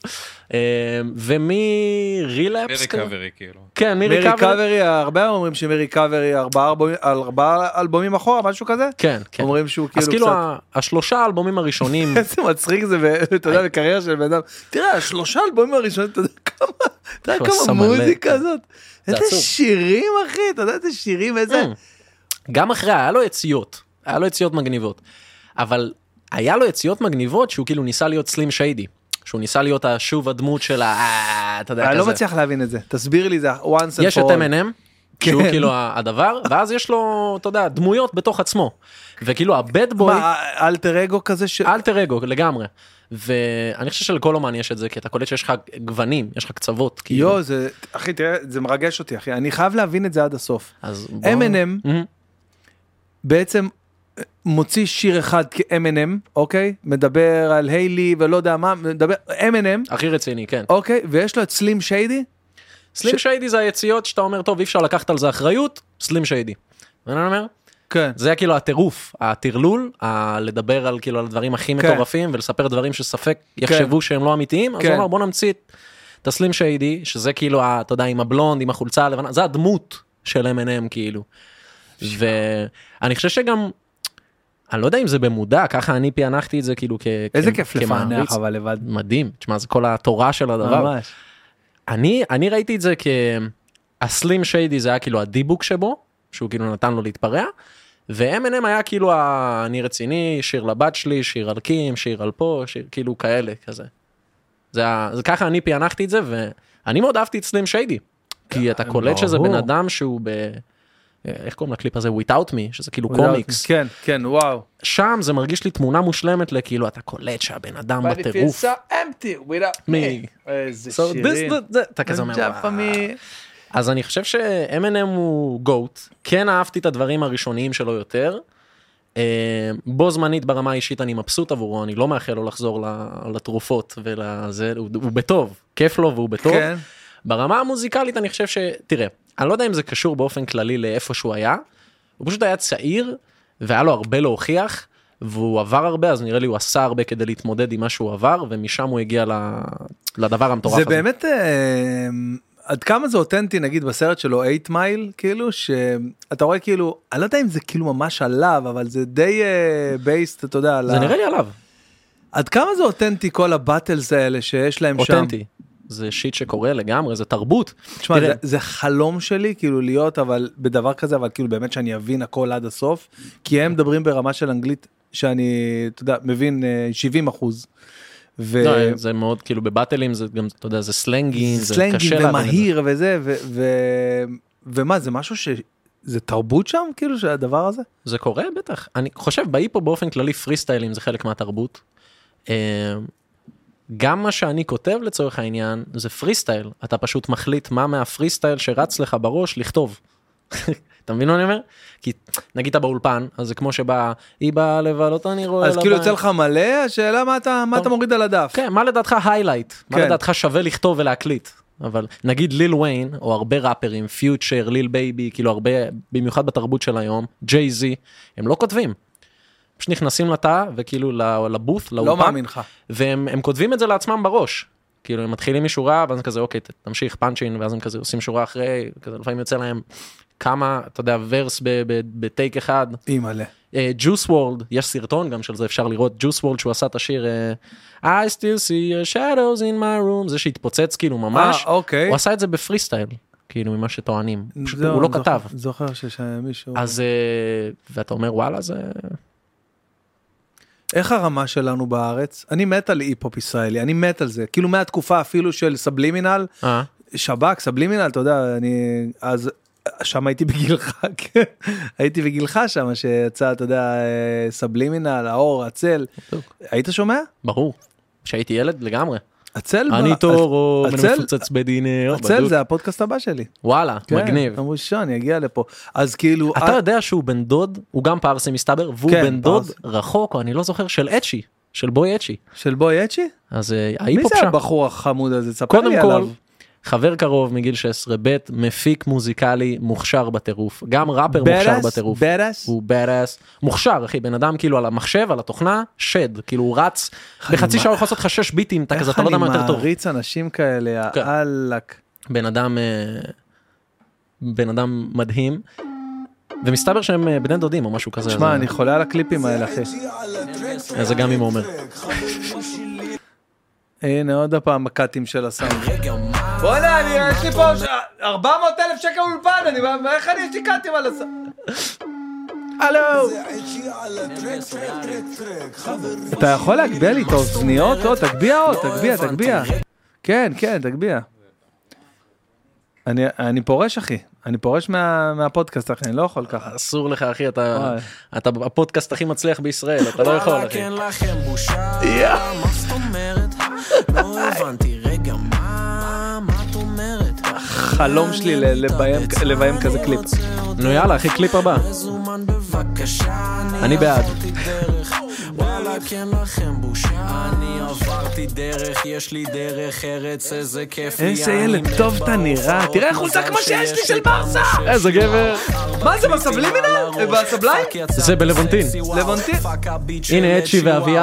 ומי-רילאפס? מריקאברי, כאילו. כן, מריקאברי, הרבה אומרים שמריקאברי 4 אלבומים אחורה, משהו כזה? כן, כן. אומרים שהוא כאילו קצת... אז כאילו, השלושה האלבומים הראשונים... איזה מצחיק זה, אתה יודע, בקריירה של בן אדם. תראה, השלושה האלבומים הראשונים, אתה יודע כמה מוזיקה הזאת. איזה שירים, אחי, אתה יודע איזה שירים, איזה... גם אחרי, היה לו יציאות מגניבות. אבל היה לו יציאות מגניבות שהוא כאילו ניסה להיות סלים שיידי. שהוא ניסה להיות שוב הדמות של אתה יודע, כזה. אני לא מצליח להבין את זה. תסביר לי זה, once and for all. יש את M&M, שהוא כאילו הדבר, ואז יש לו, אתה יודע, דמויות בתוך עצמו. וכאילו הבד בוי... מה, אלטר אגו כזה אלטר אגו, לגמרי. ואני חושב שלכל אומן יש את זה, כי אתה קולט שיש לך גוונים, יש לך קצוות. יו, אחי, תראה, זה מרגש אותי, אחי. אני חייב להבין את זה עד הסוף. M&M, בעצם, מוציא שיר אחד כ-M&M, אוקיי? מדבר על היילי ולא יודע מה, מדבר, M&M. הכי רציני, כן. אוקיי, ויש לו את סלים שיידי. סלים שיידי זה היציאות שאתה אומר, טוב, אי אפשר לקחת על זה אחריות, סלים שיידי. ואני אומר? כן. זה היה כאילו הטירוף, הטרלול, לדבר על כאילו על הדברים הכי מטורפים, ולספר דברים שספק יחשבו שהם לא אמיתיים, אז הוא אומר, בוא נמציא את הסלים שיידי, שזה כאילו, אתה יודע, עם הבלונד, עם החולצה הלבנה, זה הדמות של M&M כאילו. ואני חושב שגם, אני לא יודע אם זה במודע, ככה אני פענחתי את זה כאילו איזה כיף לפענח אבל לבד. מדהים, תשמע, זה כל התורה של הדבר. ממש. אני ראיתי את זה הסלים שיידי זה היה כאילו הדיבוק שבו, שהוא כאילו נתן לו להתפרע, ו-M&M היה כאילו אני רציני, שיר לבת שלי, שיר על קים, שיר על פה, שיר כאילו כאלה, כזה. זה ככה אני פענחתי את זה, ואני מאוד אהבתי את סלים שיידי, כי אתה קולט שזה בן אדם שהוא איך קוראים לקליפ הזה? Without Me, שזה כאילו קומיקס. כן, כן, וואו. שם זה מרגיש לי תמונה מושלמת לכאילו, אתה קולט שהבן אדם בטירוף. But it feels so empty without me. איזה שירים. אתה כזה אומר, אז אני חושב ש-M&M הוא גוט, כן אהבתי את הדברים הראשוניים שלו יותר, בו זמנית ברמה האישית אני מבסוט עבורו, אני לא מאחל לו לחזור לתרופות ולזה, הוא בטוב, כיף לו והוא בטוב. ברמה המוזיקלית אני חושב תראה, אני לא יודע אם זה קשור באופן כללי לאיפה שהוא היה, הוא פשוט היה צעיר, והיה לו הרבה להוכיח, והוא עבר הרבה, אז נראה לי הוא עשה הרבה כדי להתמודד עם מה שהוא עבר, ומשם הוא הגיע לדבר המטורף הזה. זה באמת, עד כמה זה אותנטי, נגיד בסרט שלו 8 מייל, כאילו, שאתה רואה כאילו, אני לא יודע אם זה כאילו ממש עליו, אבל זה די בייסט, אתה יודע, זה נראה לי עליו. עד כמה זה אותנטי כל הבטלס האלה שיש להם שם? אותנטי. זה שיט שקורה לגמרי, זה תרבות. תשמע, זה חלום שלי, כאילו להיות, אבל בדבר כזה, אבל כאילו באמת שאני אבין הכל עד הסוף, כי הם מדברים ברמה של אנגלית, שאני, אתה יודע, מבין 70%. זה מאוד, כאילו בבטלים, זה גם, אתה יודע, זה סלנגים, זה סלנגים ומהיר וזה, ומה, זה משהו זה תרבות שם, כאילו, של הדבר הזה? זה קורה, בטח. אני חושב, בהיפו באופן כללי, פרי סטיילים זה חלק מהתרבות. גם מה שאני כותב לצורך העניין, זה פרי סטייל. אתה פשוט מחליט מה מהפרי סטייל שרץ לך בראש לכתוב. אתה מבין מה אני אומר? כי נגיד אתה באולפן, אז זה כמו שבא, היא באה לבלות, אני רואה אז כאילו יוצא לך מלא, השאלה מה אתה מוריד על הדף? כן, מה לדעתך highlight? מה לדעתך שווה לכתוב ולהקליט? אבל נגיד ליל ויין, או הרבה ראפרים, פיוטשר, ליל בייבי, כאילו הרבה, במיוחד בתרבות של היום, ג'יי זי, הם לא כותבים. פשוט נכנסים לתא, וכאילו לבוף, לאולפן. לא מאמין לך. והם כותבים את זה לעצמם בראש. כאילו הם מתחילים משורה, ואז הם כזה, אוקיי, תמשיך פאנצ'ין, ואז הם כזה עושים שורה אחרי, כזה לפעמים יוצא להם כמה, אתה יודע, ורס בטייק אחד. אימאלה. ג'וס וורלד, יש סרטון גם של זה, אפשר לראות, ג'וס וורלד שהוא עשה את השיר, I still see your shadows in my room, זה שהתפוצץ כאילו ממש, אוקיי. הוא עשה את זה בפרי סטייל, כאילו ממה שטוענים, פשוט הוא לא כתב. זוכר שיש מישהו. אז, ואתה אומר, וואלה, זה... איך הרמה שלנו בארץ? אני מת על היפ-הופ ישראלי, אני מת על זה, כאילו מהתקופה אפילו של סבלימינל, שבק, סבלימינל, אתה יודע, אז שם הייתי בגילך, הייתי בגילך שם, שיצא, אתה יודע, סבלימינל, האור, הצל, היית שומע? ברור, שהייתי ילד לגמרי. הצל? אני תורו, מפוצץ בדיני. הצל זה הפודקאסט הבא שלי. וואלה, מגניב. אמרו שאני אגיע לפה. אז כאילו... אתה יודע שהוא בן דוד, הוא גם פרסי מסתבר, והוא בן דוד רחוק, או אני לא זוכר, של אצ'י, של בוי אצ'י. של בוי אצ'י? אז מי זה הבחור החמוד הזה? ספר לי עליו. חבר קרוב מגיל 16, בית מפיק מוזיקלי מוכשר בטירוף, גם ראפר מוכשר בטירוף. בדאס? הוא בדאס. מוכשר, אחי, בן אדם כאילו על המחשב, על התוכנה, שד, כאילו הוא רץ, בחצי שעה הוא יכול לעשות לך 6 ביטים, אתה כזה, אתה לא יודע מה יותר טוב. איך אני מעריץ אנשים כאלה, אלק. בן אדם מדהים, ומסתבר שהם בני דודים או משהו כזה. שמע, אני חולה על הקליפים האלה, אחי. זה גם עם עומר. הנה עוד הפעם הקאטים של הסאונד. בוא'נה, יש לי פה 400,000 שקל אולפן, איך אני יש לי קאטים על הסאונד? הלו! אתה יכול להגביה לי את האוזניות? או, תגביה עוד, תגביה. כן, תגביה. אני פורש, אחי. אני פורש מהפודקאסט, אחי. אני לא יכול ככה. אסור לך, אחי. אתה הפודקאסט הכי מצליח בישראל. אתה לא יכול, אחי. מה זאת אומרת? לא הבנתי, רגע, מה את אומרת? חלום שלי לביים כזה קליפ. נו יאללה, אחי, קליפ הבא. אני בעד. וואלה כן לכם בושה, אני עברתי דרך, יש לי דרך ארץ, איזה כיף לי. איזה ילד טוב אתה נראה, תראה חולצה כמו שיש לי של ברסה. איזה גבר. מה זה בסבלימינל? בסבליים? זה בלוונטין. לבונטין? הנה אצ'י ואביה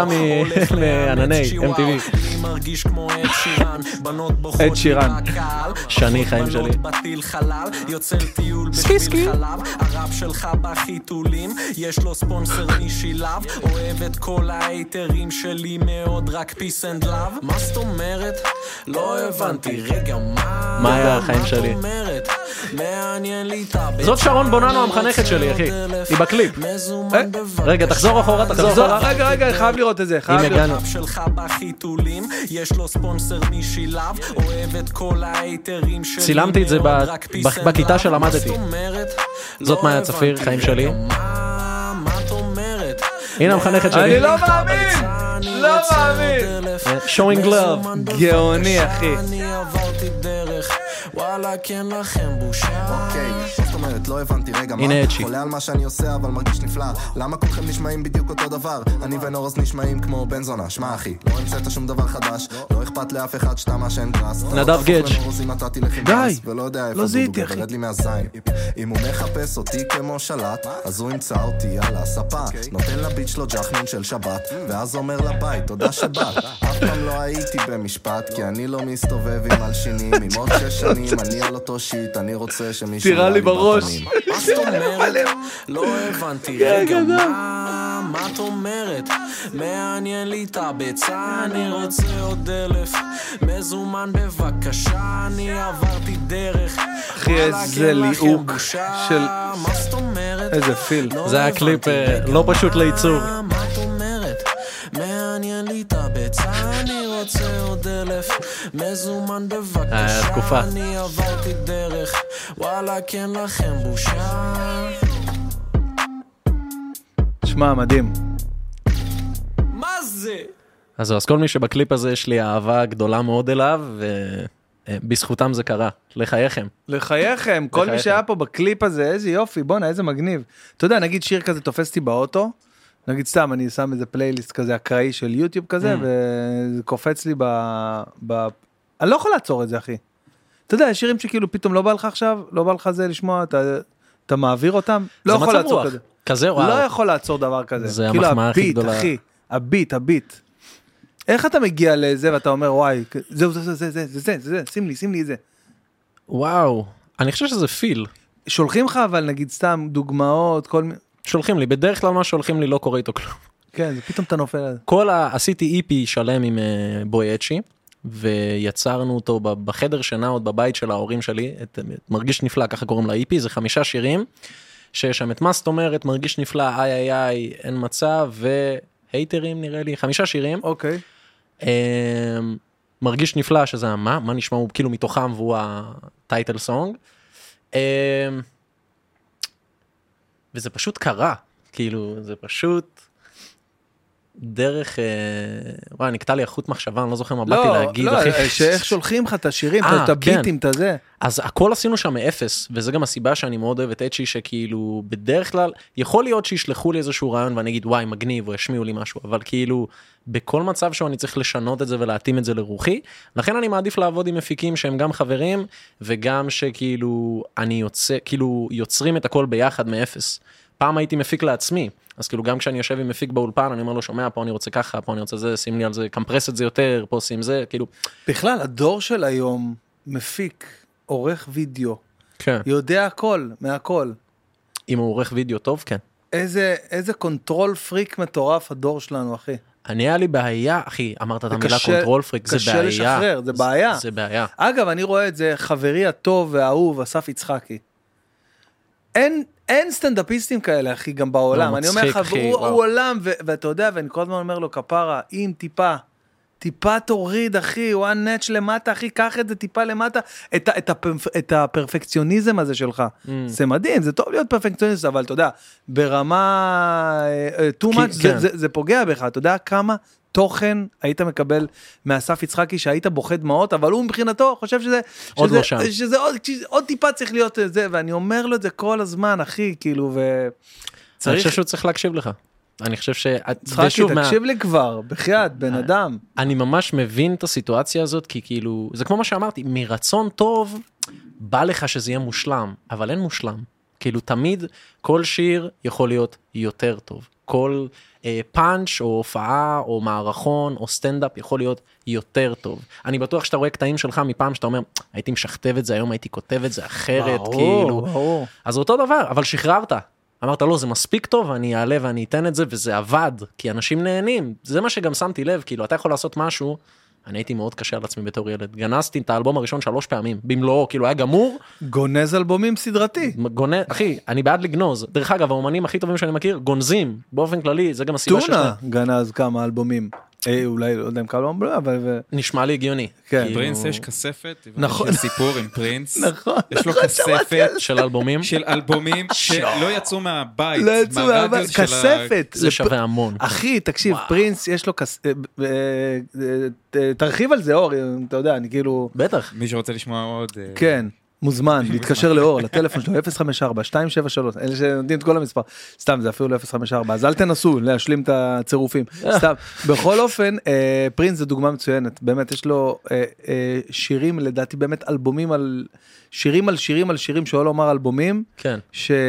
מענני MTV. מרגיש כמו עד שירן, בנות בוכות עד שירן. מהקהל, שני חיים שלי. בטיל חלל, יוצא לטיול סקי, סקי. בשביל חלב, הרב שלך בחיתולים, יש לו ספונסר משילב, אוהב את כל האייטרים שלי מאוד, רק peace and love. מה זאת אומרת? לא הבנתי, רגע מה היה החיים שלי? אומרת? מעניין לי את הבית. זאת שרון בוננו המחנכת שלי, אחי. היא בקליפ. מזומן בבקשה. רגע, תחזור אחורה, תחזור אחורה. רגע, חייב לראות את זה, חייב הנה לראות. הגענו. הרב שלך בחיתולים, יש לו ספונסר משילב, אוהב את כל האייטרים שלי. צילמתי את זה מאוד, רק peace and בכיתה love. שלמדתי. מה זאת אומרת? זאת לא מאיה צפיר, הבנתי, חיים שלי. מה את אומרת? הנה המחנכת שלי. אני לא מאמין! לא מאמין! showing love. גאוני, אחי. אני עברתי דרך, וואלה כן לכם בושה. אוקיי, זאת אומרת, לא הבנתי, רגע, הנה מה? אצ'י. חולה על מה שאני עושה, אבל מרגיש נפלא. למה כולכם נשמעים בדיוק אותו דבר? אני ונורס נשמעים כמו בן זונה. שמע אחי, לא המצאת שום דבר חדש, לא אכפת לאף אחד שאתה מעשן גראס. נדב גץ'. די, ולא יודע איפה לא דודו, זיהיתי, אחי. גרד לי מהזין. אם הוא מחפש אותי כמו שלט, אז הוא ימצא אותי על הספה. נותן לביט שלו ג'חנון של שבת, ואז אומר לבית, תודה שבאת. אף פעם לא הייתי במשפט, כי אני לא מסתובב עם מלשינים. עם עוד 6 שנים, אני על אותו שיט, אני רוצה שמישהו תירה לי בראש. בפנים. מה זאת אומרת? לא הבנתי, רגע, מה את אומרת? מעניין לי את הביצה, אני רוצה עוד 1000 מזומן בבקשה, אני עברתי דרך. אחי, וואלה, איזה כן לכם ליהוק בושה. של- מה זאת אומרת? איזה פיל. לא זה היה הבנתי, קליפ רגע, לא פשוט לייצור. מה את אומרת? מעניין לי את הביצה, אני רוצה עוד 1000 מזומן בבקשה, תקופה. אני עברתי דרך, וואלה כן לכם בושה. שמע, מדהים. מה זה? אז כל מי שבקליפ הזה יש לי אהבה גדולה מאוד אליו, ובזכותם זה קרה. לחייכם. לחייכם, כל מי לחייכם. שהיה פה בקליפ הזה, איזה יופי, בואנה, איזה מגניב. אתה יודע, נגיד שיר כזה תופס אותי באוטו, נגיד סתם, אני שם איזה פלייליסט כזה אקראי של יוטיוב כזה, וזה קופץ לי אני לא יכול לעצור את זה, אחי. אתה יודע, יש שירים שכאילו פתאום לא בא לך עכשיו, לא בא לך זה לשמוע, אתה מעביר אותם, לא זה יכול מצב לעצור רוח. כזה. כזה וואו. לא יכול לעצור דבר כזה. זה כאילו המחמאה הכי הביט, גדולה. אחי, הביט. איך אתה מגיע לזה ואתה אומר, וואי, זהו, זה, שים לי את זה. וואו. אני חושב שזה פיל. שולחים לך אבל נגיד סתם דוגמאות, כל מיני, שולחים לי. בדרך כלל מה שולחים לי לא קורה איתו כלום. כן, זה פתאום אתה נופל על זה. עשיתי EP שלם עם בוי אצ'י, ויצרנו אותו בחדר שינה עוד בבית של ההורים שלי, את מרגיש נפלא, ככה קוראים ל-EP, זה 5 שירים, שיש שם את מה זאת אומרת, מרגיש נפלא, איי, אין מצב, והייטרים נראה לי, 5 שירים. אוקיי. מרגיש נפלא שזה מה נשמע, הוא כאילו מתוכם והוא הטייטל סונג. וזה פשוט קרה, כאילו זה פשוט דרך, וואי, נקטע לי החוט מחשבה, אני לא זוכר מה באתי להגיד, אחי. שאיך שולחים לך את השירים, את כן. הביטים, את הזה. אז הכל עשינו שם מאפס, וזה גם הסיבה שאני מאוד אוהב את אצ'י, שכאילו בדרך כלל, יכול להיות שישלחו לי איזשהו רעיון ואני אגיד וואי מגניב, או ישמיעו לי משהו, אבל כאילו בכל מצב שאני צריך לשנות את זה ולהתאים את זה לרוחי, לכן אני מעדיף לעבוד עם מפיקים שהם גם חברים, וגם שכאילו אני כאילו יוצרים את הכל ביחד מאפס. פעם הייתי מפיק לעצמי, אז כאילו גם כשאני יושב עם מפיק באולפן, אני אומר לו, שומע, פה אני רוצה ככה, פה אני רוצה זה, שים לי על זה, קמפרס את זה יותר, פה שים זה, כאילו. בכלל, הדור של היום מפיק, עורך וידאו, כן. יודע הכל, מהכל. אם הוא עורך וידאו טוב, כן. איזה קונטרול פריק מטורף הדור שלנו, אחי. היה לי בעיה, אחי, אמרת את המילה קשה- קונטרול פריק, זה בעיה. קשה לשחרר, זה בעיה. זה בעיה. אגב, אני רואה את זה, חברי הטוב והאהוב, אסף יצחקי. אין סטנדאפיסטים כאלה, אחי, גם בעולם. לא, אני אומר מצחיק, לך, אחי, הוא וואו. עולם, ואתה יודע, ואני כל הזמן אומר לו, כפרה, אם טיפה טיפה תוריד, אחי, one notch למטה, אחי, קח את זה טיפה למטה, את הפרפקציוניזם הזה שלך. זה מדהים, זה טוב להיות פרפקציוניסט, אבל אתה יודע, ברמה too much, זה פוגע בך, אתה יודע כמה תוכן היית מקבל מאסף יצחקי, שהיית בוכה דמעות, אבל הוא מבחינתו חושב שזה עוד טיפה צריך להיות זה, ואני אומר לו את זה כל הזמן, אחי, כאילו, אני חושב שהוא צריך להקשיב לך. אני חושב יצחקי, תקשיב לי כבר, בחייאת, בן אדם. אני ממש מבין את הסיטואציה הזאת, כי כאילו, זה כמו מה שאמרתי, מרצון טוב, בא לך שזה יהיה מושלם, אבל אין מושלם. כאילו, תמיד כל שיר יכול להיות יותר טוב. כל פאנץ' או הופעה או מערכון או סטנדאפ יכול להיות יותר טוב. אני בטוח שאתה רואה קטעים שלך מפעם שאתה אומר, הייתי משכתב את זה, היום הייתי כותב את זה אחרת, כאילו. אז אותו דבר, אבל שחררת. אמרת, לא, זה מספיק טוב, אני אעלה ואני אתן את זה, וזה עבד, כי אנשים נהנים. זה מה שגם שמתי לב, כאילו, אתה יכול לעשות משהו, אני הייתי מאוד קשה על עצמי בתור ילד. גנזתי את האלבום הראשון 3 פעמים, במלואו, כאילו היה גמור. גונז אלבומים סדרתי. אחי, אני בעד לגנוז. דרך אגב, האומנים הכי טובים שאני מכיר, גונזים, באופן כללי, זה גם הסיבה טונה גנז כמה אלבומים. אולי, לא יודע אם כמה אלבומים, אבל... נשמע לי הגיוני. פרינס יש כספת, נכון. יש סיפור עם פרינס. נכון. יש לו כספת. של אלבומים. של אלבומים שלא יצאו מהבית. לא יצאו מהבית, כספת. זה שווה המון. אחי, תקשיב, פרינס יש לו תרחיב על זה, אור, אתה יודע, אני כאילו... בטח. מי שרוצה לשמוע עוד... כן. מוזמן, להתקשר לאור, לטלפון שלו, 054-273, אלה שנותנים את כל המספר, סתם, זה אפילו ל-054, אז אל תנסו להשלים את הצירופים, סתם, בכל אופן, פרינס זה דוגמה מצוינת, באמת יש לו שירים, לדעתי באמת אלבומים על, שירים על שירים על שירים, שאול אומר אלבומים, כן.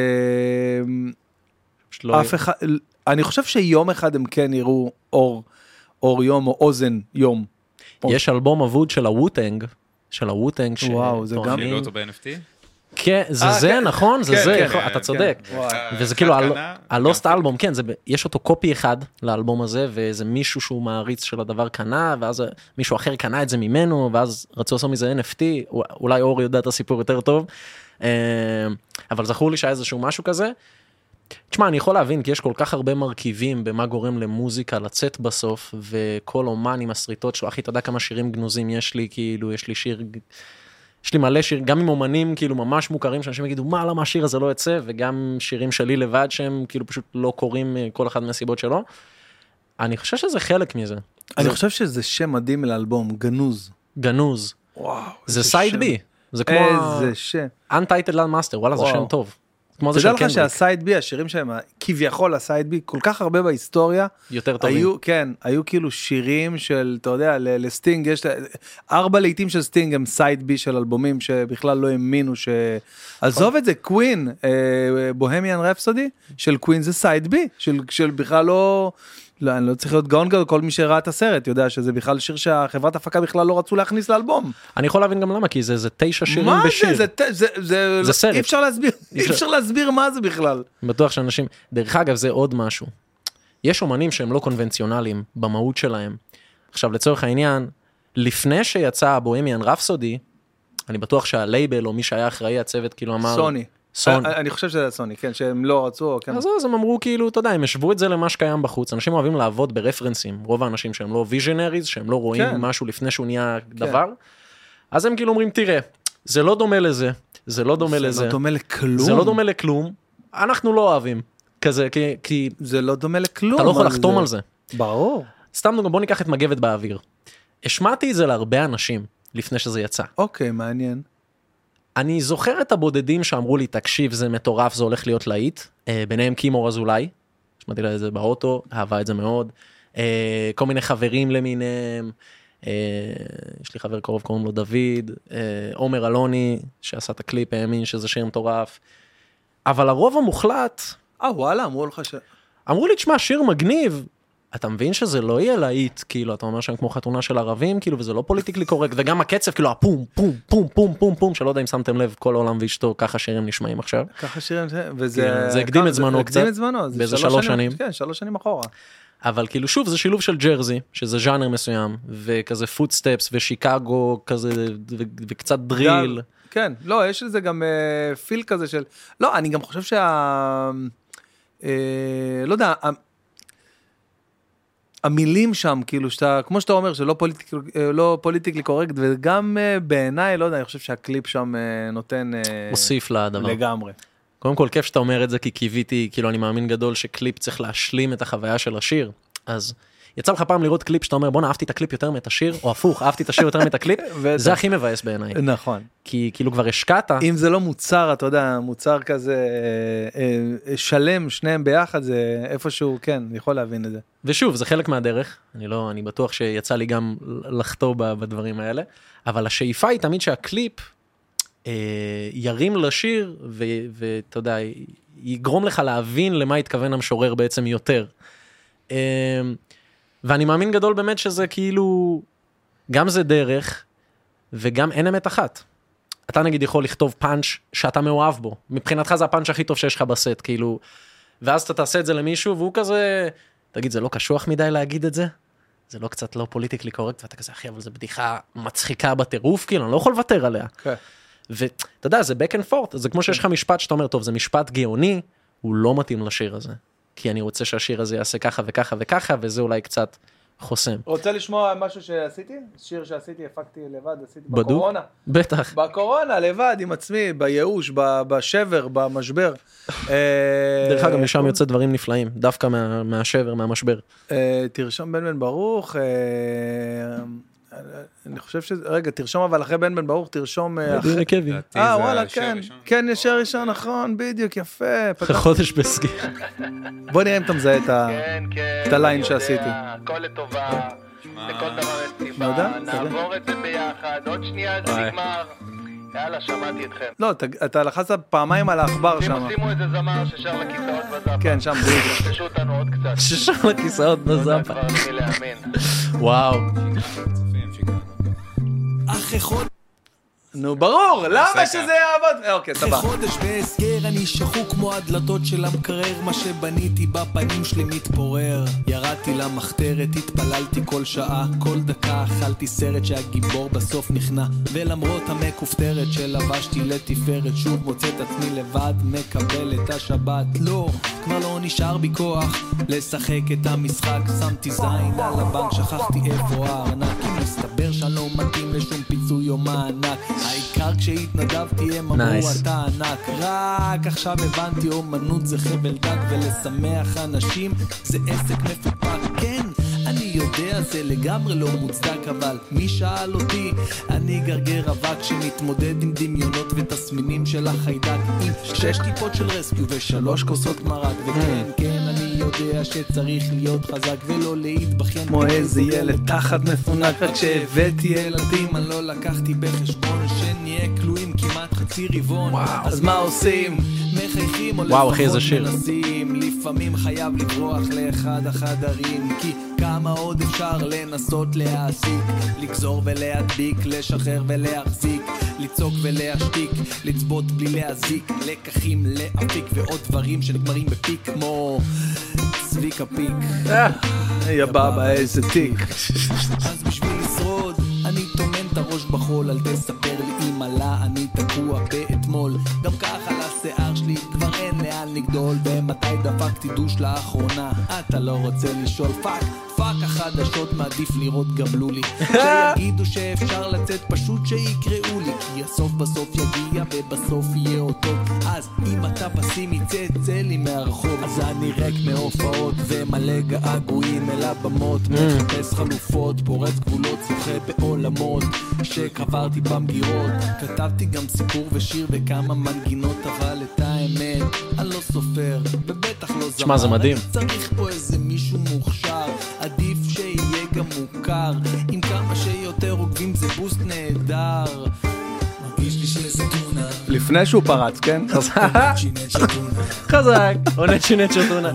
אף אחד, אני חושב שיום אחד הם כן יראו אור יום או אוזן יום. יש אלבום אבוד של הווטנג, של הווטנג, וואו, זה גם... אפילו אותו ב-NFT? כן, זה נכון, זה זה, אתה צודק. וזה כאילו, הלוסט אלבום, כן, יש אותו קופי אחד לאלבום הזה, ואיזה מישהו שהוא מעריץ של הדבר קנה, ואז מישהו אחר קנה את זה ממנו, ואז רצו לעשות מזה NFT, אולי אור יודע את הסיפור יותר טוב, אבל זכור לי שהיה איזשהו משהו כזה. תשמע, אני יכול להבין, כי יש כל כך הרבה מרכיבים במה גורם למוזיקה לצאת בסוף, וכל אומן עם הסריטות שלו, אחי, אתה יודע כמה שירים גנוזים יש לי, כאילו, יש לי שיר, יש לי מלא שיר, גם עם אומנים, כאילו, ממש מוכרים, שאנשים יגידו, מה, למה השיר הזה לא יצא, וגם שירים שלי לבד, שהם כאילו פשוט לא קוראים כל אחד מהסיבות שלו. אני חושב שזה חלק מזה. אני חושב שזה שם מדהים לאלבום, גנוז. גנוז. וואו. זה סייד בי. זה כמו... איזה שם. Untitled Land Master, וואלה, זה שם טוב. אתה יודע לך שהסייד בי, השירים שהם, כביכול הסייד בי, כל כך הרבה בהיסטוריה, יותר טובים. כן, היו כאילו שירים של, אתה יודע, לסטינג, יש 4 לעיתים של סטינג הם סייד בי של אלבומים שבכלל לא האמינו עזוב את זה, קווין, בוהמיאן רפסודי, של קווין זה סייד בי, של בכלל לא... לא, אני לא צריך להיות גאון גדול, כל מי שראה את הסרט יודע שזה בכלל שיר שהחברת הפקה בכלל לא רצו להכניס לאלבום. אני יכול להבין גם למה, כי זה 9 שירים בשיר. זה סרט. אי אפשר להסביר מה זה בכלל. בטוח שאנשים, דרך אגב זה עוד משהו. יש אומנים שהם לא קונבנציונליים במהות שלהם. עכשיו לצורך העניין, לפני שיצא הבוהמיאן רפסודי, אני בטוח שהלייבל או מי שהיה אחראי הצוות כאילו אמר... סוני. אני חושב שזה סוני, כן, שהם לא רצו. אז הם אמרו כאילו, אתה יודע, הם השוו את זה למה שקיים בחוץ. אנשים אוהבים לעבוד ברפרנסים, רוב האנשים שהם לא ויז'נריז, שהם לא רואים משהו לפני שהוא נהיה דבר, אז הם כאילו אומרים, תראה, זה לא דומה לזה, זה לא דומה לזה. זה לא דומה לכלום. זה לא דומה לכלום, אנחנו לא אוהבים. כזה, כי... זה לא דומה לכלום. אתה לא יכול לחתום על זה. ברור. סתם בוא ניקח את מגבת באוויר. השמעתי את זה להרבה אנשים לפני שזה יצא. אוקיי, מעניין. אני זוכר את הבודדים שאמרו לי, תקשיב, זה מטורף, זה הולך להיות להיט, ביניהם קימור אזולאי, שמעתי לה את זה באוטו, אהבה את זה מאוד, כל מיני חברים למיניהם, יש לי חבר קרוב, קוראים לו דוד, עומר אלוני, שעשה את הקליפ, האמין שזה שיר מטורף, אבל הרוב המוחלט, וואלה, אמרו לך אמרו לי, תשמע, שיר מגניב, אתה מבין שזה לא יהיה להיט, כאילו, אתה אומר שהם כמו חתונה של ערבים, כאילו, וזה לא פוליטיקלי קורקט, וגם הקצב, כאילו, הפום, פום, פום, פום, פום, פום, שלא יודע אם שמתם לב, כל העולם ואשתו, ככה שירים נשמעים עכשיו. ככה שירים, וזה... זה הקדים את זמנו קצת. הקדים את זמנו, באיזה 3 שנים. כן, 3 שנים אחורה. אבל כאילו, שוב, זה שילוב של ג'רזי, שזה ז'אנר מסוים, וכזה פוטסטפס, ושיקגו, כזה, וקצת דריל. כן, לא, יש לזה גם פיל כזה של... לא, אני גם חושב לא יודע, המילים שם, כאילו שאתה, כמו שאתה אומר, שלא פוליטיקלי קורקט, וגם בעיניי, לא יודע, אני חושב שהקליפ שם נותן... מוסיף לדבר. לגמרי. קודם כל, כיף שאתה אומר את זה, כי קיוויתי, כאילו אני מאמין גדול שקליפ צריך להשלים את החוויה של השיר. אז יצא לך פעם לראות קליפ שאתה אומר, בוא אהבתי את הקליפ יותר מאת השיר, או הפוך, אהבתי את השיר יותר מאת הקליפ, זה הכי מבאס בעיניי. נכון. כי כאילו כבר השקעת. אם זה לא מוצר, אתה יודע, מוצר כזה שלם, שניהם ביחד, זה איפשהו, כן, אני יכול להבין את זה. ושוב, זה חלק מהדרך, אני בטוח שיצא לי גם לחתור בדברים האלה, אבל השאיפה היא תמיד שהקליפ ירים לשיר, ואתה יודע, יגרום לך להבין למה התכוון המשורר בעצם יותר. ואני מאמין גדול באמת שזה כאילו, גם זה דרך, וגם אין אמת אחת. אתה נגיד יכול לכתוב פאנץ' שאתה מאוהב בו, מבחינתך זה הפאנץ' הכי טוב שיש לך בסט, כאילו, ואז אתה תעשה את זה למישהו, והוא כזה, תגיד, זה לא קשוח מדי להגיד את זה? זה לא קצת לא פוליטיקלי קורקט, ואתה כזה, אחי, אבל זה בדיחה מצחיקה בטירוף, כאילו, אני לא יכול לוותר עליה. כן. ואתה יודע, זה back and forth, זה כמו שיש לך משפט שאתה אומר, טוב, זה משפט גאוני, הוא לא מתאים לשיר הזה. כי אני רוצה שהשיר הזה יעשה ככה וככה וככה, וזה אולי קצת חוסם. רוצה לשמוע משהו שעשיתי? שיר שעשיתי, הפקתי לבד, עשיתי בקורונה. בטח. בקורונה, לבד, עם עצמי, בייאוש, בשבר, במשבר. דרך אגב, משם יוצא דברים נפלאים, דווקא מהשבר, מהמשבר. תרשום בן ברוך, אני חושב רגע, תרשום אבל אחרי בן ברוך, תרשום... וואלה, כן, כן, ישר ראשון, נכון, בדיוק, יפה. אחרי חודש בסגיר. בוא נראה אם אתה מזהה את הליין שעשיתי. הכל לטובה, לכל דבר אסטיבה, נעבור את זה ביחד, עוד שנייה זה נגמר. יאללה, שמעתי אתכם. לא, אתה לחצת פעמיים על העכבר שם. שימו איזה זמר ששר לכיסאות בזאפה. כן, שם בדיוק. תשתשו אותנו עוד קצת. ששר לכיסאות בזאפה. כבר התחיל להאמין. וואו. אחרי חודש נו, ברור, למה שזה יעבוד? אוקיי, סבבה. חודש בהסגר אני שחוק כמו הדלתות של המקרר, מה שבניתי בפנים שלי מתפורר. ירדתי למחתרת, התפללתי כל שעה, כל דקה אכלתי סרט שהגיבור בסוף נכנע, ולמרות המכופתרת שלבשתי לתפארת, שוב מוצא את עצמי לבד, מקבל את השבת. לא, כבר לא נשאר בי כוח לשחק את המשחק, שמתי זין על הבנק, שכחתי איפה הארנק, אם מסתבר שאני לא מתאים לשום פיצוי או מענק, העיקר כשהתנדבתי הם אמרו אתה ענק. רק עכשיו הבנתי אומנות זה חבל דק, ולשמח אנשים זה עסק מפופק. כן, אני יודע זה לגמרי לא מוצדק, אבל מי שאל אותי? אני גרגר אבק שמתמודד עם דמיונות ותסמינים של החיידק, עם 6 טיפות של רסקיו ו3 כוסות מרק. וכן, כן, אני יודע שצריך להיות חזק ולא להתבחן כמו איזה ילד תחת מפונק. רק כשהבאתי ילדים אני לא לקחתי בחשבון שנהיה כלואים כמעט חצי רבעון. אז מה עושים? מחייכים או לפחות מנסים, לפעמים חייב לברוח לאחד החדרים, כי כמה עוד אפשר לנסות להעסיק, לגזור ולהדביק, לשחרר ולהחזיק, לצעוק ולהשתיק, לצבות בלי להזיק, לקחים להפיק ועוד דברים שנגמרים בפיק כמו צביק הפיק. יא בבא איזה תיק. אז בשביל לשרוד אני תומן את הראש בחול, אל תספר לי אם עלה אני תקוע באתמול, גם ככה לשיער שלי כבר אין לאן לגדול, ומתי דפקתי דוש לאחרונה אתה לא רוצה לשאול. פאק החדשות מעדיף לראות גבלו לי, שיגידו שאפשר לצאת פשוט שיקראו לי, כי הסוף בסוף יגיע ובסוף יהיה אותו. אז אם אתה פסימי צא לי מהרחוב, אז אני ריק מהופעות ומלא געגועים אל הבמות, מחפש חלופות, פורץ גבולות, זוכה בעולמות שקברתי במגירות. כתבתי גם סיפור ושיר וכמה מנגינות, אבל את האמת אני לא סופר ובטח לא זמר. שמה, זה מדהים. צריך פה איזה מישהו מוכשר, עדיף שיהיה גם מוכר, עם כמה שיותר עוקבים זה בוסט נהדר. מרגיש לי שזה טונה לפני שהוא פרץ, כן? חזק, עונד שינט שטונה.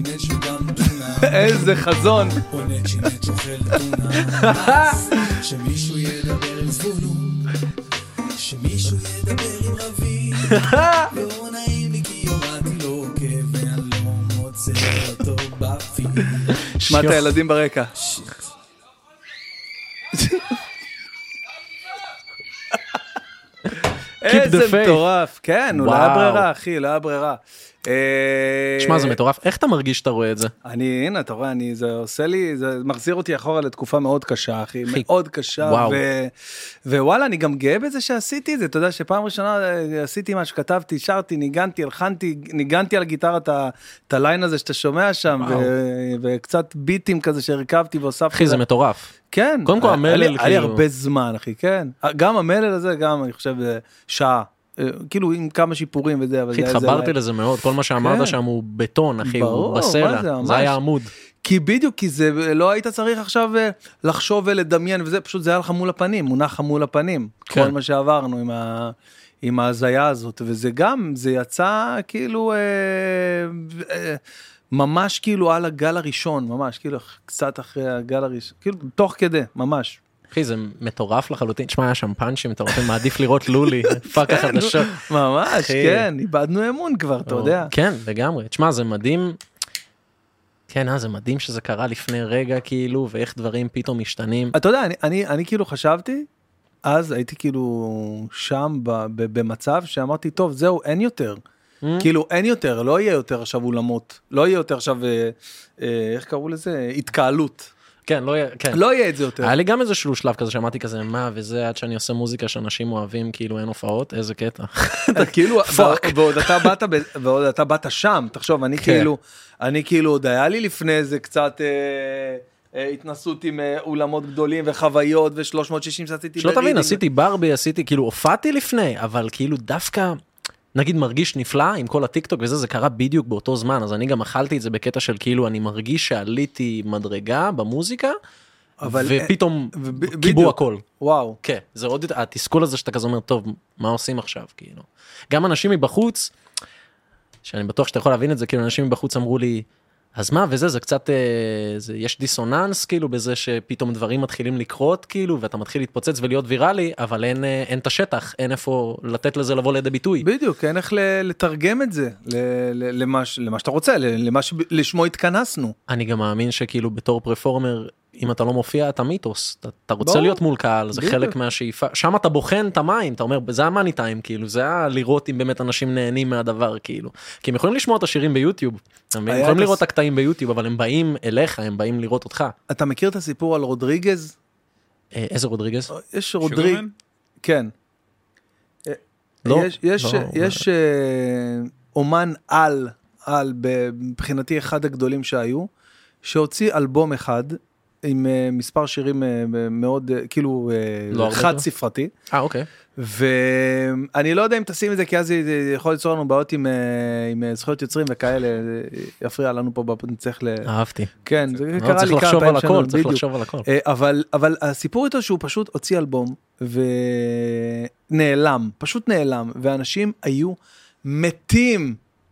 איזה חזון. עונד שינט שוחל טונה. שמישהו ידבר עם זבולון, שמישהו ידבר עם רבי, לא נעים לי כי יורדתי לו עוקב ואני לא מוצא אותו בפיד. שמע את הילדים ברקע. איזה מטורף. כן, הוא לא היה ברירה, אחי, לא היה ברירה. שמע, זה מטורף. איך אתה מרגיש שאתה רואה את זה? הנה, אתה רואה, זה עושה לי, זה מחזיר אותי אחורה לתקופה מאוד קשה, אחי, מאוד קשה, ווואלה, אני גם גאה בזה שעשיתי את זה, אתה יודע שפעם ראשונה עשיתי מה שכתבתי, שרתי, ניגנתי, הלחנתי, ניגנתי על גיטרה את הליין הזה שאתה שומע שם, וקצת ביטים כזה שהרכבתי והוספתי. אחי, זה מטורף. כן. קודם כל, המלל, כאילו. היה לי הרבה זמן, אחי, כן. גם המלל הזה, גם, אני חושב, שעה. כאילו עם כמה שיפורים וזה, אבל אחי, התחברתי לזה מאוד, כל מה שאמרת שם הוא בטון, אחי, הוא בסלע, זה היה עמוד. כי בדיוק, כי זה לא היית צריך עכשיו לחשוב ולדמיין, וזה פשוט, זה היה לך מול הפנים, מונח מול הפנים, כל מה שעברנו עם ההזיה הזאת, וזה גם, זה יצא כאילו, ממש כאילו על הגל הראשון, ממש, כאילו קצת אחרי הגל הראשון, כאילו תוך כדי, ממש. אחי, זה מטורף לחלוטין. תשמע, היה שם פאנצ'ים מטורפים, מעדיף לראות לולי, פאק החדשות. ממש, כן, איבדנו אמון כבר, אתה יודע. כן, לגמרי. תשמע, זה מדהים. כן, זה מדהים שזה קרה לפני רגע, כאילו, ואיך דברים פתאום משתנים. אתה יודע, אני כאילו חשבתי, אז הייתי כאילו שם במצב שאמרתי, טוב, זהו, אין יותר. כאילו, אין יותר, לא יהיה יותר עכשיו אולמות, לא יהיה יותר עכשיו, איך קראו לזה? התקהלות. כן, לא יהיה את זה יותר. היה לי גם איזשהו שלב כזה, שמעתי כזה, מה, וזה עד שאני עושה מוזיקה שאנשים אוהבים, כאילו אין הופעות, איזה קטע. כאילו, ועוד אתה באת שם, תחשוב, אני כאילו, עוד היה לי לפני זה קצת התנסות עם אולמות גדולים וחוויות ו360 שעשיתי. שלא תבין, עשיתי ברבי, כאילו, הופעתי לפני, אבל כאילו דווקא, נגיד מרגיש נפלא עם כל הטיקטוק וזה, זה קרה בדיוק באותו זמן, אז אני גם אכלתי את זה בקטע של כאילו, אני מרגיש שעליתי מדרגה במוזיקה, ופתאום קיבו הכל. וואו. כן, זה עוד, התסכול הזה שאתה כזה אומר, טוב, מה עושים עכשיו, כאילו. גם אנשים מבחוץ, שאני בטוח שאתה יכול להבין את זה, כאילו אנשים מבחוץ אמרו לי, אז מה, וזה, זה קצת, יש דיסוננס, כאילו, בזה שפתאום דברים מתחילים לקרות, כאילו, ואתה מתחיל להתפוצץ ולהיות ויראלי, אבל אין את השטח, אין איפה לתת לזה לבוא לידי ביטוי. בדיוק, אין איך לתרגם את זה, למה שאתה רוצה, לשמו התכנסנו. אני גם מאמין שכאילו, בתור פרפורמר, אם אתה לא מופיע, אתה מיתוס, אתה רוצה להיות מול קהל, זה חלק מהשאיפה, שם אתה בוחן את המים, אתה אומר, זה המאני טיים, כאילו, זה היה לראות אם באמת אנשים נהנים מהדבר, כאילו, כי הם יכולים לשמוע את השירים ביוטיוב, הם יכולים לראות את הקטעים ביוטיוב, אבל הם באים אליך, הם באים לראות אותך. אתה מכיר את הסיפור על רודריגז? איזה רודריגז? יש רודריגז, כן. יש אומן על, מבחינתי אחד הגדולים שהיו, שהוציא אלבום אחד, עם מספר שירים מאוד, כאילו, חד ספרתי. אוקיי. ואני לא יודע אם תשים את זה, כי אז זה יכול ליצור לנו בעיות עם זכויות יוצרים וכאלה, יפריע לנו פה, נצטרך אהבתי. כן, זה קרה לי כמה פעמים שלנו, צריך לחשוב על הכל. אבל הסיפור איתו שהוא פשוט הוציא אלבום, ונעלם, פשוט נעלם, ואנשים היו מתים,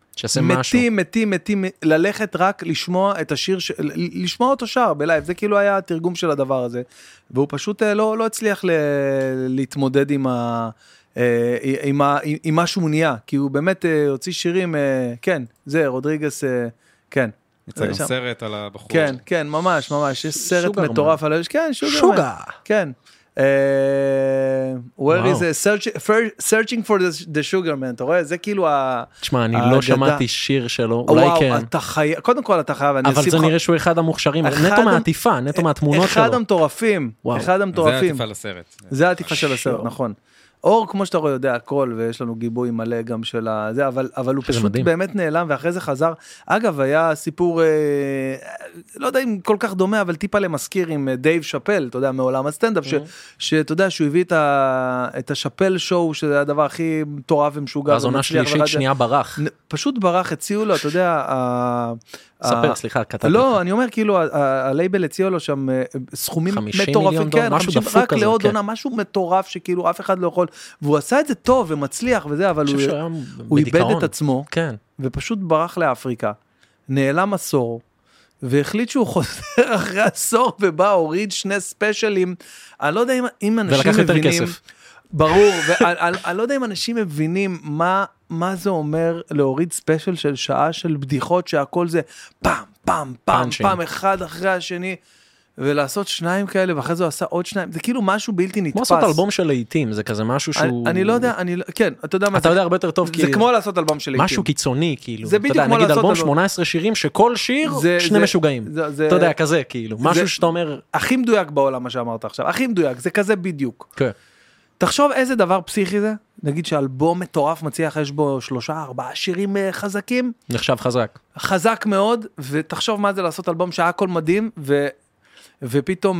מתים ללכת רק לשמוע את השיר, לשמוע אותו שר בלייב, זה כאילו היה התרגום של הדבר הזה, והוא פשוט לא הצליח להתמודד עם מה שהוא נהיה, כי הוא באמת הוציא שירים, כן, זה רודריגס, כן. יצא גם סרט על הבחור. כן, כן, ממש, יש סרט מטורף על זה, כן, שוגר. כן. Where is searching for the sugar man, אתה רואה? זה כאילו תשמע, אני לא שמעתי שיר שלו, אולי כן. קודם כל אתה חייב, אבל זה נראה שהוא אחד המוכשרים, נטו מהעטיפה, נטו מהתמונות שלו. אחד המטורפים. זה העטיפה לסרט. זה העטיפה של הסרט, נכון. אור, כמו שאתה רואה, יודע הכל, ויש לנו גיבוי מלא גם של זה, אבל הוא פשוט באמת נעלם, ואחרי זה חזר. אגב, היה סיפור, לא יודע אם כל כך דומה, אבל טיפה למזכיר עם דייב שאפל, אתה יודע, מעולם הסטנדאפ, שאתה יודע, שהוא הביא את השאפל שואו, שזה הדבר הכי מטורף ומשוגע. הזונה שלישית שנייה ברח. פשוט ברח, הציעו לו, אתה יודע, ספר, סליחה, כתבתי. לא, אני אומר, כאילו, הלייבל הציעו לו שם סכומים מטורפים, כן, רק לעוד עונה, משהו מטורף שכאילו אף אחד לא יכול, והוא עשה את זה טוב ומצליח וזה, אבל הוא איבד את עצמו, ופשוט ברח לאפריקה, נעלם עשור, והחליט שהוא חוזר אחרי עשור, ובא, הוריד 2 ספיישלים, אני לא יודע אם אנשים מבינים, ברור, ואני לא יודע אם אנשים מבינים מה זה אומר להוריד ספיישל של שעה של בדיחות שהכל זה פעם אחד אחרי השני, ולעשות 2 כאלה, ואחרי זה הוא עשה עוד 2, זה כאילו משהו בלתי נתפס. כמו לעשות אלבום של לעיתים, זה כזה משהו שהוא... אני לא יודע, כן, אתה יודע מה אתה יודע הרבה יותר טוב, זה כמו לעשות אלבום של לעיתים. משהו קיצוני, כאילו. זה בדיוק כמו לעשות... נגיד אלבום 18 שירים, שכל שיר, 2 משוגעים. אתה יודע, כזה, כאילו. משהו שאתה אומר... הכי מדויק בעולם, מה שאמרת עכשיו. הכי מדויק, זה כזה בדיוק. כן. תחשוב איזה דבר פסיכי זה, נגיד שאלבום מטורף מצליח, יש בו 3-4 שירים חזקים. נחשב חזק. חזק מאוד, ותחשוב מה זה לעשות אלבום שהיה הכל מדהים, ופתאום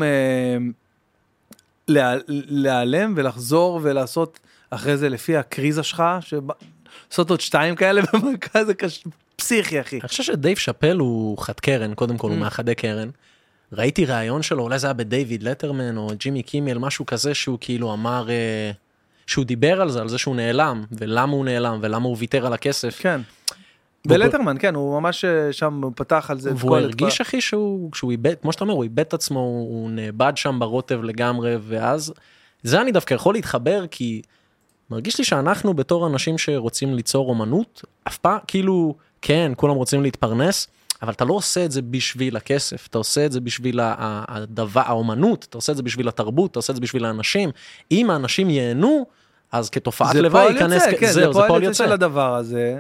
להיעלם ולחזור ולעשות אחרי זה לפי הקריזה שלך, לעשות עוד 2 כאלה במרכז, זה פסיכי אחי. אני חושב שדייב שאפל הוא חד קרן, קודם כל הוא מאחדי קרן. ראיתי רעיון שלו, אולי זה היה בדייוויד לטרמן או ג'ימי קימל, משהו כזה שהוא כאילו אמר, שהוא דיבר על זה שהוא נעלם, ולמה הוא נעלם, ולמה הוא ויתר על הכסף. כן. בלטרמן, כן, הוא ממש שם פתח על זה. והוא הרגיש אחי שהוא איבד, כמו שאתה אומר, הוא איבד את עצמו, הוא נאבד שם ברוטב לגמרי, ואז, זה אני דווקא יכול להתחבר, כי מרגיש לי שאנחנו בתור אנשים שרוצים ליצור אומנות, אף פעם, כאילו, כן, כולם רוצים להתפרנס, אבל אתה לא עושה את זה בשביל הכסף, אתה עושה את זה בשביל האומנות, אתה עושה את זה בשביל התרבות, אתה עושה את זה בשביל האנשים. אם האנשים ייהנו, אז כתופעת לוואי ייכנס, זה פועל יוצא של הדבר הזה.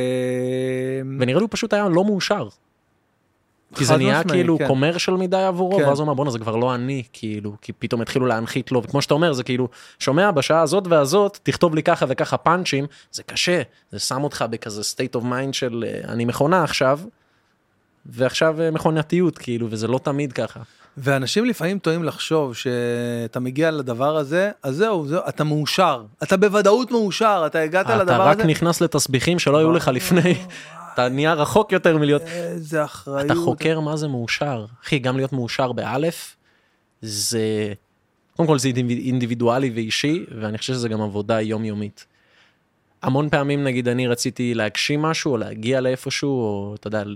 ונראה לי הוא פשוט היה לא מאושר. כי זה נהיה כאילו קומרשל מדי עבורו, ואז הוא אומר, בוא'נה, זה כבר לא אני, כאילו, כי פתאום התחילו להנחית לו, וכמו שאתה אומר, זה כאילו, שומע בשעה הזאת והזאת, תכתוב לי ככה וככה פאנצ'ים, זה קשה, זה שם אותך בכזה state of mind של, אני מכונה עכשיו, ועכשיו מכונתיות, כאילו, וזה לא תמיד ככה. ואנשים לפעמים טועים לחשוב שאתה מגיע לדבר הזה, אז זהו, אתה מאושר. אתה בוודאות מאושר, אתה הגעת לדבר הזה. אתה רק נכנס לתסביכים שלא היו לך לפני. אתה נהיה רחוק יותר מלהיות... איזה אחריות. אתה חוקר מה זה מאושר. אחי, גם להיות מאושר באלף, זה... קודם כל זה אינדיבידואלי ואישי, ואני חושב שזה גם עבודה יומיומית. המון פעמים, נגיד, אני רציתי להגשים משהו, או להגיע לאיפשהו, או אתה יודע,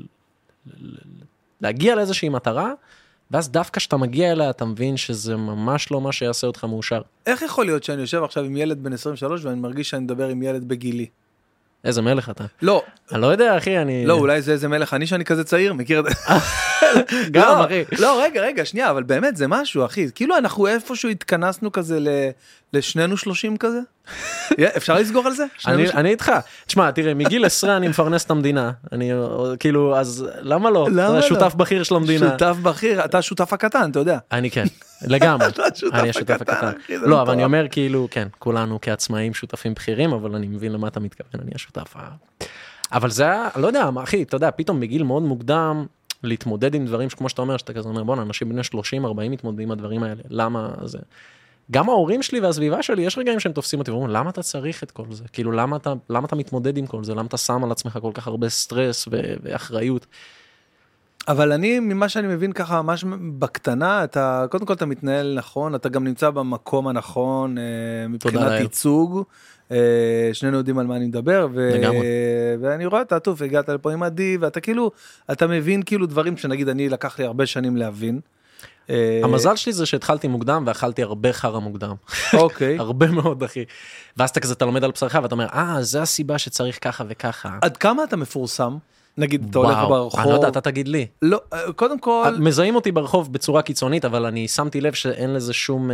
להגיע לאיזושהי מטרה, ואז דווקא שאתה מגיע אליה, אתה מבין שזה ממש לא מה שיעשה אותך מאושר. איך יכול להיות שאני יושב עכשיו עם ילד בן 23, ואני מרגיש שאני מדבר עם ילד בגילי? איזה מלך אתה. לא. אני לא יודע, אחי, אני... לא, אולי זה איזה מלך, אני שאני כזה צעיר, מכיר את זה? גם, אחי. לא, רגע, שנייה, אבל באמת זה משהו, אחי. כאילו אנחנו איפשהו התכנסנו כזה לשנינו 30 כזה? אפשר לסגור על זה? אני איתך. תשמע, תראה, מגיל 10 אני מפרנס את המדינה. אני, כאילו, אז למה לא? אתה שותף בכיר של המדינה. שותף בכיר, אתה השותף הקטן, אתה יודע. אני כן, לגמרי. אני השותף הקטן. לא, אבל אני אומר כאילו, כן, כולנו כעצמאים שותפים בכירים, אבל אני מבין למה אתה מתכוון, אני השותף. אבל זה, לא יודע, אחי, אתה יודע, פתאום בגיל מאוד מוקדם, להתמודד עם דברים שכמו שאתה אומר, שאתה כזה אומר, בוא, אנשים בני 30-40 מתמודדים עם הדברים האלה. למה זה? גם ההורים שלי והסביבה שלי, יש רגעים שהם תופסים אותי ואומרים, למה אתה צריך את כל זה? כאילו, למה אתה מתמודד עם כל זה? למה אתה שם על עצמך כל כך הרבה סטרס ואחריות? אבל אני, ממה שאני מבין ככה, ממש בקטנה, קודם כל אתה מתנהל נכון, אתה גם נמצא במקום הנכון, מבחינת ייצוג, שנינו יודעים על מה אני מדבר, ואני רואה, אתה טוב, הגעת לפה עם עדי, ואתה כאילו, אתה מבין כאילו דברים שנגיד, אני לקח לי הרבה שנים להבין. המזל שלי זה שהתחלתי מוקדם, ואכלתי הרבה חרא מוקדם. אוקיי. הרבה מאוד, אחי. ואז אתה כזה, אתה לומד על בשרך, ואתה אומר, זה הסיבה שצריך ככה וככה. עד כמה אתה מפורסם? נגיד, אתה הולך ברחוב. אני לא יודע, אתה תגיד לי. לא, קודם כל... מזהים אותי ברחוב בצורה קיצונית, אבל אני שמתי לב שאין לזה שום...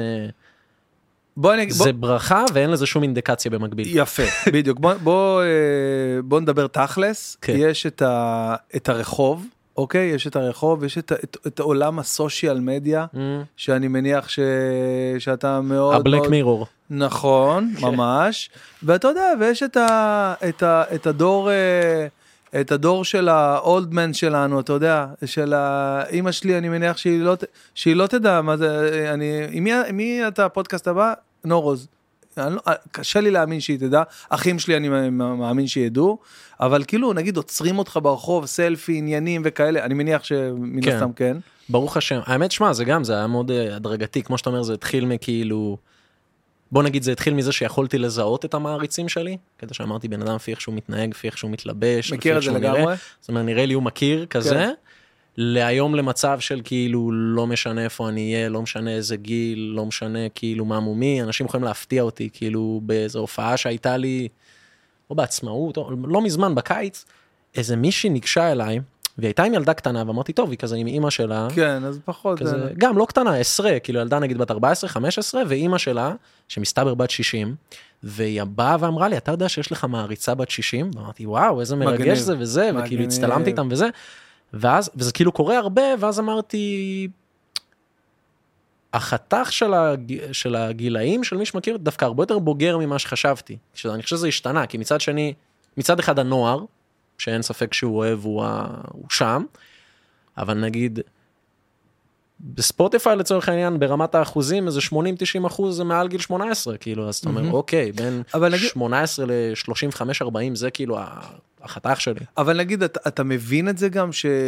זה ברכה, ואין לזה שום אינדיקציה במקביל. יפה, בדיוק. בוא נדבר תכלס. יש את הרחוב, אוקיי? יש את הרחוב, יש את עולם הסושיאל מדיה, שאני מניח שאתה מאוד... הבלק מירור. נכון, ממש. ואתה יודע, ויש את הדור... את הדור של האולדמן שלנו, אתה יודע, של האמא שלי, אני מניח שהיא לא תדע מה זה, מי אתה הפודקאסט הבא? נורוז. קשה לי להאמין שהיא תדע, אחים שלי אני מאמין שידעו, אבל כאילו נגיד עוצרים אותך ברחוב, סלפי, עניינים וכאלה, אני מניח שמן הסתם כן. ברוך השם, האמת שמה, זה היה מאוד הדרגתי, כמו שאתה אומר, זה התחיל מכאילו, בוא נגיד, זה התחיל מזה שיכולתי לזהות את המעריצים שלי, כדי שאמרתי בן אדם, לפי איך שהוא מתנהג, לפי איך שהוא מתלבש, מכיר את זה לגמרי? זאת אומרת, נראה לי הוא מכיר כזה, להיום למצב של כאילו, לא משנה איפה אני אהיה, לא משנה איזה גיל, לא משנה כאילו מה מומי, אנשים יכולים להפתיע אותי, כאילו באיזו הופעה שהייתה לי, או בעצמאות, או לא מזמן בקיץ, איזה מישהי ניגשה אליי, והיא הייתה עם ילדה קטנה, ואמרתי, טוב, היא כזה עם אמא שלה. כן, אז פחות. כזה, גם לא קטנה, 10, כאילו ילדה נגיד בת 14, 15, ואמא שלה, שמסתבר בת 60, והיא באה ואמרה לי, אתה יודע שיש לך מעריצה בת 60? ואמרתי, וואו, איזה מרגש זה וזה, וכאילו הצטלמתי איתם וזה, וזה כאילו קורה הרבה, ואז אמרתי, החתך של הגילאים של מי שמכיר, דווקא הרבה יותר בוגר ממה שחשבתי. אני חושב שזה השתנה, כי מצד אחד הנוער, שאין ספק שהוא אוהב, הוא שם, אבל נגיד, בספוטיפיי לצורך העניין, ברמת האחוזים, איזה 80-90% זה מעל גיל 18, כאילו, אז אתה אומר, אוקיי, בין 18 ל-35-40, זה כאילו החתך שלי. אבל נגיד, אתה מבין את זה גם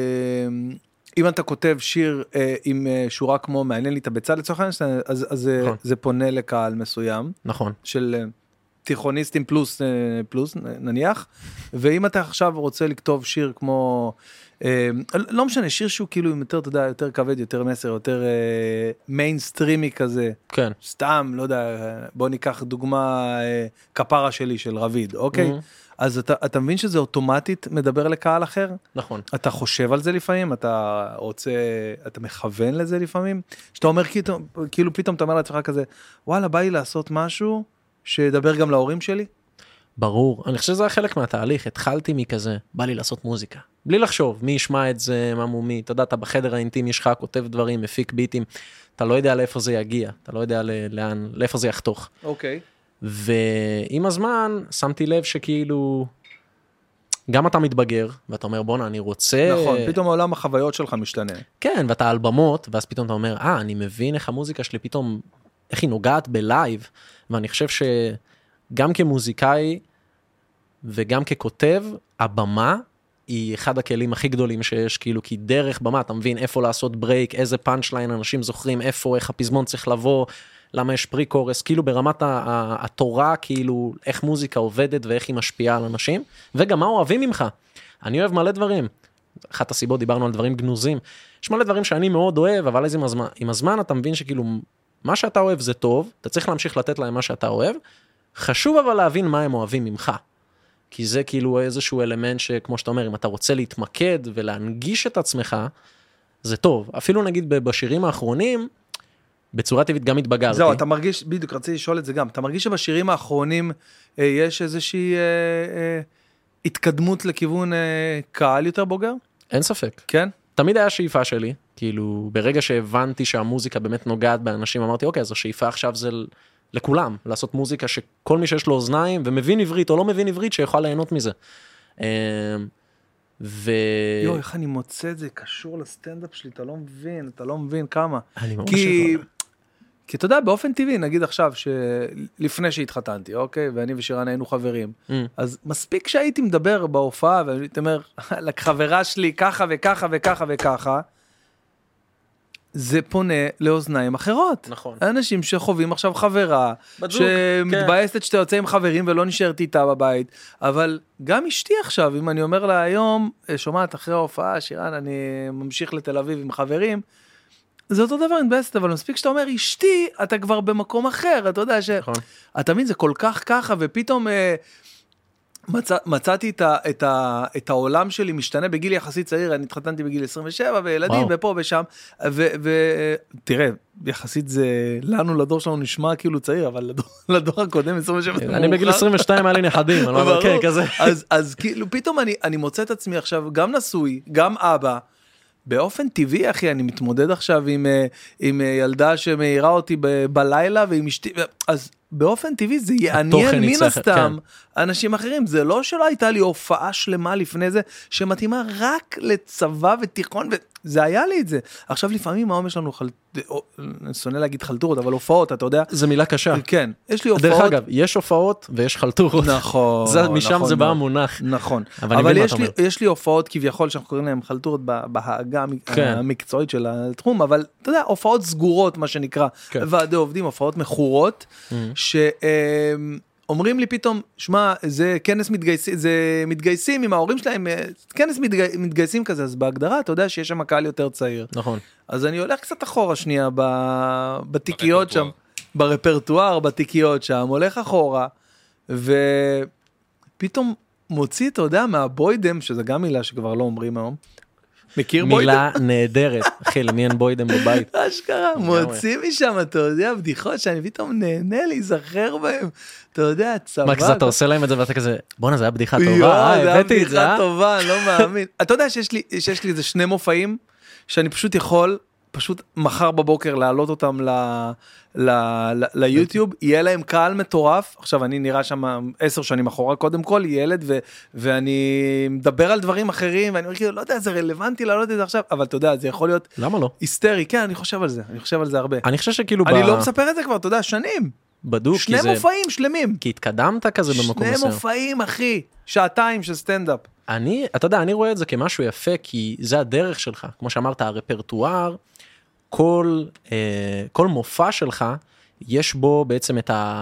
אם אתה כותב שיר עם שורה כמו מעניין לי את הביצה לצורך העניין, אז זה פונה לקהל מסוים. נכון. של תיכוניסטים פלוס נניח, ואם אתה עכשיו רוצה לכתוב שיר כמו, לא משנה, שיר שהוא כאילו יותר, אתה יודע, יותר כבד, יותר מסר, יותר מיינסטרימי כזה. כן. סתם, לא יודע, בוא ניקח דוגמה כפרה שלי של רביד, אוקיי? אז אתה מבין שזה אוטומטית מדבר לקהל אחר? נכון. אתה חושב על זה לפעמים? אתה מכוון לזה לפעמים? שאתה אומר כאילו פתאום אתה אומר לעצמך כזה, וואלה, בא לי לעשות משהו שידבר גם להורים שלי? ברור. אני חושב שזה היה חלק מהתהליך. התחלתי מכזה, בא לי לעשות מוזיקה. בלי לחשוב, מי ישמע את זה, מה מומי. אתה יודע, אתה בחדר האינטימי שלך, כותב דברים, מפיק ביטים. אתה לא יודע לאיפה זה יגיע. אתה לא יודע לאיפה זה יחתוך. אוקיי. ועם הזמן שמתי לב שכאילו גם אתה מתבגר ואתה אומר בונה אני רוצה נכון, פתאום העולם החוויות שלך משתנה. כן, ואתה על במות ואז פתאום אתה אומר אני מבין איך המוזיקה שלי פתאום איך היא נוגעת בלייב, ואני חושב שגם כמוזיקאי וגם ככותב הבמה היא אחד הכלים הכי גדולים שיש, כאילו כי דרך במה אתה מבין איפה לעשות ברייק, איזה פאנץ' ליין אנשים זוכרים, איפה, איך הפזמון צריך לבוא, למה יש פרי קורס, כאילו ברמת התורה, כאילו איך מוזיקה עובדת ואיך היא משפיעה על אנשים, וגם מה אוהבים ממך. אני אוהב מלא דברים, אחת הסיבות דיברנו על דברים גנוזים, יש מלא דברים שאני מאוד אוהב, אבל אז עם הזמן אתה מבין שכאילו מה שאתה אוהב זה טוב, אתה צריך להמשיך לתת להם מה שאתה אוהב, חשוב אבל להבין מה הם אוהבים ממך, כי זה כאילו איזשהו אלמנט שכמו שאתה אומר, אם אתה רוצה להתמקד ולהנגיש את עצמך, זה טוב. אפילו נגיד בשירים האחרונים, בצורה טבעית גם התבגרתי. זהו, אתה מרגיש, בדיוק רציתי לשאול את זה גם, אתה מרגיש שבשירים האחרונים יש איזושהי התקדמות לכיוון קהל יותר בוגר? אין ספק. כן? תמיד היה שאיפה שלי, כאילו ברגע שהבנתי שהמוזיקה באמת נוגעת באנשים, אמרתי אוקיי, אז השאיפה עכשיו זה לכולם, לעשות מוזיקה שכל מי שיש לו אוזניים ומבין עברית או לא מבין עברית שיוכל ליהנות מזה. יו, איך אני מוצא את זה קשור לסטנדאפ שלי, אתה לא מבין כמה. אני ממש כי אתה יודע, באופן טבעי, נגיד עכשיו, לפני שהתחתנתי, אוקיי, ואני ושירן היינו חברים, אז מספיק שהייתי מדבר בהופעה, והייתי אומר, לחברה שלי ככה וככה וככה וככה, זה פונה לאוזניים אחרות. נכון. אנשים שחווים עכשיו חברה, שמתבאסת שאתה יוצא עם חברים ולא נשארתי איתה בבית, אבל גם אשתי עכשיו, אם אני אומר לה היום, שומעת אחרי ההופעה, שירן, אני ממשיך לתל אביב עם חברים, זה אותו דבר מתבאסת, אבל מספיק שאתה אומר, אשתי, אתה כבר במקום אחר, אתה יודע אתה מבין, זה כל כך ככה, ופתאום מצאתי את העולם שלי משתנה בגיל יחסית צעיר, אני התחתנתי בגיל 27, וילדים ופה ושם, ותראה, יחסית זה, לנו לדור שלנו נשמע כאילו צעיר, אבל לדור הקודם 27 זה מאוחר. אני בגיל 22 היה לי נכדים, אבל כן, כזה. אז כאילו פתאום אני מוצא את עצמי עכשיו גם נשוי, גם אבא, באופן טבעי, אחי, אני מתמודד עכשיו עם ילדה שמעירה אותי בלילה, ועם אשתי, אז באופן טבעי זה יעניין מן הסתם אנשים אחרים, זה לא שלא הייתה לי הופעה שלמה לפני זה, שמתאימה רק לצבא ותיכון, וזה היה לי את זה. עכשיו לפעמים העומד שלנו, אני שונא להגיד חלטורות, אבל הופעות, אתה יודע. זה מילה קשה. כן, יש לי הופעות. דרך אגב, יש הופעות ויש חלטורות. נכון. משם זה בא המונח. נכון. אבל יש לי הופעות כביכול, שאנחנו קוראים להם חלטורות בהגה המקצועית של התחום, אבל אתה יודע, הופעות סגורות, מה שנקרא, ועדי עובדים, הופעות מחורות, שאומרים לי פתאום, שמה, זה כנס מתגייסים, זה מתגייסים עם ההורים שלהם, כנס מתגייסים כזה, אז בהגדרה, אתה יודע שיש שם קהל יותר צעיר. נכון. אז אני הולך קצת אחורה שנייה, בתיקיות שם, ברפרטואר, בתיקיות שם, הולך אחורה, ופתאום מוציא, אתה יודע, מהבוידם, שזה גם מילה שכבר לא אומרים היום, מכיר בוידם? מילה נהדרת. אחי, למי אין בוידם בבית? אשכרה, מוציא משם, אתה יודע, בדיחות שאני פתאום נהנה להיזכר בהם. אתה יודע, צבא. מה, כזה אתה עושה להם את זה ואתה כזה, בואנה, זה היה בדיחה טובה, זה היה הבאתי את זה, בדיחה טובה, אני לא מאמין. אתה יודע שיש לי איזה 2 מופעים, שאני פשוט יכול, פשוט מחר בבוקר להעלות אותם ליוטיוב, יהיה להם קהל מטורף. עכשיו אני נראה שם 10 שנים אחורה, קודם כל ילד, ואני מדבר על דברים אחרים, ואני אומר כאילו, לא יודע, זה רלוונטי להעלות את זה עכשיו, אבל אתה יודע, זה יכול להיות למה לא? היסטרי. כן, אני חושב על זה הרבה. אני חושב שכאילו אני לא מספר את זה כבר, אתה יודע, שנים. בדוק, 2 מופעים שלמים. כי התקדמת כזה במקום מסוים. 2 מופעים, אחי. 2 שעתיים של סטנדאפ. אתה יודע, אני רואה את זה כמשהו יפה, כי זה הדרך שלך. כמו שאמרת, הרפרטואר, כל מופע שלך, יש בו בעצם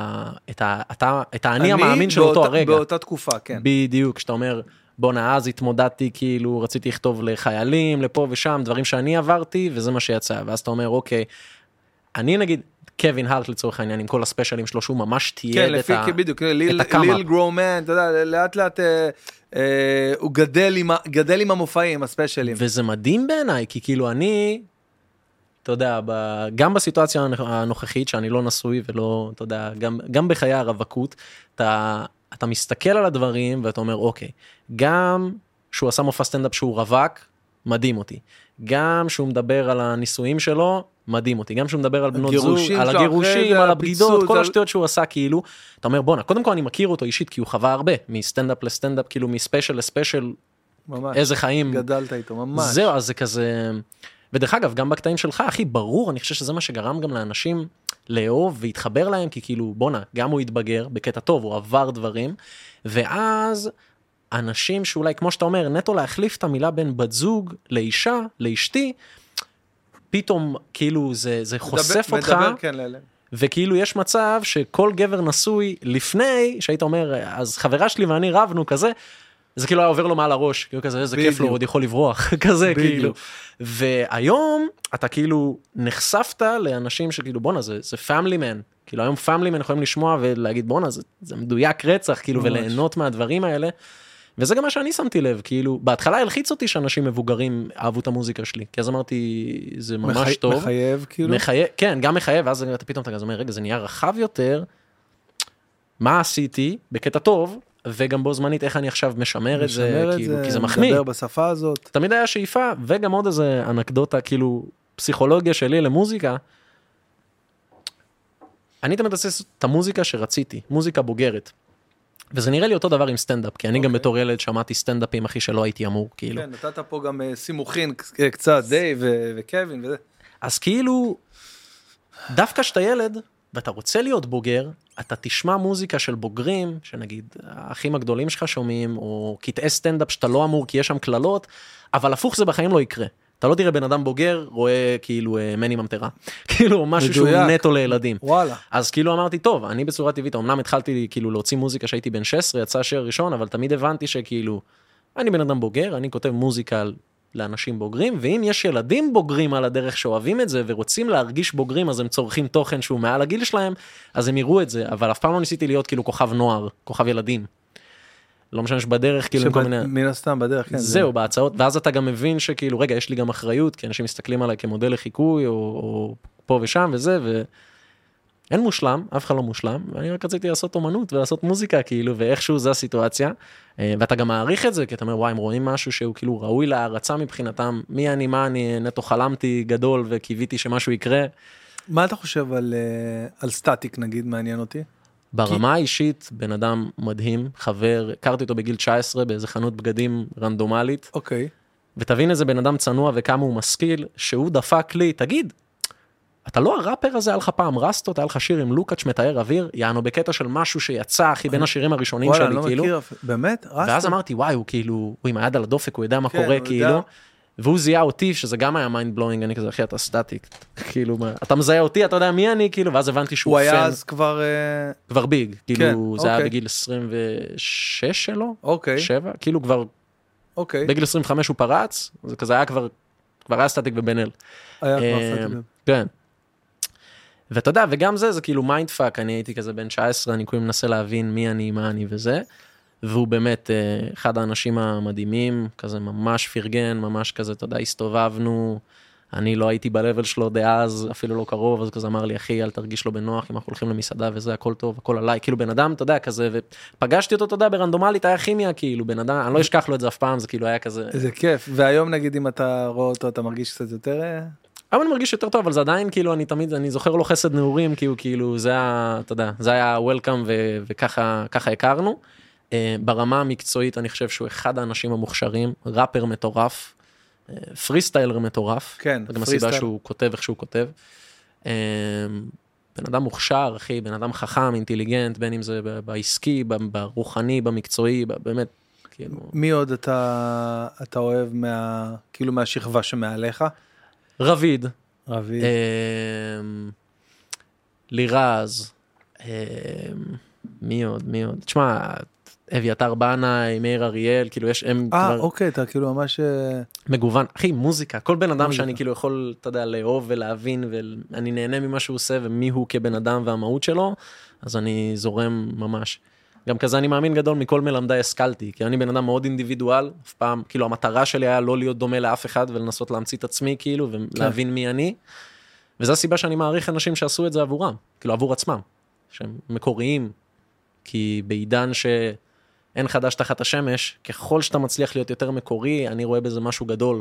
את האני המאמין של אותו הרגע. באותה תקופה, כן. בדיוק, כשאתה אומר, בונה, אז התמודדתי, כאילו, רציתי לכתוב לחיילים, לפה ושם, דברים שאני עברתי, וזה מה שיצא. ואז אתה אומר, אוקיי, אני נגיד, קווין הארט לצורך העניין, עם כל הספיישלים שלו, שהוא ממש תיעד את הקאמה. בדיוק, ליל גרומן, אתה יודע, לאט לאט הוא גדל עם המופעים, הספיישלים. וזה מדהים בעיניי, כי כאילו אני, אתה יודע, גם בסיטואציה הנוכחית, שאני לא נשוי ולא, אתה יודע, גם בחיי הרווקות, אתה מסתכל על הדברים ואתה אומר, אוקיי, גם שהוא עשה מופע סטנדאפ שהוא רווק, מדהים אותי. גם שהוא מדבר על הנישואים שלו, מדהים אותי. גם שהוא מדבר על בנות זוג, על הגירושים, על הבגידות, כל השטויות שהוא עשה, כאילו, אתה אומר, בונה, קודם כל אני מכיר אותו אישית, כי הוא חווה הרבה, מסטנדאפ לסטנדאפ, כאילו מספיישל לספיישל, איזה חיים. גדלת איתו, ממש. זהו, אז זה כזה, ודרך אגב, גם בקטעים שלך, הכי ברור, אני חושב שזה מה שגרם גם לאנשים לאהוב והתחבר להם, כי כאילו, בונה, גם הוא התבגר, בקטע טוב, הוא עבר דברים, ואז אנשים שאולי, כמו שאתה אומר, נטו להחליף את המילה בין בת זוג לאישה, לאשתי, פתאום כאילו זה חושף אותך, מדבר, כן, וכאילו יש מצב שכל גבר נשוי לפני, שהיית אומר, אז חברה שלי ואני רבנו כזה, זה כאילו היה עובר לו מעל הראש, כאילו כזה, איזה כיף לו, עוד יכול לברוח, כזה כאילו. והיום אתה כאילו נחשפת לאנשים שכאילו, בונה, זה family man, כאילו היום family man יכולים לשמוע ולהגיד, בונה, זה מדויק רצח, כאילו, וליהנות מהדברים האלה, וזה גם מה שאני שמתי לב, כאילו, בהתחלה הלחיץ אותי שאנשים מבוגרים אהבו את המוזיקה שלי, כי אז אמרתי, זה ממש טוב. מחייב, כאילו? כן, גם מחייב, ואז אתה פתאום אתה אומר, רגע, זה נהיה רחב יותר, מה עשיתי, בקטע טוב, וגם בו זמנית, איך אני עכשיו משמר את זה, כאילו, כי זה מחמיא. מדבר בשפה הזאת. תמיד היה שאיפה, וגם עוד איזה אנקדוטה, כאילו, פסיכולוגיה שלי למוזיקה, אני תמיד עושה את המוזיקה שרציתי, מוזיקה בוגרת. וזה נראה לי אותו דבר עם סטנדאפ, כי אני גם בתור ילד שמעתי סטנדאפים, אחי, שלא הייתי אמור, כאילו. כן, נתת פה גם סימוכין קצת, דייב וקווין וזה. אז כאילו, דווקא שאתה ילד, ואתה רוצה להיות בוגר, אתה תשמע מוזיקה של בוגרים, שנגיד, האחים הגדולים שלך שומעים, או קטעי סטנדאפ שאתה לא אמור, כי יש שם כללות, אבל הפוך זה בחיים לא יקרה. אתה לא תראה בן אדם בוגר, רואה כאילו מני ממטרה. כאילו משהו שהוא נטו לילדים. וואלה. אז כאילו אמרתי, טוב, אני בצורה טבעית, אמנם התחלתי כאילו להוציא מוזיקה שהייתי בן 16, יצא השיר הראשון, אבל תמיד הבנתי שכאילו, אני בן אדם בוגר, אני כותב מוזיקה לאנשים בוגרים, ואם יש ילדים בוגרים על הדרך שאוהבים את זה, ורוצים להרגיש בוגרים, אז הם צורכים תוכן שהוא מעל הגיל שלהם, אז הם יראו את זה, אבל אף פעם לא ניסיתי להיות כאילו כוכב נוער, כוכב ילדים. לא משנה שבדרך, כאילו, כל מיני... מן הסתם בדרך, כן. זהו, בהצעות, ואז אתה גם מבין שכאילו, רגע, יש לי גם אחריות, כי אנשים מסתכלים עליי כמודל לחיקוי, או פה ושם וזה, ואין מושלם, אף אחד לא מושלם, ואני רק רציתי לעשות אומנות ולעשות מוזיקה, כאילו, ואיכשהו זה הסיטואציה, ואתה גם מעריך את זה, כי אתה אומר, וואי, הם רואים משהו שהוא כאילו ראוי להערצה מבחינתם, מי אני, מה אני, נטו חלמתי גדול, וקיוויתי שמשהו יקרה. מה אתה חושב על סטטיק, נגיד, מעניין אותי? ברמה האישית, בן אדם מדהים, חבר, הכרתי אותו בגיל 19 באיזה חנות בגדים רנדומלית. אוקיי. ותבין איזה בן אדם צנוע וכמה הוא משכיל, שהוא דפק לי, תגיד, אתה לא הראפר הזה, היה לך פעם רסטות, היה לך שיר עם לוקאץ' מתאר אוויר, יענו בקטע של משהו שיצא, אחי, בין השירים הראשונים שלי, כאילו. וואלה, לא מכיר, באמת? רסטות? ואז אמרתי, וואי, הוא כאילו, הוא עם היד על הדופק, הוא יודע מה קורה, כאילו. והוא זיהה אותי, שזה גם היה מיינד בלואינג, אני כזה, אחי, אתה סטטיק, כאילו, אתה מזהה אותי, אתה יודע מי אני, כאילו, ואז הבנתי שהוא הוא היה אז כבר ביג, כאילו, זה היה בגיל 26 שלו, 7, כאילו כבר, בגיל 25 הוא פרץ, זה כזה היה כבר היה סטטיק ובן אל. היה כבר סטטיק. כן. ואתה יודע, וגם זה כאילו מיינד פאק, אני הייתי כזה בן 19, אני כאילו מנסה להבין מי אני, מה אני וזה, והוא באמת אחד האנשים המדהימים, כזה ממש פרגן, ממש כזה, אתה יודע, הסתובבנו, אני לא הייתי בלבל שלו דאז, אפילו לא קרוב, אז כזה אמר לי, אחי, אל תרגיש לו בנוח, אם אנחנו הולכים למסעדה וזה, הכל טוב, הכל עליי, כאילו בן אדם, אתה יודע, כזה, ופגשתי אותו, אתה יודע, ברנדומלית, היה כימיה, כאילו, בן אדם, אני לא אשכח לו את זה אף פעם, זה כאילו היה כזה... זה כיף, והיום נגיד אם אתה רואה אותו, אתה מרגיש קצת יותר... אבל אני מרגיש יותר טוב, אבל זה עדיין, כאילו, אני זוכר לו חסד נעורים, כאילו, זה היה, אתה יודע, זה היה וולקאם, וככה הכרנו. ברמה המקצועית, אני חושב שהוא אחד האנשים המוכשרים, ראפר מטורף, פריסטיילר מטורף. כן, גם הסיבה שהוא כותב איך שהוא כותב. בן אדם מוכשר, אחי, בן אדם חכם, אינטליגנט, בין אם זה בעסקי, ברוחני, במקצועי, באמת, כאילו... מי עוד אתה אוהב כאילו מהשכבה שמעליך? רביד. רביד. לירז. מי עוד? תשמע, אביתר בנאי, מאיר אריאל, כאילו יש... אוקיי, אתה כאילו ממש... מגוון. אחי, מוזיקה. כל בן אדם שאני כאילו יכול, אתה יודע, לאהוב ולהבין, ואני נהנה ממה שהוא עושה, ומי הוא כבן אדם והמהות שלו, אז אני זורם ממש. גם כזה אני מאמין גדול, מכל מלמדי השכלתי, כי אני בן אדם מאוד אינדיבידואל, אף פעם, כאילו המטרה שלי היה לא להיות דומה לאף אחד, ולנסות להמציא את עצמי, כאילו, ולהבין מי אני, וזו הסיבה שאני מעריך אנשים שעשו את זה עבורם, כאילו עבור עצמם, שהם מקוריים, כי בעידן שאין חדש תחת השמש, ככל שאתה מצליח להיות יותר מקורי, אני רואה בזה משהו גדול.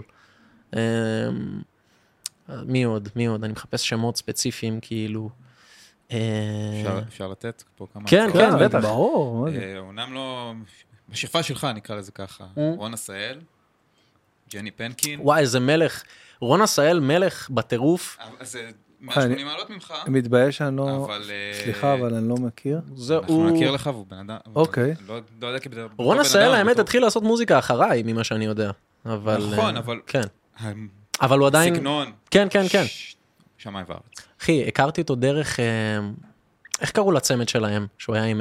מי עוד? אני מחפש שמות ספציפיים, כאילו... אפשר לתת פה כמה... כן, בטח. ברור. אומנם לא... בשכבה שלך נקרא לזה ככה. רון עשאל, ג'ני פנקין. וואי, איזה מלך. רון עשאל מלך בטירוף. זה 180 מעלות ממך. מתבייש שאני לא... סליחה, אבל אני לא מכיר. אנחנו נכיר לך והוא בן אדם... אוקיי. לא יודע כבדר... רון עשאל, האמת, התחיל לעשות מוזיקה אחריי, ממה שאני יודע. נכון, אבל... כן. אבל הוא עדיין... סגנון. כן. שמיים וארץ. אחי, הכרתי אותו דרך... איך קראו לצמד שלהם? שהוא היה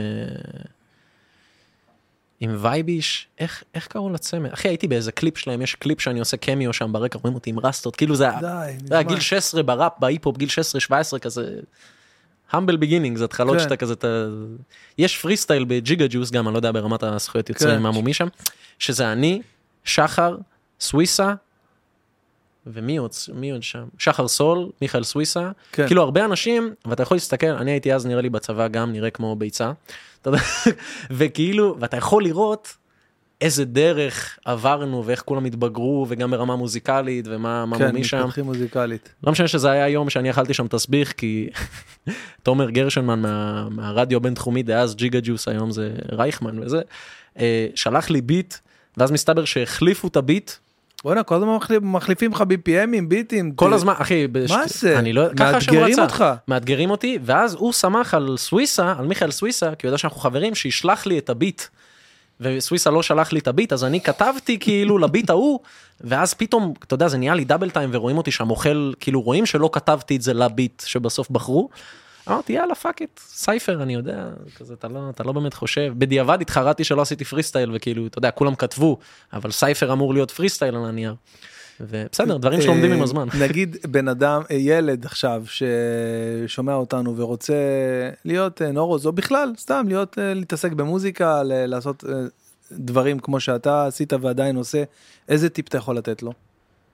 עם וייביש? איך קראו לצמד? אחי, הייתי באיזה קליפ שלהם, יש קליפ שאני עושה קמיו שם ברקע, רואים אותי עם רסטות, כאילו זה היה גיל 16 בראפ, בהיפ-הופ, גיל 16-17 כזה... humble beginning, זה התחלות שאתה כזה... יש פרי סטייל בג'יגה ג'וס, גם אני לא יודע ברמת הזכויות יוצרים מהמומי שם, שזה אני, שחר, סוויסה, ומי עוד שם? שחר סול, מיכאל סוויסה, כאילו הרבה אנשים, ואתה יכול להסתכל, אני הייתי אז נראה לי בצבא גם, נראה כמו ביצה, וכאילו, ואתה יכול לראות איזה דרך עברנו, ואיך כולם התבגרו, וגם ברמה מוזיקלית, ומה מומי שם. כן, מתפתחים מוזיקלית. לא משנה שזה היה יום שאני אכלתי שם תסביך, כי תומר גרשנמן מהרדיו בינתחומי, דאז ג'יגה ג'וס, היום זה רייכמן וזה, שלח לי ביט, ואז מסתבר שהחליפו את הביט, בוא'נה, כל הזמן מחליפים לך BPM'ים, ביטים. כל הזמן, אחי, מה זה? מאתגרים אותך. מאתגרים אותי, ואז הוא שמח על סוויסה, על מיכאל סוויסה, כי הוא יודע שאנחנו חברים, שישלח לי את הביט. וסוויסה לא שלח לי את הביט, אז אני כתבתי כאילו לביט ההוא, ואז פתאום, אתה יודע, זה נהיה לי דאבל טיים, ורואים אותי שם אוכל, כאילו רואים שלא כתבתי את זה לביט שבסוף בחרו. אמרתי, יאללה, פאק את, סייפר, אני יודע, כזה, אתה לא באמת חושב. בדיעבד התחרתי שלא עשיתי פרי סטייל, וכאילו, אתה יודע, כולם כתבו, אבל סייפר אמור להיות פרי סטייל על הנייר. ובסדר, דברים שלומדים עם הזמן. נגיד, בן אדם, ילד עכשיו, ששומע אותנו ורוצה להיות נורוז, או בכלל, סתם, להתעסק במוזיקה, לעשות דברים כמו שאתה עשית ועדיין עושה, איזה טיפ אתה יכול לתת לו?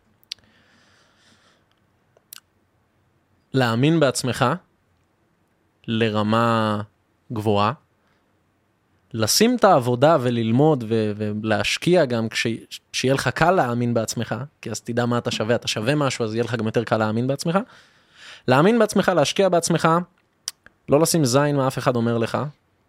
להאמין בעצמך, לרמה גבוהה, לשים את העבודה וללמוד ולהשקיע גם כשיהיה לך קל להאמין בעצמך, כי אז תדע מה אתה שווה משהו, אז יהיה לך גם יותר קל להאמין בעצמך. להאמין בעצמך, להשקיע בעצמך, לא לשים זין מה אף אחד אומר לך,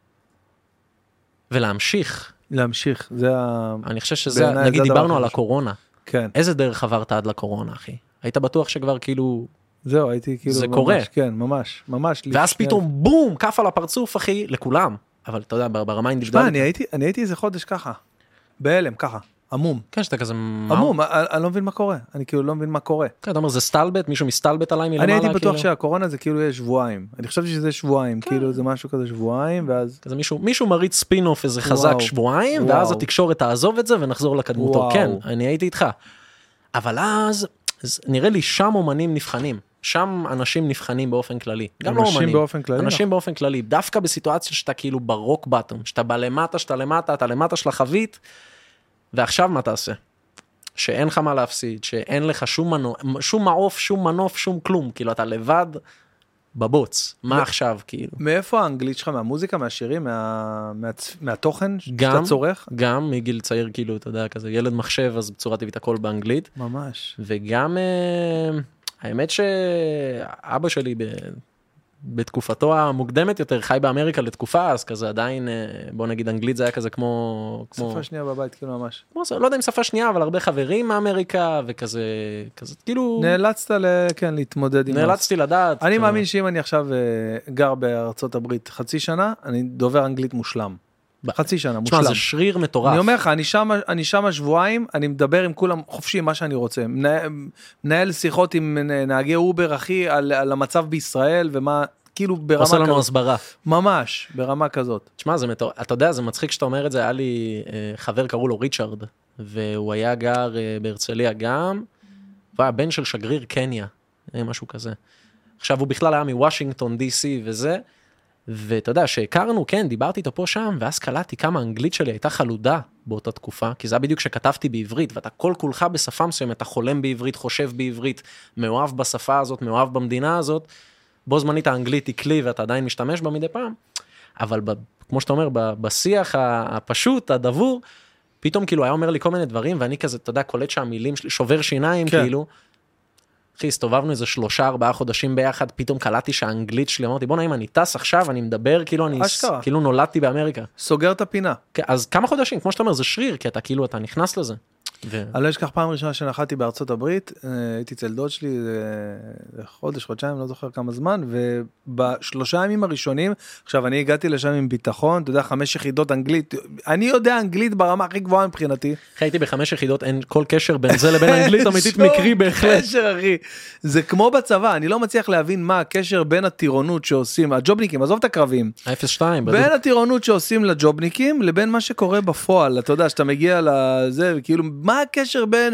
ולהמשיך. להמשיך, זה אני חושב שזה, נגיד דיברנו על הקורונה. כן. איזה דרך עברת עד לקורונה, אחי? היית בטוח שכבר כאילו... זהו, הייתי כאילו... זה קורה. כן, ממש. ואז פתאום בום, כף על הפרצוף, אחי, לכולם. אבל אתה יודע, ברמה אינדיבידואלית. אני הייתי איזה חודש ככה, בהלם, ככה, עמום. כן, שאתה כזה... עמום, אני לא מבין מה קורה. אני כאילו לא מבין מה קורה. כן, אתה אומר, זה סטלבט, מישהו מסטלבט עליי מלמעלה, אני הייתי בטוח שהקורונה זה כאילו יהיה שבועיים. אני חשבתי שזה שבועיים, כאילו זה משהו כזה שבועיים, ואז... כזה מישהו מריץ ספין-אוף איזה חזק שבועיים, ואז התקשורת תעזוב את זה ונחזור לקדמותו. כן, אני הייתי איתך. אבל אז, נראה לי שם אומנים נבחנים. שם אנשים נבחנים באופן כללי. גם לא אנשים אומנים. באופן כללי, אנשים באופן כללי. דווקא בסיטואציה שאתה כאילו ברוק בטום, שאתה בא למטה, אתה למטה של החבית, ועכשיו מה תעשה? שאין לך מה להפסיד, שאין לך שום מעוף, שום מנוף, שום כלום, כאילו אתה לבד בבוץ. מה עכשיו, כאילו? מאיפה האנגלית שלך? מהמוזיקה, מהשירים, מהתוכן שאתה צורך? גם מגיל צעיר, כאילו, אתה יודע, כזה ילד מחשב, אז בצורה טבעית הכל באנגלית. ממש. וגם, האמת שאבא שלי בתקופתו המוקדמת יותר, חי באמריקה לתקופה, אז כזה עדיין, בוא נגיד, אנגלית זה היה כזה כמו... שפה שנייה בבית, כאילו ממש. לא יודע אם שפה שנייה, אבל הרבה חברים מאמריקה, וכזה, כאילו... נאלצת, כן, להתמודד עם... נאלצתי לדעת. אני מאמין שאם אני עכשיו גר בארצות הברית חצי שנה, אני דובר אנגלית מושלם. חצי שנה, מושלם. תשמע, זה שריר מטורף. אני אומר לך, אני שם שבועיים, אני מדבר עם כולם חופשי, מה שאני רוצה. מנהל שיחות עם נהגי אובר, אחי, על המצב בישראל, ומה, כאילו ברמה כזאת. עושה לנו הסברה. ממש, ברמה כזאת. תשמע, אתה יודע, זה מצחיק שאתה אומר את זה, היה לי חבר, קראו לו ריצ'רד, והוא היה גר בהרצליה גם, והיה בן של שגריר קניה, משהו כזה. עכשיו, הוא בכלל היה מוושינגטון, DC וזה, ואתה יודע, שהכרנו, כן, דיברתי איתו פה שם, ואז קלטתי כמה האנגלית שלי הייתה חלודה באותה תקופה, כי זה היה בדיוק שכתבתי בעברית, ואתה כל כולך בשפה מסוימת, אתה חולם בעברית, חושב בעברית, מאוהב בשפה הזאת, מאוהב במדינה הזאת, בו זמנית האנגלית היא כלי, ואתה עדיין משתמש בה מדי פעם, אבל כמו שאתה אומר, בשיח הפשוט, הדבור, פתאום כאילו היה אומר לי כל מיני דברים, ואני כזה, אתה יודע, קולט שהמילים שלי, שובר שיניים, כן. כאילו, אחי, הסתובבנו איזה 3-4 חודשים ביחד, פתאום קלטתי שהאנגלית שלי, אמרתי, בוא נעים, אני טס עכשיו, אני מדבר, כאילו נולדתי באמריקה. סוגר את הפינה. כן, אז כמה חודשים, כמו שאתה אומר, זה שריר, כי אתה כאילו, אתה נכנס לזה. אני לא אשכח פעם ראשונה שנחתי בארצות הברית, הייתי אצל דוד שלי חודש, חודשיים, לא זוכר כמה זמן, ובשלושה ימים הראשונים, עכשיו אני הגעתי לשם עם ביטחון, אתה יודע, 5 יחידות אנגלית, אני יודע אנגלית ברמה הכי גבוהה מבחינתי. הייתי ב5 יחידות, אין כל קשר בין זה לבין אנגלית אמיתית מקרי בהחלט. קשר, אחי. זה כמו בצבא, אני לא מצליח להבין מה הקשר בין הטירונות שעושים, הג'ובניקים, עזוב את הקרבים. ה-02. בין הטירונות שעושים לג'ובניקים, לבין מה שקורה בפועל, אתה יודע, שאתה מגיע לזה, וכאילו, מה הקשר בין,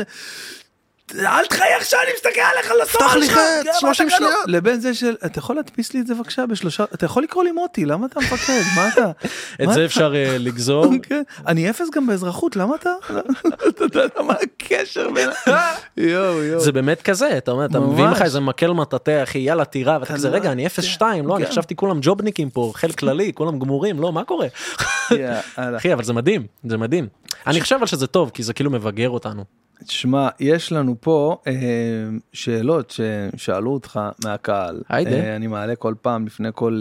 אל תחייך שאני מסתכל עליך לסוף פתח לי חץ, 30 שניות. לבין זה של, אתה יכול להדפיס לי את זה בבקשה בשלושה, אתה יכול לקרוא לי מוטי, למה אתה מפקד? מה אתה? את זה אפשר לגזור. אני אפס גם באזרחות, למה אתה? אתה יודע מה הקשר בין... זה באמת כזה, אתה אומר, אתה מביא לך איזה מקל מטאטא, אחי, יאללה תירה, ואתה כזה, רגע, אני 0-2, לא, אני חשבתי כולם ג'ובניקים פה, חלק כללי, כולם גמורים, לא, מה קורה? אחי, אבל זה מדהים, זה מדהים. אני חושב על שזה טוב, כי זה כאילו מבגר אותנו. תשמע, יש לנו פה שאלות ששאלו אותך מהקהל. אני מעלה כל פעם לפני כל...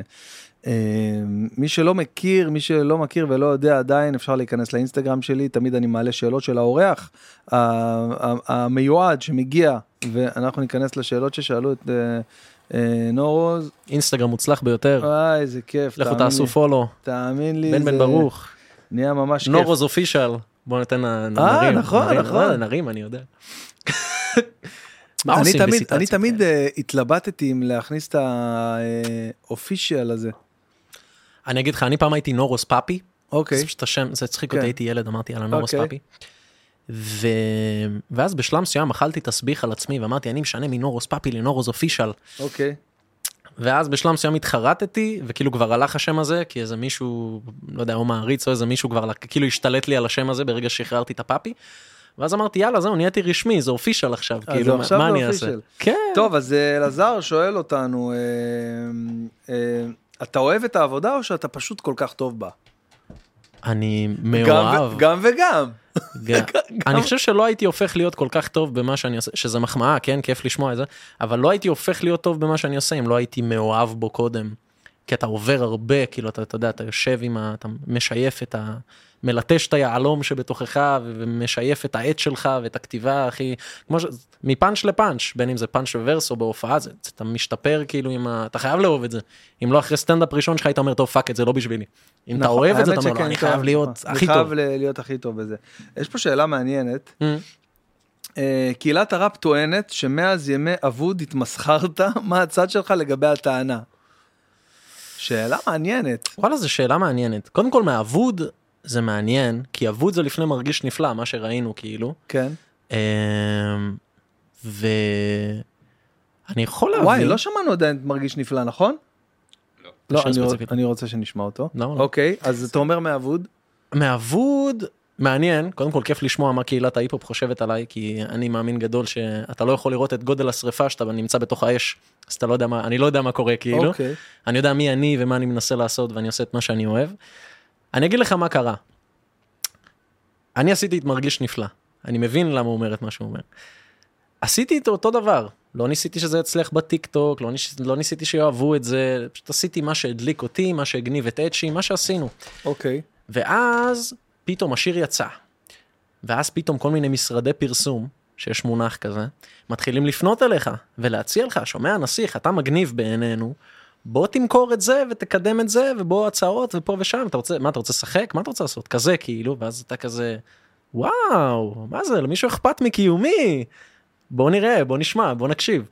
מי שלא מכיר ולא יודע עדיין, אפשר להיכנס לאינסטגרם שלי, תמיד אני מעלה שאלות של האורח, המיועד שמגיע, ואנחנו ניכנס לשאלות ששאלו את נורוז. אינסטגרם מוצלח ביותר. וואי, איזה כיף. לכו תעשו פולו. תאמין לי. בן ברוך. נהיה ממש כיף. נורוז אופישל. בוא ניתן נרים. נכון. נרים, אני יודע. אני תמיד התלבטתי אם להכניס את האופישיאל הזה. אני אגיד לך, אני פעם הייתי נורוז פאפי. אוקיי. זה צחיק אותי, הייתי ילד, אמרתי, יאללה, נורוז פאפי. ואז בשלב מסוים אכלתי תסביך על עצמי, ואמרתי, אני משנה מנורוז פאפי לנורוז אופישיאל. אוקיי. ואז בשלב מסוים התחרטתי, וכאילו כבר הלך השם הזה, כי איזה מישהו, לא יודע, או מעריץ, או איזה מישהו כבר כאילו השתלט לי על השם הזה, ברגע שחררתי את הפאפי, ואז אמרתי, יאללה, זהו, נהייתי רשמי, זה אופישל עכשיו, כאילו, מה אני אעשה? כן. טוב, אז אלעזר שואל אותנו, אתה אוהב את העבודה, או שאתה פשוט כל כך טוב בה? אני מאוהב. גם וגם. אני חושב שלא הייתי הופך להיות כל כך טוב במה שאני עושה, שזה מחמאה, כן, כיף לשמוע את זה, אבל לא הייתי הופך להיות טוב במה שאני עושה, אם לא הייתי מאוהב בו קודם, כי אתה עובר הרבה, כאילו, אתה יודע, אתה יושב אתה משייף מלטש את היעלום שבתוכך, ומשייף את העט שלך, ואת הכתיבה, הכי, מפאנץ' לפאנץ', בין אם זה פאנץ' וורס או בהופעה, אתה משתפר, כאילו, אתה חייב לאהוב את זה. אם לא אחרי סטנדאפ ראשון שלך, היית אומר, טוב, פאק את זה, לא בשבילי. אם אתה אוהב את זה, אתה אומר, אני חייב להיות הכי טוב. אני חייב להיות הכי טוב בזה. יש פה שאלה מעניינת. קהילת הראפ טוענת שמאז ימי אבוד התמסחרת, מה הצד שלך לגבי הטענה? שאלה מעניינת. וואלה, זו שאלה מעניינת. קודם כל, מאבוד זה מעניין, כי אבוד זה לפני מרגיש נפלא, מה שראינו, כאילו. כן. אני יכול להבין. וואי, לא שמענו עדיין מרגיש נפלא, נכון? לא, אני רוצה שנשמע אותו. אוקיי, אז אתה אומר מאבוד? מאבוד, מעניין, קודם כל כיף לשמוע מה קהילת ההיפ-הופ חושבת עליי, כי אני מאמין גדול שאתה לא יכול לראות את גודל השריפה שאתה נמצא בתוך האש, אז אתה לא יודע מה, אני לא יודע מה קורה כאילו, אני יודע מי אני ומה אני מנסה לעשות, ואני עושה את מה שאני אוהב. אני אגיד לך מה קרה. אני עשיתי את מרגיש נפלא, אני מבין למה הוא אומר את מה שהוא אומר. עשיתי את אותו דבר, לא ניסיתי שזה יצליח בטיק טוק, לא ניסיתי שיאהבו את זה, פשוט עשיתי מה שהדליק אותי, מה שהגניב את אצ'י, מה שעשינו. אוקיי. ואז פתאום השיר יצא, ואז פתאום כל מיני משרדי פרסום, שיש מונח כזה, מתחילים לפנות אליך, ולהציע לך, שומע נסיך, אתה מגניב בעינינו, בוא תמכור את זה, ותקדם את זה, ובוא הצעות, ופה ושם, מה אתה רוצה לשחק? מה אתה רוצה לעשות? כזה כאילו, ואז אתה כזה, וואו, מה זה, למישהו אכפת מקיומי? בוא נראה, בוא נשמע, בוא נקשיב.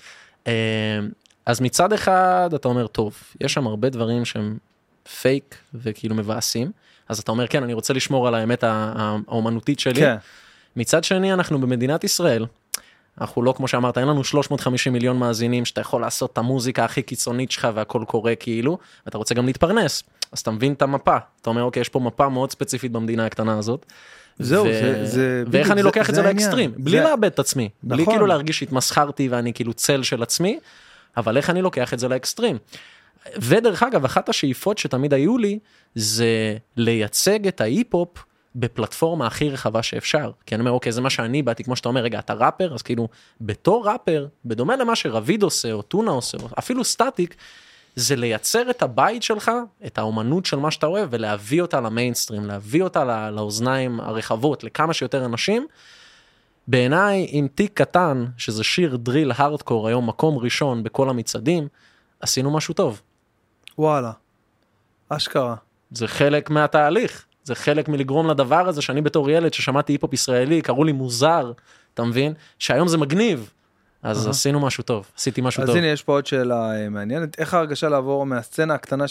אז מצד אחד, אתה אומר, טוב, יש שם הרבה דברים שהם פייק, וכאילו מבאסים, אז אתה אומר, כן, אני רוצה לשמור על האמת האומנותית שלי. כן. מצד שני, אנחנו במדינת ישראל, אנחנו לא, כמו שאמרת, אין לנו 350 מיליון מאזינים, שאתה יכול לעשות את המוזיקה הכי קיצונית שלך, והכל קורה כאילו, ואתה רוצה גם להתפרנס, אז אתה מבין את המפה, אתה אומר, אוקיי, יש פה מפה מאוד ספציפית במדינה הקטנה הזאת, זהו, ואיך אני לוקח את זה לאקסטרים, בלי לאבד את עצמי, בלי כאילו להרגיש שהתמסחרתי, ואני כאילו צל של עצמי, אבל איך אני לוקח את זה לאקסטרים. ודרך אגב, אחת השאיפות שתמיד היו לי, זה לייצג את ההיפ-הופ בפלטפורמה הכי רחבה שאפשר. כי אני אומר, אוקיי, זה מה שאני באתי, כמו שאתה אומר, רגע, אתה ראפר, אז כאילו, בתור ראפר, בדומה למה שרביד עושה, או טונה עושה, או אפילו סטטיק, זה לייצר את הבית שלך, את האומנות של מה שאתה אוהב, ולהביא אותה למיינסטרים, להביא אותה לאוזניים הרחבות, לכמה שיותר אנשים. בעיניי, עם תיק קטן, שזה שיר דריל הרדקור, היום מקום ראשון בכל המצעדים, עשינו משהו טוב. וואלה, אשכרה. זה חלק מהתהליך, זה חלק מלגרום לדבר הזה, שאני בתור ילד ששמעתי היפ-הופ ישראלי, קראו לי מוזר, אתה מבין? שהיום זה מגניב, אז עשינו משהו טוב, עשיתי משהו טוב. אז הנה יש פה עוד שאלה מעניינת, איך ההרגשה לעבור מהסצנה הקטנה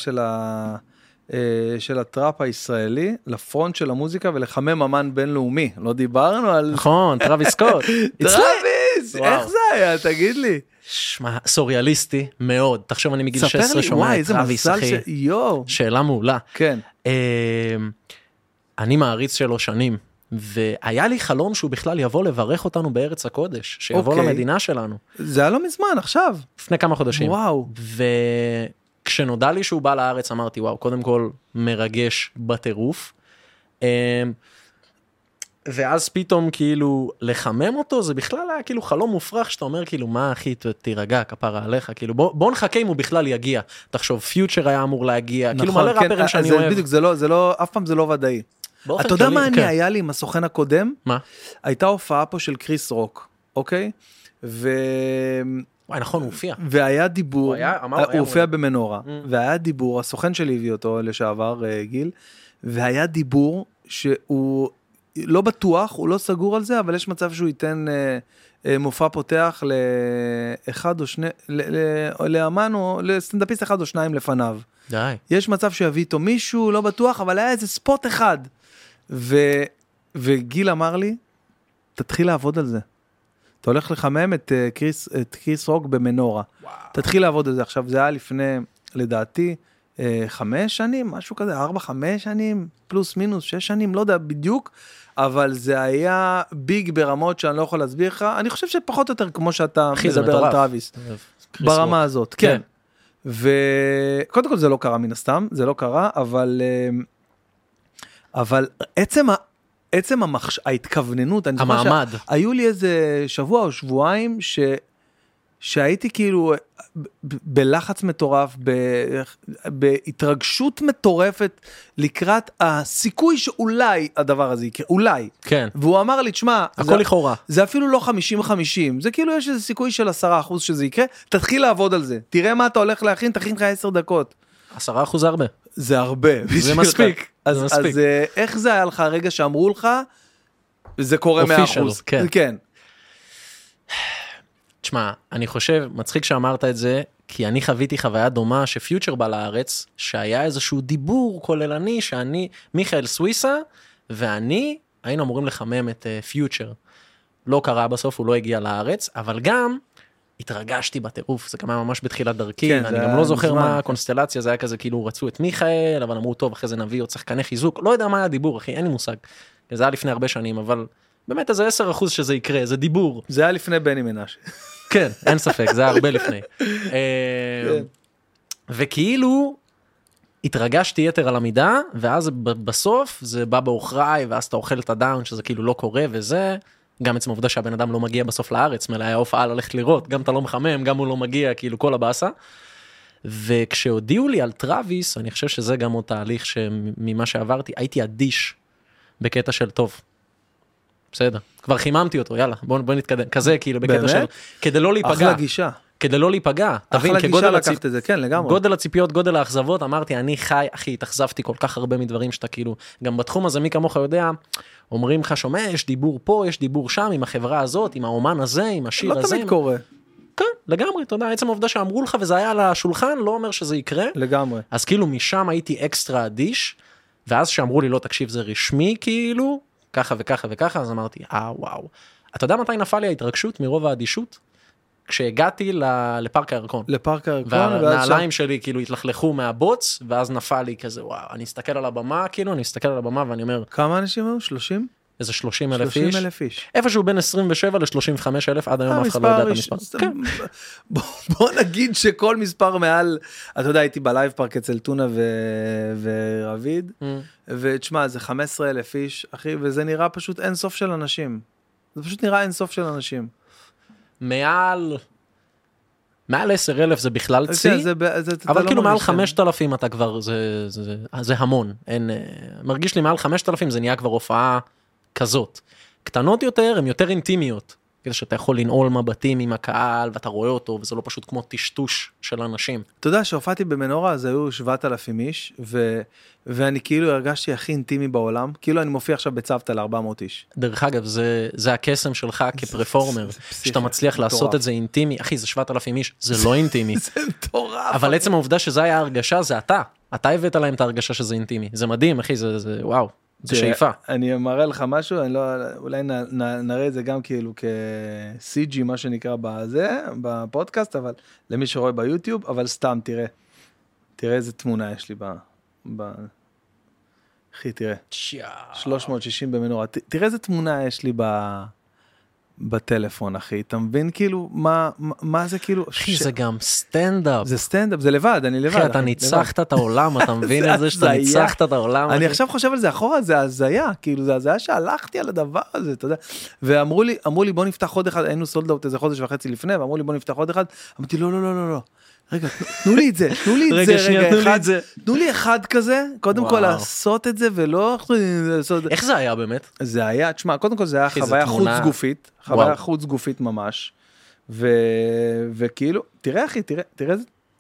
של הטראפ הישראלי, לפרונט של המוזיקה ולחמם אמן בינלאומי, לא דיברנו על... נכון, טרוויס סקוט. טרוויס, איך זה היה, תגיד לי. שמע, סוריאליסטי מאוד, תחשוב אני מגיל 16 שומע את טרוויס, אחי, שאלה מעולה. כן. אני מעריץ שלו שנים, והיה לי חלום שהוא בכלל יבוא לברך אותנו בארץ הקודש, שיבוא למדינה שלנו. זה היה לא מזמן, עכשיו. לפני כמה חודשים. וואו. וכשנודע לי שהוא בא לארץ, אמרתי, וואו, קודם כל מרגש בטירוף. ואז פתאום כאילו לחמם אותו, זה בכלל היה כאילו חלום מופרך, שאתה אומר כאילו, מה אחי, תירגע, כפרה עליך, כאילו בוא נחכה אם הוא בכלל יגיע. תחשוב, פיוטר היה אמור להגיע, כאילו מלא ראפרים שאני אוהב. בדיוק, זה לא, אף פעם זה לא ודאי. אתה יודע מה אני היה לי עם הסוכן הקודם? מה? הייתה הופעה פה של קריס רוק, אוקיי? וואי, נכון, הוא הופיע. והיה דיבור, הוא הופיע במנורה, והיה דיבור, הסוכן שלי הביא אותו לשעבר, גיל, והיה דיבור שהוא לא בטוח, הוא לא סגור על זה, אבל יש מצב שהוא ייתן מופע פותח לאחד או שני, לאמן או לסטנדאפיסט אחד או שניים לפניו. די. יש מצב שיביא איתו מישהו, לא בטוח, אבל היה איזה ספוט אחד. וגיל אמר לי, תתחיל לעבוד על זה. אתה הולך לחמם את קריס רוק במנורה. תתחיל לעבוד על זה. עכשיו, זה היה לפני, לדעתי, 5 שנים, משהו כזה, 4-5 שנים, פלוס מינוס 6 שנים, לא יודע בדיוק, אבל זה היה ביג ברמות שאני לא יכול להסביר לך, אני חושב שפחות או יותר כמו שאתה מדבר על טרוויס, ברמה הזאת, כן. וקודם כל זה לא קרה מן הסתם, זה לא קרה, אבל עצם ההתכווננות, המעמד. היו לי איזה שבוע או שבועיים שהייתי כאילו בלחץ מטורף, בהתרגשות מטורפת לקראת הסיכוי שאולי הדבר הזה יקרה, אולי. כן. והוא אמר לי, תשמע, הכל לכאורה. זה אפילו לא 50-50, זה כאילו יש איזה סיכוי של 10% שזה יקרה, תתחיל לעבוד על זה, תראה מה אתה הולך להכין, תכין לך 10 דקות. 10% זה הרבה. זה הרבה. זה מספיק. אז איך זה היה לך הרגע שאמרו לך, זה קורה 100%. כן. תשמע, אני חושב, מצחיק שאמרת את זה, כי אני חוויתי חוויה דומה שפיוטר בא לארץ, שהיה איזשהו דיבור כוללני, שאני, מיכאל סוויסה, ואני היינו אמורים לחמם את פיוטר. לא קרה בסוף, הוא לא הגיע לארץ, אבל גם התרגשתי בטירוף, זה כמה ממש בתחילת דרכי, כן, אני גם לא זוכר מה הקונסטלציה, זה היה כזה כאילו רצו את מיכאל, אבל אמרו טוב, אחרי זה נביא עוד שחקני חיזוק, לא יודע מה היה הדיבור, אחי, אין לי מושג. זה היה לפני הרבה שנים, אבל באמת איזה 10% שזה יקרה, זה דיבור. זה היה לפני בני מנשה. כן, אין ספק, זה היה הרבה לפני. וכאילו, התרגשתי יתר על המידה, ואז בסוף זה בא באוכריי, ואז אתה אוכל את הדאון, שזה כאילו לא קורה, וזה, גם עצם העובדה שהבן אדם לא מגיע בסוף לארץ, מלא היה הופעה ללכת לראות, גם אתה לא מחמם, גם הוא לא מגיע, כאילו כל הבאסה. וכשהודיעו לי על טראביס, אני חושב שזה גם עוד תהליך שממה שעברתי, הייתי אדיש בקטע של טוב. בסדר, כבר חיממתי אותו, יאללה, בוא נתקדם, כזה כאילו בקטע של, כדי לא להיפגע. אחלה גישה. כדי לא להיפגע, תבין, גודל הציפיות, גודל האכזבות, אמרתי, אני חי, אחי, התאכזבתי כל כך הרבה מדברים שאתה כאילו, גם בתחום הזה, מי כמוך יודע, אומרים לך, שומע, יש דיבור פה, יש דיבור שם, עם החברה הזאת, עם האומן הזה, עם השיר הזה. לא תמיד קורה. כן, לגמרי, אתה יודע, עצם העובדה שאמרו לך, וזה היה על השולחן, לא אומר שזה יקרה. לגמרי. אז כאילו, משם הייתי אקסטרה אדיש, ואז שאמרו לי, לא, תקשיב, זה רשמי, כאילו, ככה וככה וככה, אז אמרתי, וואו. אתה יודע מתי נפל לי ההתרגשות מרוב האדישות? כשהגעתי לפארק הירקון. לפארק הירקון. והנעליים שלי כאילו התלכלכו מהבוץ, ואז נפל לי כזה, וואו, אני אסתכל על הבמה, כאילו, אני אסתכל על הבמה ואני אומר... כמה אנשים היו? 30? איזה 30,000 איש. 30,000 איש. איפשהו בין 27 ל-35,000, עד היום אף אחד לא יודע את המספר. כן. בוא נגיד שכל מספר מעל, אתה יודע, הייתי בלייב פארק אצל טונה ורביד, ותשמע, זה 15,000 איש, אחי, וזה נראה פשוט אין סוף של אנשים. זה פשוט נראה אין סוף של אנשים. מעל 10,000 זה בכלל צי, אבל כאילו מעל 5,000 אתה כבר, זה המון. מרגיש לי מעל 5,000 זה נהיה כבר הופעה כזאת. קטנות יותר, הן יותר אינטימיות, כדי שאתה יכול לנעול מבטים עם הקהל, ואתה רואה אותו, וזה לא פשוט כמו טשטוש של אנשים. אתה יודע, שהופעתי במנורה, אז היו 7,000 איש, ואני כאילו הרגשתי הכי אינטימי בעולם, כאילו אני מופיע עכשיו בצוותא ל-400 איש. דרך אגב, זה הקסם שלך כפרפורמר, שאתה מצליח לעשות את זה אינטימי, אחי, זה 7,000 איש, זה לא אינטימי. זה מטורף. אבל עצם העובדה שזה היה הרגשה, זה אתה הבאת להם את ההרגשה שזה אינטימי, זה מדהים, אחי, זה וואו. זה שאיפה. אני מראה לך משהו, אולי נראה את זה גם כאילו כ-CG, מה שנקרא בפודקאסט, אבל למי שרואה ביוטיוב, אבל סתם, תראה איזה תמונה יש לי אחי, תראה. 360 במנורה. תראה איזה תמונה יש לי בטלפון, אחי. אתה מבין כאילו, מה זה כאילו... אחי, זה גם סטנדאפ. זה סטנדאפ, זה לבד, אני לבד. אחי, אתה ניצחת את העולם, אתה מבין את זה שאתה ניצחת את העולם. אני עכשיו חושב על זה אחורה, זה הזיה, כאילו, זה הזיה שהלכתי על הדבר הזה, אתה יודע. ואמרו לי, בוא נפתח עוד אחד, היינו סולד אאוט איזה חודש וחצי לפני, ואמרו לי, בוא נפתח עוד אחד. אמרתי, לא. רגע, תנו לי את זה, תנו לי אחד כזה, קודם כל לעשות את זה, ולא... איך זה היה באמת? זה היה, תשמע, קודם כל זה היה חוויה חוץ גופית ממש, וכאילו, תראה אחי, תראה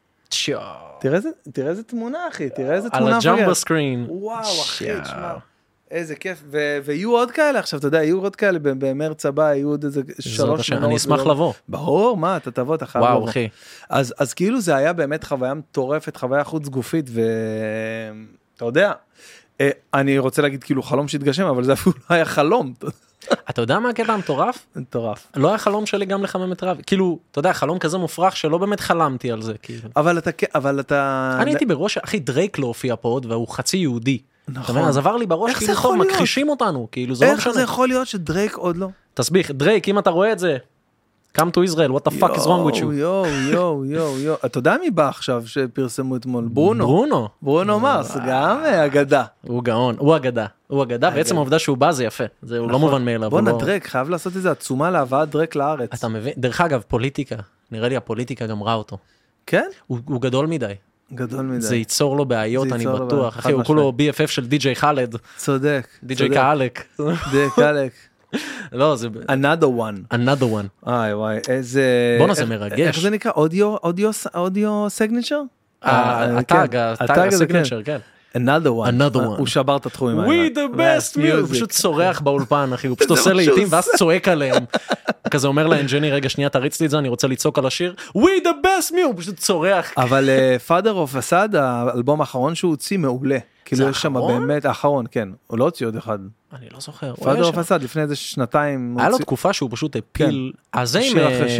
איזה תמונה אחי, תראה איזה תמונה. על הג'מבו סקרין. וואו אחי, תשמע. איזה כיף, ויהיו עוד כאלה עכשיו, אתה יודע, יהיו עוד כאלה, במרץ הבא, יהיו עוד איזה 3 מנות. אני אשמח לבוא. ברור, מה, אתה תבוא, אתה חייב לבוא. וואו, אחי. אז כאילו זה היה באמת חוויה מטורפת, חוויה חוץ גופית, ואתה יודע, אני רוצה להגיד כאילו חלום שהתגשם, אבל זה אפילו לא היה חלום. אתה יודע מה הקטע המטורף? מטורף. לא היה חלום שלי גם לחמם את רבי. כאילו, אתה יודע, חלום כזה מופרך שלא באמת חלמתי על זה, כאילו. אבל אתה... אני הייתי בראש, אחי, דרייק לא הופיע פה עוד, והוא חצי יהודי. נכון. אז עבר לי בראש, כאילו, טוב, מכחישים אותנו, כאילו, זה לא משנה. איך זה יכול להיות שדרייק עוד לא? תסביך, דרייק, אם אתה רואה את זה, come to Israel, what the fuck is wrong with you? יו. אתה יודע מי בא עכשיו שפרסמו אתמול? ברונו מרס, גם אגדה. הוא גאון, הוא אגדה, בעצם העובדה שהוא בא זה יפה, זה לא מובן מאליו. בוא נדרק, חייב לעשות איזה עצומה להבאת דרק לארץ. אתה מבין, דרך אגב, פוליטיקה, נראה לי הפוליטיקה גם אותו. כן? הוא גדול מדי. גדול מדי. זה ייצור לו בעיות, אני בטוח. אחי, הוא כולו BFF של די.ג'יי חלד. צודק. די.ג'יי קהלק. קהלק. לא, זה... Another one. וואי, איזה... בונה, זה מרגש. איך זה נקרא? אודיו סגניצ'ר? הטאג הסגניצ'ר, כן. Another one. הוא שבר את התחומים האלה. We the best music. הוא פשוט צורח באולפן, אחי. הוא פשוט עושה לעיתים, ואז צועק עליהם. כזה אומר לאנג'ני, רגע, שנייה, תריץ לי את זה, אני רוצה לצעוק על השיר. We the best music. הוא פשוט צורח. אבל Father of Assad, האלבום האחרון שהוא הוציא, מעולה. כאילו יש שם באמת, האחרון, כן. הוא לא הוציא עוד אחד. אני לא זוכר. Father of Assad, לפני איזה 2 היה לו תקופה שהוא פשוט הפיל. שיר אחרי שיר.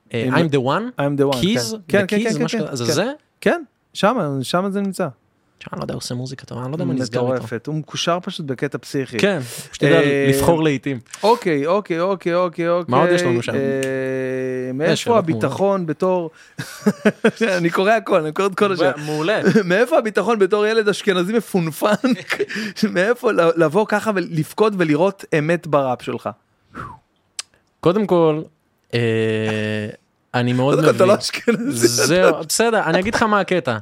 I'm the one? I'm the one, Keys? כן, The כן, Keys, כן, משהו כן, כזה? כן. זה? כן, שם זה נמצא. אני לא יודע, הוא עושה מוזיקה טובה, אני לא יודע מה נסגר איתו. מטורפת, הוא מקושר פשוט בקטע פסיכי. כן, פשוט יודע לבחור לעיתים. אוקיי. מה עוד יש לנו שם? מאיפה הביטחון בתור... אני קורא הכל, אני קורא את כל השאלה. מעולה. מאיפה הביטחון בתור ילד אשכנזי מפונפן? מאיפה לבוא ככה ולפקוד ולראות אמת בראפ שלך? קודם כל, אני מאוד מבין. אתה לא אשכנזי. זהו, בסדר, אני אגיד לך מה הקטע.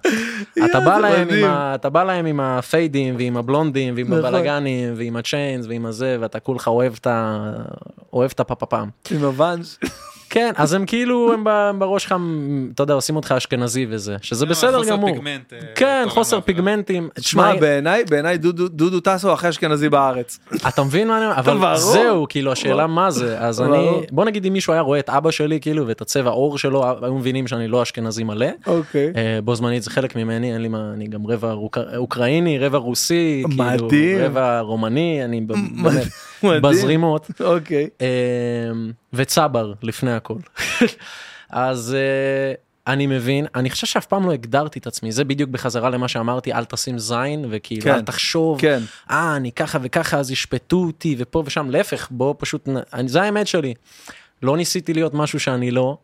אתה בא להם עם הפיידים ועם הבלונדים ועם הבלגנים ועם הצ'יינס ועם הזה, ואתה כולך אוהב את הפפפם. עם הוואנש. כן, אז הם כאילו, הם בראש שלך, אתה יודע, עושים אותך אשכנזי וזה, שזה בסדר גמור. חוסר פיגמנט. כן, חוסר פיגמנטים. שמע, בעיניי דודו טסו הכי אשכנזי בארץ. אתה מבין מה אני אומר? אבל זהו, כאילו, השאלה מה זה, אז בוא נגיד אם מישהו היה רואה את אבא שלי, כאילו, ואת הצבע העור שלו, היו מבינים שאני לא אשכנזי מלא. אוקיי. בו זמנית זה חלק ממני, אין לי מה, אני גם רבע אוקראיני, רבע רוסי, כאילו, רבע רומני, אני באמת בזרימות. אוקיי. וצבר לפני הכל. אז אני מבין, אני חושב שאף פעם לא הגדרתי את עצמי, זה בדיוק בחזרה למה שאמרתי, אל תשים זין, וכאילו אל תחשוב, אני ככה וככה, אז ישפטו אותי, ופה ושם, להפך, בוא פשוט, זה האמת שלי, לא ניסיתי להיות משהו שאני לא,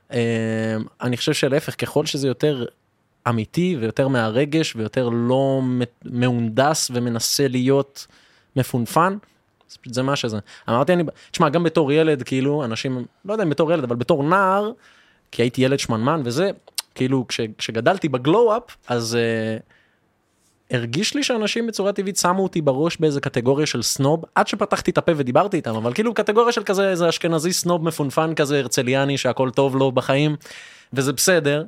אני חושב שלהפך, ככל שזה יותר אמיתי, ויותר מהרגש, ויותר לא מהונדס, ומנסה להיות מפונפן, זה מה שזה. אמרתי, תשמע, גם בתור ילד, כאילו, אנשים, לא יודע אם בתור ילד, אבל בתור נער, כי הייתי ילד שמנמן וזה, כאילו, כשגדלתי בגלו-אפ, אז הרגיש לי שאנשים בצורה טבעית שמו אותי בראש באיזה קטגוריה של סנוב, עד שפתחתי את הפה ודיברתי איתם, אבל כאילו קטגוריה של כזה, איזה אשכנזי סנוב מפונפן כזה, הרצליאני, שהכל טוב לו בחיים, וזה בסדר.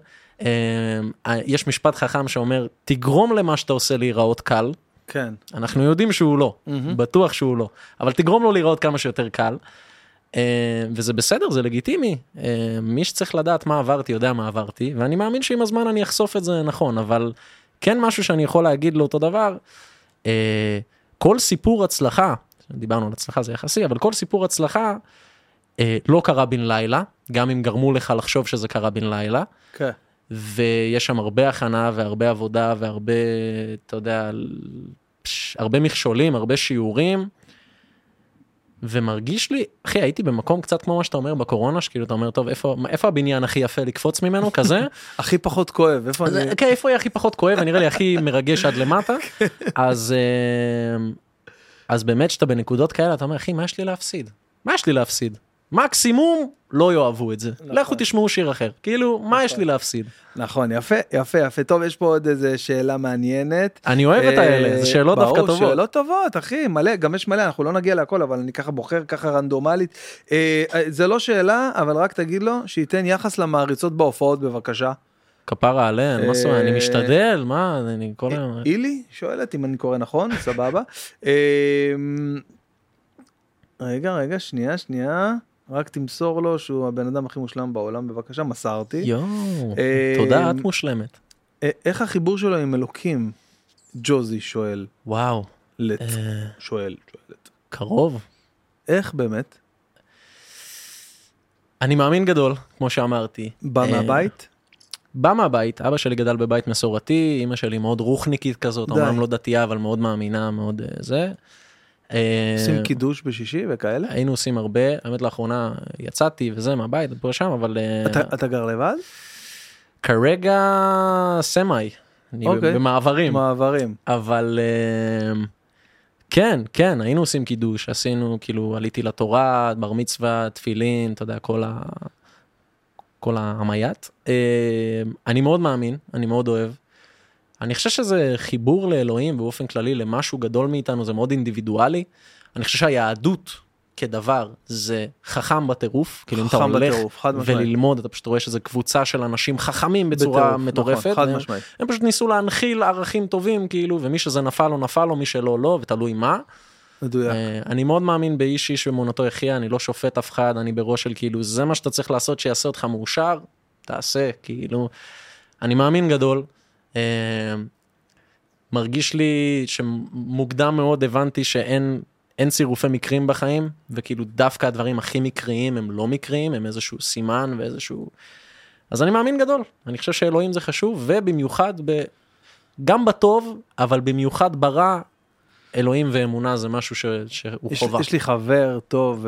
יש משפט חכם שאומר, תגרום למה שאתה עושה להיראות קל, כן. אנחנו יודעים שהוא לא, בטוח שהוא לא, אבל תגרום לו לראות כמה שיותר קל, וזה בסדר, זה לגיטימי, מי שצריך לדעת מה עברתי, יודע מה עברתי, ואני מאמין שעם הזמן אני אחשוף את זה נכון, אבל כן משהו שאני יכול להגיד לאותו דבר, כל סיפור הצלחה, דיברנו על הצלחה זה יחסי, אבל כל סיפור הצלחה, לא קרה בן לילה, גם אם גרמו לך לחשוב שזה קרה בן לילה, כן. ויש שם הרבה הכנה והרבה עבודה והרבה, אתה יודע, הרבה מכשולים, הרבה שיעורים, ומרגיש לי, אחי, הייתי במקום קצת כמו מה שאתה אומר בקורונה, שכאילו אתה אומר, טוב, איפה הבניין הכי יפה לקפוץ ממנו, כזה? הכי פחות כואב, איפה אני... כן, איפה יהיה הכי פחות כואב, ונראה לי הכי מרגש עד למטה, אז באמת שאתה בנקודות כאלה, אתה אומר, אחי, מה יש לי להפסיד? מה יש לי להפסיד? מקסימום לא יאהבו את זה. לכו תשמעו שיר אחר. כאילו, מה יש לי להפסיד? נכון, יפה. טוב, יש פה עוד איזה שאלה מעניינת. אני אוהב את האלה, זה שאלות דווקא טובות. ברור, שאלות טובות, אחי, מלא, גם יש מלא, אנחנו לא נגיע להכל, אבל אני ככה בוחר, ככה רנדומלית. זה לא שאלה, אבל רק תגיד לו, שייתן יחס למעריצות בהופעות, בבקשה. כפרה עליהן, מה סועה, אני משתדל, מה, אני כל היום... אילי, שואלת אם אני קורא נכון, סבבה. רגע, שנייה. רק תמסור לו שהוא הבן אדם הכי מושלם בעולם, בבקשה, מסרתי. תודה, את מושלמת. איך החיבור שלו עם אלוקים? ג'וזי שואל. וואו. שואלת. קרוב. איך באמת? אני מאמין גדול, כמו שאמרתי. בא מהבית? בא מהבית, אבא שלי גדל בבית מסורתי, אמא שלי מאוד רוחניקית כזאת, אומנם לא דתייה, אבל מאוד מאמינה, מאוד זה. עושים קידוש בשישי וכאלה? היינו עושים הרבה, האמת לאחרונה יצאתי וזה מהבית, פה שם, אבל... אתה גר לבד? כרגע סמי, אני במעברים. אבל כן, היינו עושים קידוש, עשינו, כאילו, עליתי לתורה, בר מצווה, תפילין, אתה יודע, כל המייט. אני מאוד מאמין, אני מאוד אוהב. אני חושב שזה חיבור לאלוהים באופן כללי, למשהו גדול מאיתנו, זה מאוד אינדיבידואלי. אני חושב שהיהדות כדבר זה חכם בטירוף, כאילו אם אתה הולך וללמוד, אתה פשוט רואה שזה קבוצה של אנשים חכמים בצורה מטורפת. הם פשוט ניסו להנחיל ערכים טובים, כאילו, ומי שזה נפל לו, מי שלא לא, ותלוי מה. אני מאוד מאמין באיש איש ומונתו יחיה, אני לא שופט אף אחד, אני בראש של כאילו, זה מה שאתה צריך לעשות, שיעשה אותך מאושר, תעשה, כאילו, אני מאמין גדול. מרגיש לי שמוקדם מאוד הבנתי שאין אין צירופי מקרים בחיים, וכאילו דווקא הדברים הכי מקריים הם לא מקריים, הם איזשהו סימן ואיזשהו... אז אני מאמין גדול, אני חושב שאלוהים זה חשוב, ובמיוחד גם בטוב, אבל במיוחד ברע, אלוהים ואמונה זה משהו שהוא חובה. יש לי חבר טוב,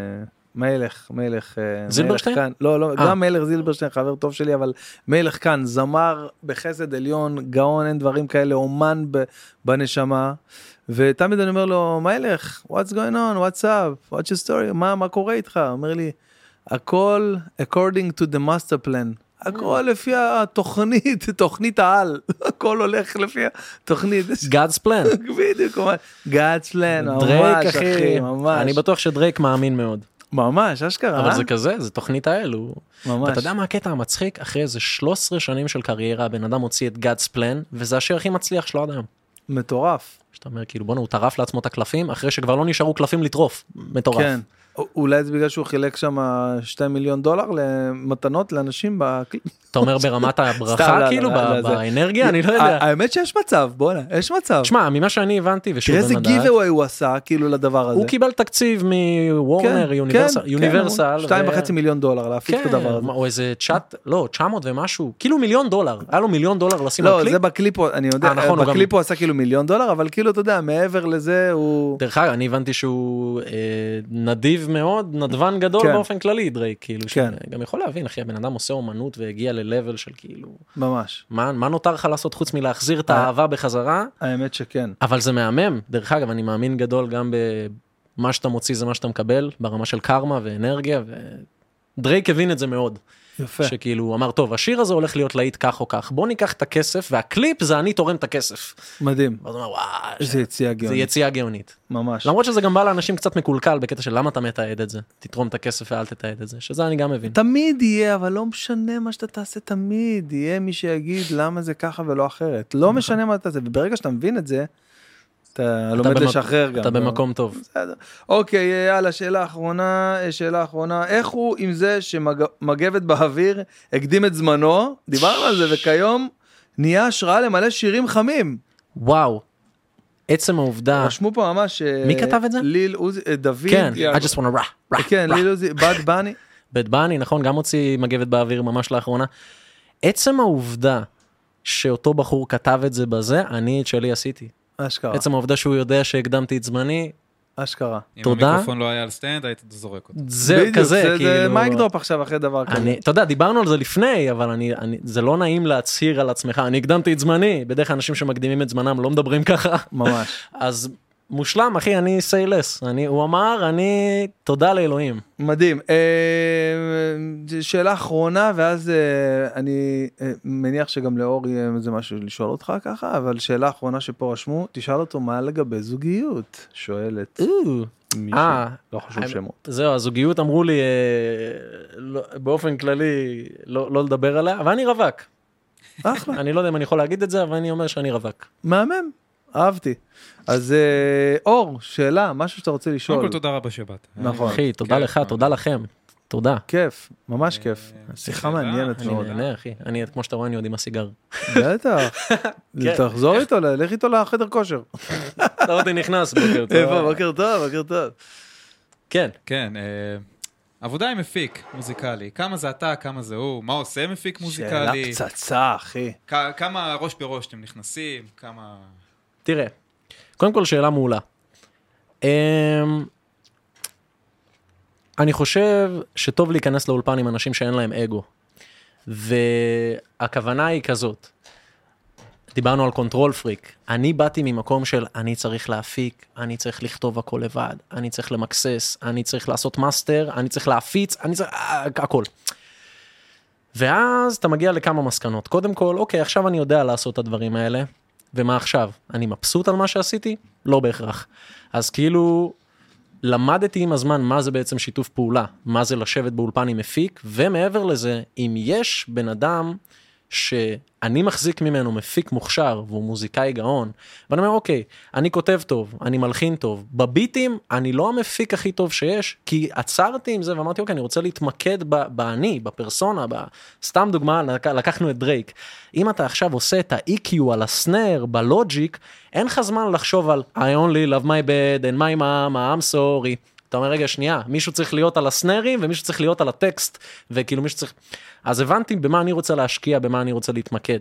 מלך זילברשטיין? כאן, לא, גם מלך זילברשטיין, חבר טוב שלי, אבל מלך כאן, זמר בחסד עליון, גאון, אין דברים כאלה, אומן בנשמה, ותמיד אני אומר לו, מלך, what's going on, what's up, what's your story, מה קורה איתך? הוא אומר לי, הכל according to the master plan, הכל לפי התוכנית, תוכנית העל, הכל הולך לפי התוכנית. God's plan. בדיוק, God's plan, דרייק, ממש, אחי, ממש. אני בטוח שדרייק מאמין מאוד. ממש, אשכרה. אבל זה כזה, זה תוכנית האל. ממש. ואתה יודע מה הקטע המצחיק? אחרי איזה 13 שנים של קריירה, הבן אדם הוציא את God's plan, וזה השיר הכי מצליח שלו עד היום. מטורף. שאתה אומר, כאילו, בוא'נה, הוא טרף לעצמו את הקלפים, אחרי שכבר לא נשארו קלפים לטרוף. מטורף. כן. אולי זה בגלל שהוא חילק שם $2 מיליון למתנות לאנשים אתה אומר ברמת הברכה, כאילו, באנרגיה, אני לא יודע. האמת שיש מצב, בוא'נה, יש מצב. שמע, ממה שאני הבנתי, ושוב תראה איזה giveaway הוא עשה, כאילו, לדבר הזה. הוא קיבל תקציב מוורנר, יוניברסל. $2.5 מיליון להפיק את הדבר הזה. או איזה 900 ומשהו, כאילו $1 מיליון, היה לו $1 מיליון לשים על קליפ. לא, זה בקליפ, אני יודע, בקליפ הוא עשה כאילו $1 מיליון, אבל כאילו, אתה יודע, מעבר לזה הוא... דרך אגב, אני הבנתי שהוא נדיב מאוד, נדבן גדול באופן כללי, דרייק, כאילו, גם יכול להבין, אחי, הבן אדם עושה אומנות והגיע ללבל של כאילו... ממש. מה נותר לך לעשות חוץ מלהחזיר את האהבה בחזרה? האמת שכן. אבל זה מהמם, דרך אגב, אני מאמין גדול גם במה שאתה מוציא זה מה שאתה מקבל, ברמה של קרמה ואנרגיה, ודרייק הבין את זה מאוד. יפה. שכאילו, הוא אמר, טוב, השיר הזה הולך להיות להיט כך או כך, בוא ניקח את הכסף, והקליפ זה אני תורם את הכסף. מדהים. ואז הוא אומר, וואו, זה יציאה גאונית. זה יציאה גאונית. ממש. למרות שזה גם בא לאנשים קצת מקולקל, בקטע של למה אתה מתעד את זה, תתרום את הכסף ואל תתעד את זה, שזה אני גם מבין. תמיד יהיה, אבל לא משנה מה שאתה תעשה, תמיד יהיה מי שיגיד למה זה ככה ולא אחרת. לא משנה מה אתה תעשה, וברגע שאתה מבין את זה, אתה לומד לשחרר גם. אתה במקום טוב. בסדר. אוקיי, יאללה, שאלה אחרונה. איך הוא עם זה שמגבת באוויר הקדים את זמנו? דיברנו על זה, וכיום נהיה השראה למלא שירים חמים. וואו. עצם העובדה. רשמו פה ממש... מי כתב את זה? ליל עוזי, דוד. כן, I just wanna rah. כן, ליל עוזי, בד בני. בד בני, נכון, גם הוציא מגבת באוויר ממש לאחרונה. עצם העובדה שאותו בחור כתב את זה בזה, אני את שלי עשיתי. אשכרה. עצם העובדה שהוא יודע שהקדמתי את זמני. אשכרה. תודה. אם המיקרופון לא היה על סטנד, היית זורק אותו. זה כזה, כאילו... זה מייק דרופ עכשיו אחרי דבר כזה. אתה יודע, דיברנו על זה לפני, אבל זה לא נעים להצהיר על עצמך. אני הקדמתי את זמני. בדרך כלל אנשים שמקדימים את זמנם לא מדברים ככה. ממש. אז מושלם, אחי, אני סיילס. הוא אמר, תודה לאלוהים. מדהים. שאלה אחרונה, ואז אני מניח שגם לאור יהיה איזה משהו לשאול אותך ככה, אבל שאלה אחרונה שפה רשמו, תשאל אותו מה לגבי זוגיות, שואלת מישהו, לא חשוב שמות. זהו, הזוגיות אמרו לי, באופן כללי, לא לדבר עליה, אבל אני רווק. אחלה. אני לא יודע אם אני יכול להגיד את זה, אבל אני אומר שאני רווק. מהמם, אהבתי. אז אור, שאלה, משהו שאתה רוצה לשאול. קודם כל תודה רבה שבאת. נכון. אחי, תודה לך, תודה לכם. תודה. כיף, ממש כיף. שיחה מעניינת מאוד. אני נהנה, אחי. כמו שאתה רואה, אני עוד עם הסיגר. בטח. תחזור איתו, לך איתו לחדר כושר. אתה אותי נכנס, בוקר טוב. איפה, בוקר טוב. כן. כן, עבודה עם מפיק מוזיקלי. כמה זה אתה, כמה זה הוא, מה עושה מפיק מוזיקלי. שאלה פצצה, אחי. כמה ראש בראש אתם נכנסים, כמה... תראה, קודם כל שאלה מעולה. אני חושב שטוב להיכנס לאולפן עם אנשים שאין להם אגו. והכוונה היא כזאת. דיברנו על קונטרול פריק. אני באתי ממקום של אני צריך להפיק, אני צריך לכתוב הכל לבד, אני צריך למקסס, אני צריך לעשות מאסטר, אני צריך להפיץ, אני צריך... הכל. ואז אתה מגיע לכמה מסקנות. קודם כל, אוקיי, עכשיו אני יודע לעשות את הדברים האלה, ומה עכשיו? אני מבסוט על מה שעשיתי? לא בהכרח. אז כאילו, למדתי עם הזמן מה זה בעצם שיתוף פעולה, מה זה לשבת באולפן עם מפיק, ומעבר לזה, אם יש בן אדם שאני מחזיק ממנו מפיק מוכשר, והוא מוזיקאי גאון, ואני אומר, אוקיי, אני כותב טוב, אני מלחין טוב, בביטים אני לא המפיק הכי טוב שיש, כי עצרתי עם זה ואמרתי, אוקיי, אני רוצה להתמקד באני, בפרסונה, סתם דוגמה, לקחנו את דרייק. אם אתה עכשיו עושה את ה-EQ על הסנר, בלוג'יק, אין לך זמן לחשוב על I only love my bed and my mom, I'm sorry. אתה אומר, רגע, שנייה, מישהו צריך להיות על הסנרים, ומישהו צריך להיות על הטקסט, וכאילו מישהו צריך... אז הבנתי במה אני רוצה להשקיע, במה אני רוצה להתמקד.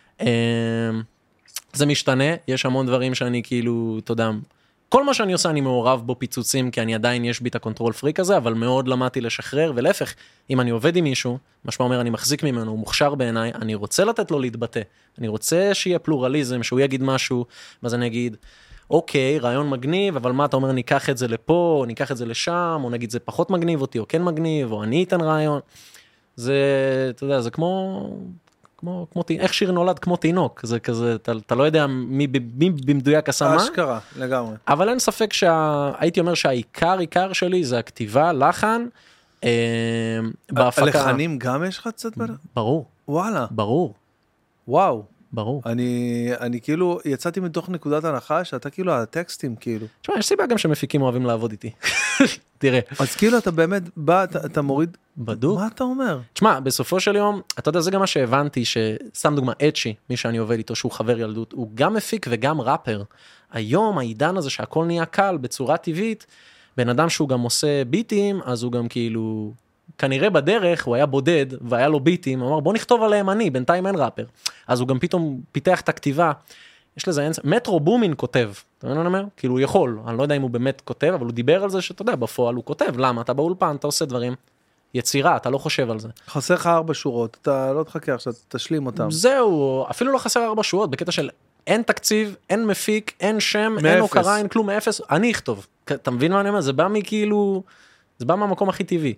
זה משתנה, יש המון דברים שאני כאילו, אתה יודע, כל מה שאני עושה אני מעורב בו פיצוצים, כי אני עדיין יש בי את הקונטרול פריק הזה, אבל מאוד למדתי לשחרר, ולהפך, אם אני עובד עם מישהו, משמע אומר, אני מחזיק ממנו, הוא מוכשר בעיניי, אני רוצה לתת לו להתבטא, אני רוצה שיהיה פלורליזם, שהוא יגיד משהו, ואז אני אגיד, אוקיי, רעיון מגניב, אבל מה אתה אומר, ניקח את זה לפה, או ניקח את זה לשם, או נגיד זה פחות מגניב אותי, או כן מגניב, או אני אתן רעיון. זה, אתה יודע, זה כמו איך שיר נולד כמו תינוק, זה כזה, אתה לא יודע מי במדויק עשה מה. אשכרה, לגמרי. אבל אין ספק הייתי אומר שהעיקר שלי זה הכתיבה, לחן, בהפקה. הלחנים גם יש לך קצת בלחן? ברור. וואלה. ברור. וואו. ברור. אני כאילו יצאתי מתוך נקודת הנחה שאתה כאילו הטקסטים כאילו. תשמע, יש סיבה גם שמפיקים אוהבים לעבוד איתי. תראה. אז כאילו אתה באמת בא, אתה מוריד. בדוק. מה אתה אומר? תשמע, בסופו של יום, אתה יודע, זה גם מה שהבנתי, ששם דוגמה, אצ'י, מי שאני עובד איתו, שהוא חבר ילדות, הוא גם מפיק וגם ראפר. היום העידן הזה שהכל נהיה קל בצורה טבעית, בן אדם שהוא גם עושה ביטים, אז הוא גם כאילו... כנראה בדרך, הוא היה בודד, והיה לו ביטים, הוא אמר, בוא נכתוב עליהם בינתיים אין ראפר. אז הוא גם פתאום פיתח את הכתיבה, יש לזה, מטרו בומין כותב, אתה מבין מה אני אומר? כאילו הוא יכול, אני לא יודע אם הוא באמת כותב, אבל הוא דיבר על זה שאתה יודע, בפועל הוא כותב, למה? אתה באולפן, אתה עושה דברים, יצירה, אתה לא חושב על זה. חסר לך 4 שורות, אתה לא תחכה עכשיו, תשלים אותם. זהו, אפילו לא חסר 4 שורות, בקטע של אין תקציב, אין מפיק, אין שם, אין הוקרה, אין כלום, מאפס, אני אכתוב. אתה מבין מה אני אומר? זה בא מכאילו, זה בא מהמקום הכי טבעי.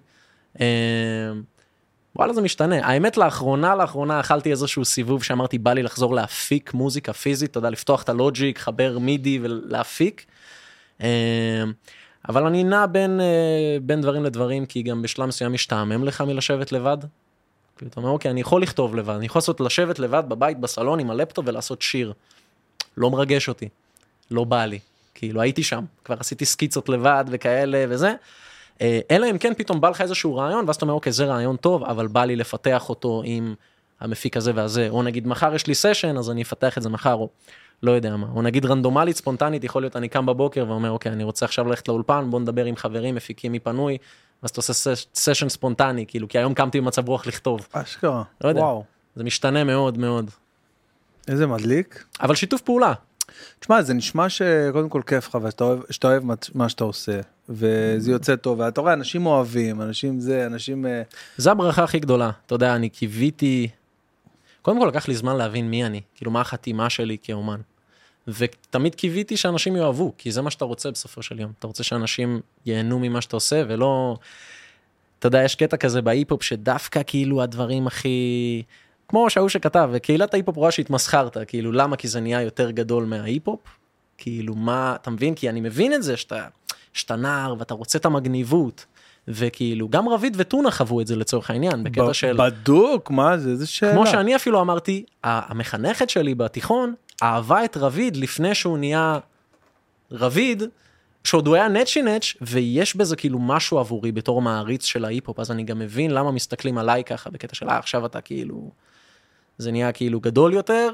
וואלה זה משתנה, האמת לאחרונה אכלתי איזשהו סיבוב שאמרתי בא לי לחזור להפיק מוזיקה פיזית, אתה יודע, לפתוח את הלוג'יק, חבר מידי ולהפיק, אבל אני נע בין דברים לדברים, כי גם בשלב מסוים משתעמם לך מלשבת לבד, אתה אומר אוקיי, אני יכול לכתוב לבד, אני יכול לשבת לבד בבית בסלון עם הלפטופ ולעשות שיר, לא מרגש אותי, לא בא לי, כאילו הייתי שם, כבר עשיתי סקיצות לבד וכאלה וזה, אלא אם כן פתאום בא לך איזשהו רעיון, ואז אתה אומר, אוקיי, זה רעיון טוב, אבל בא לי לפתח אותו עם המפיק הזה והזה, או נגיד מחר יש לי סשן, אז אני אפתח את זה מחר, או לא יודע מה, או נגיד רנדומלית, ספונטנית, יכול להיות, אני קם בבוקר ואומר, אוקיי, אני רוצה עכשיו ללכת לאולפן, בוא נדבר עם חברים, מפיקים מפנוי, אז אתה עושה סשן ספונטני, כאילו, כי היום קמתי במצב רוח לכתוב. אשכרה, לא יודע, וואו. זה משתנה מאוד מאוד. איזה מדליק. אבל שיתוף פעולה. תשמע, זה נשמע שקודם כל כיף לך, ושאתה אוהב מה שאתה עושה, וזה יוצא טוב, ואתה רואה, אנשים אוהבים, אנשים... זה הברכה הכי גדולה, אתה יודע, אני קיוויתי, קודם כל לקח לי זמן להבין מי אני, כאילו מה החתימה שלי כאומן, ותמיד קיוויתי שאנשים יאהבו, כי זה מה שאתה רוצה בסופו של יום, אתה רוצה שאנשים ייהנו ממה שאתה עושה, ולא, אתה יודע, יש קטע כזה בהיפ-הופ, שדווקא כאילו הדברים הכי... כמו שההוא שכתב, וקהילת ההיפ-הופ רואה שהתמסחרת, כאילו למה? כי זה נהיה יותר גדול מההיפ-הופ, כאילו מה, אתה מבין? כי אני מבין את זה שאתה נער ואתה רוצה את המגניבות, וכאילו גם רביד וטונה חוו את זה לצורך העניין, בקטע של... בדוק, מה זה? איזה שאלה. כמו שאני אפילו אמרתי, המחנכת שלי בתיכון, אהבה את רביד לפני שהוא נהיה רביד, שעוד הוא היה נצ'י נצ' ויש בזה כאילו משהו עבורי בתור מעריץ של ההיפ-הופ, אז אני גם מבין למה מסתכלים עליי ככה, בקטע של עכשיו אתה כאילו... זה נהיה כאילו גדול יותר,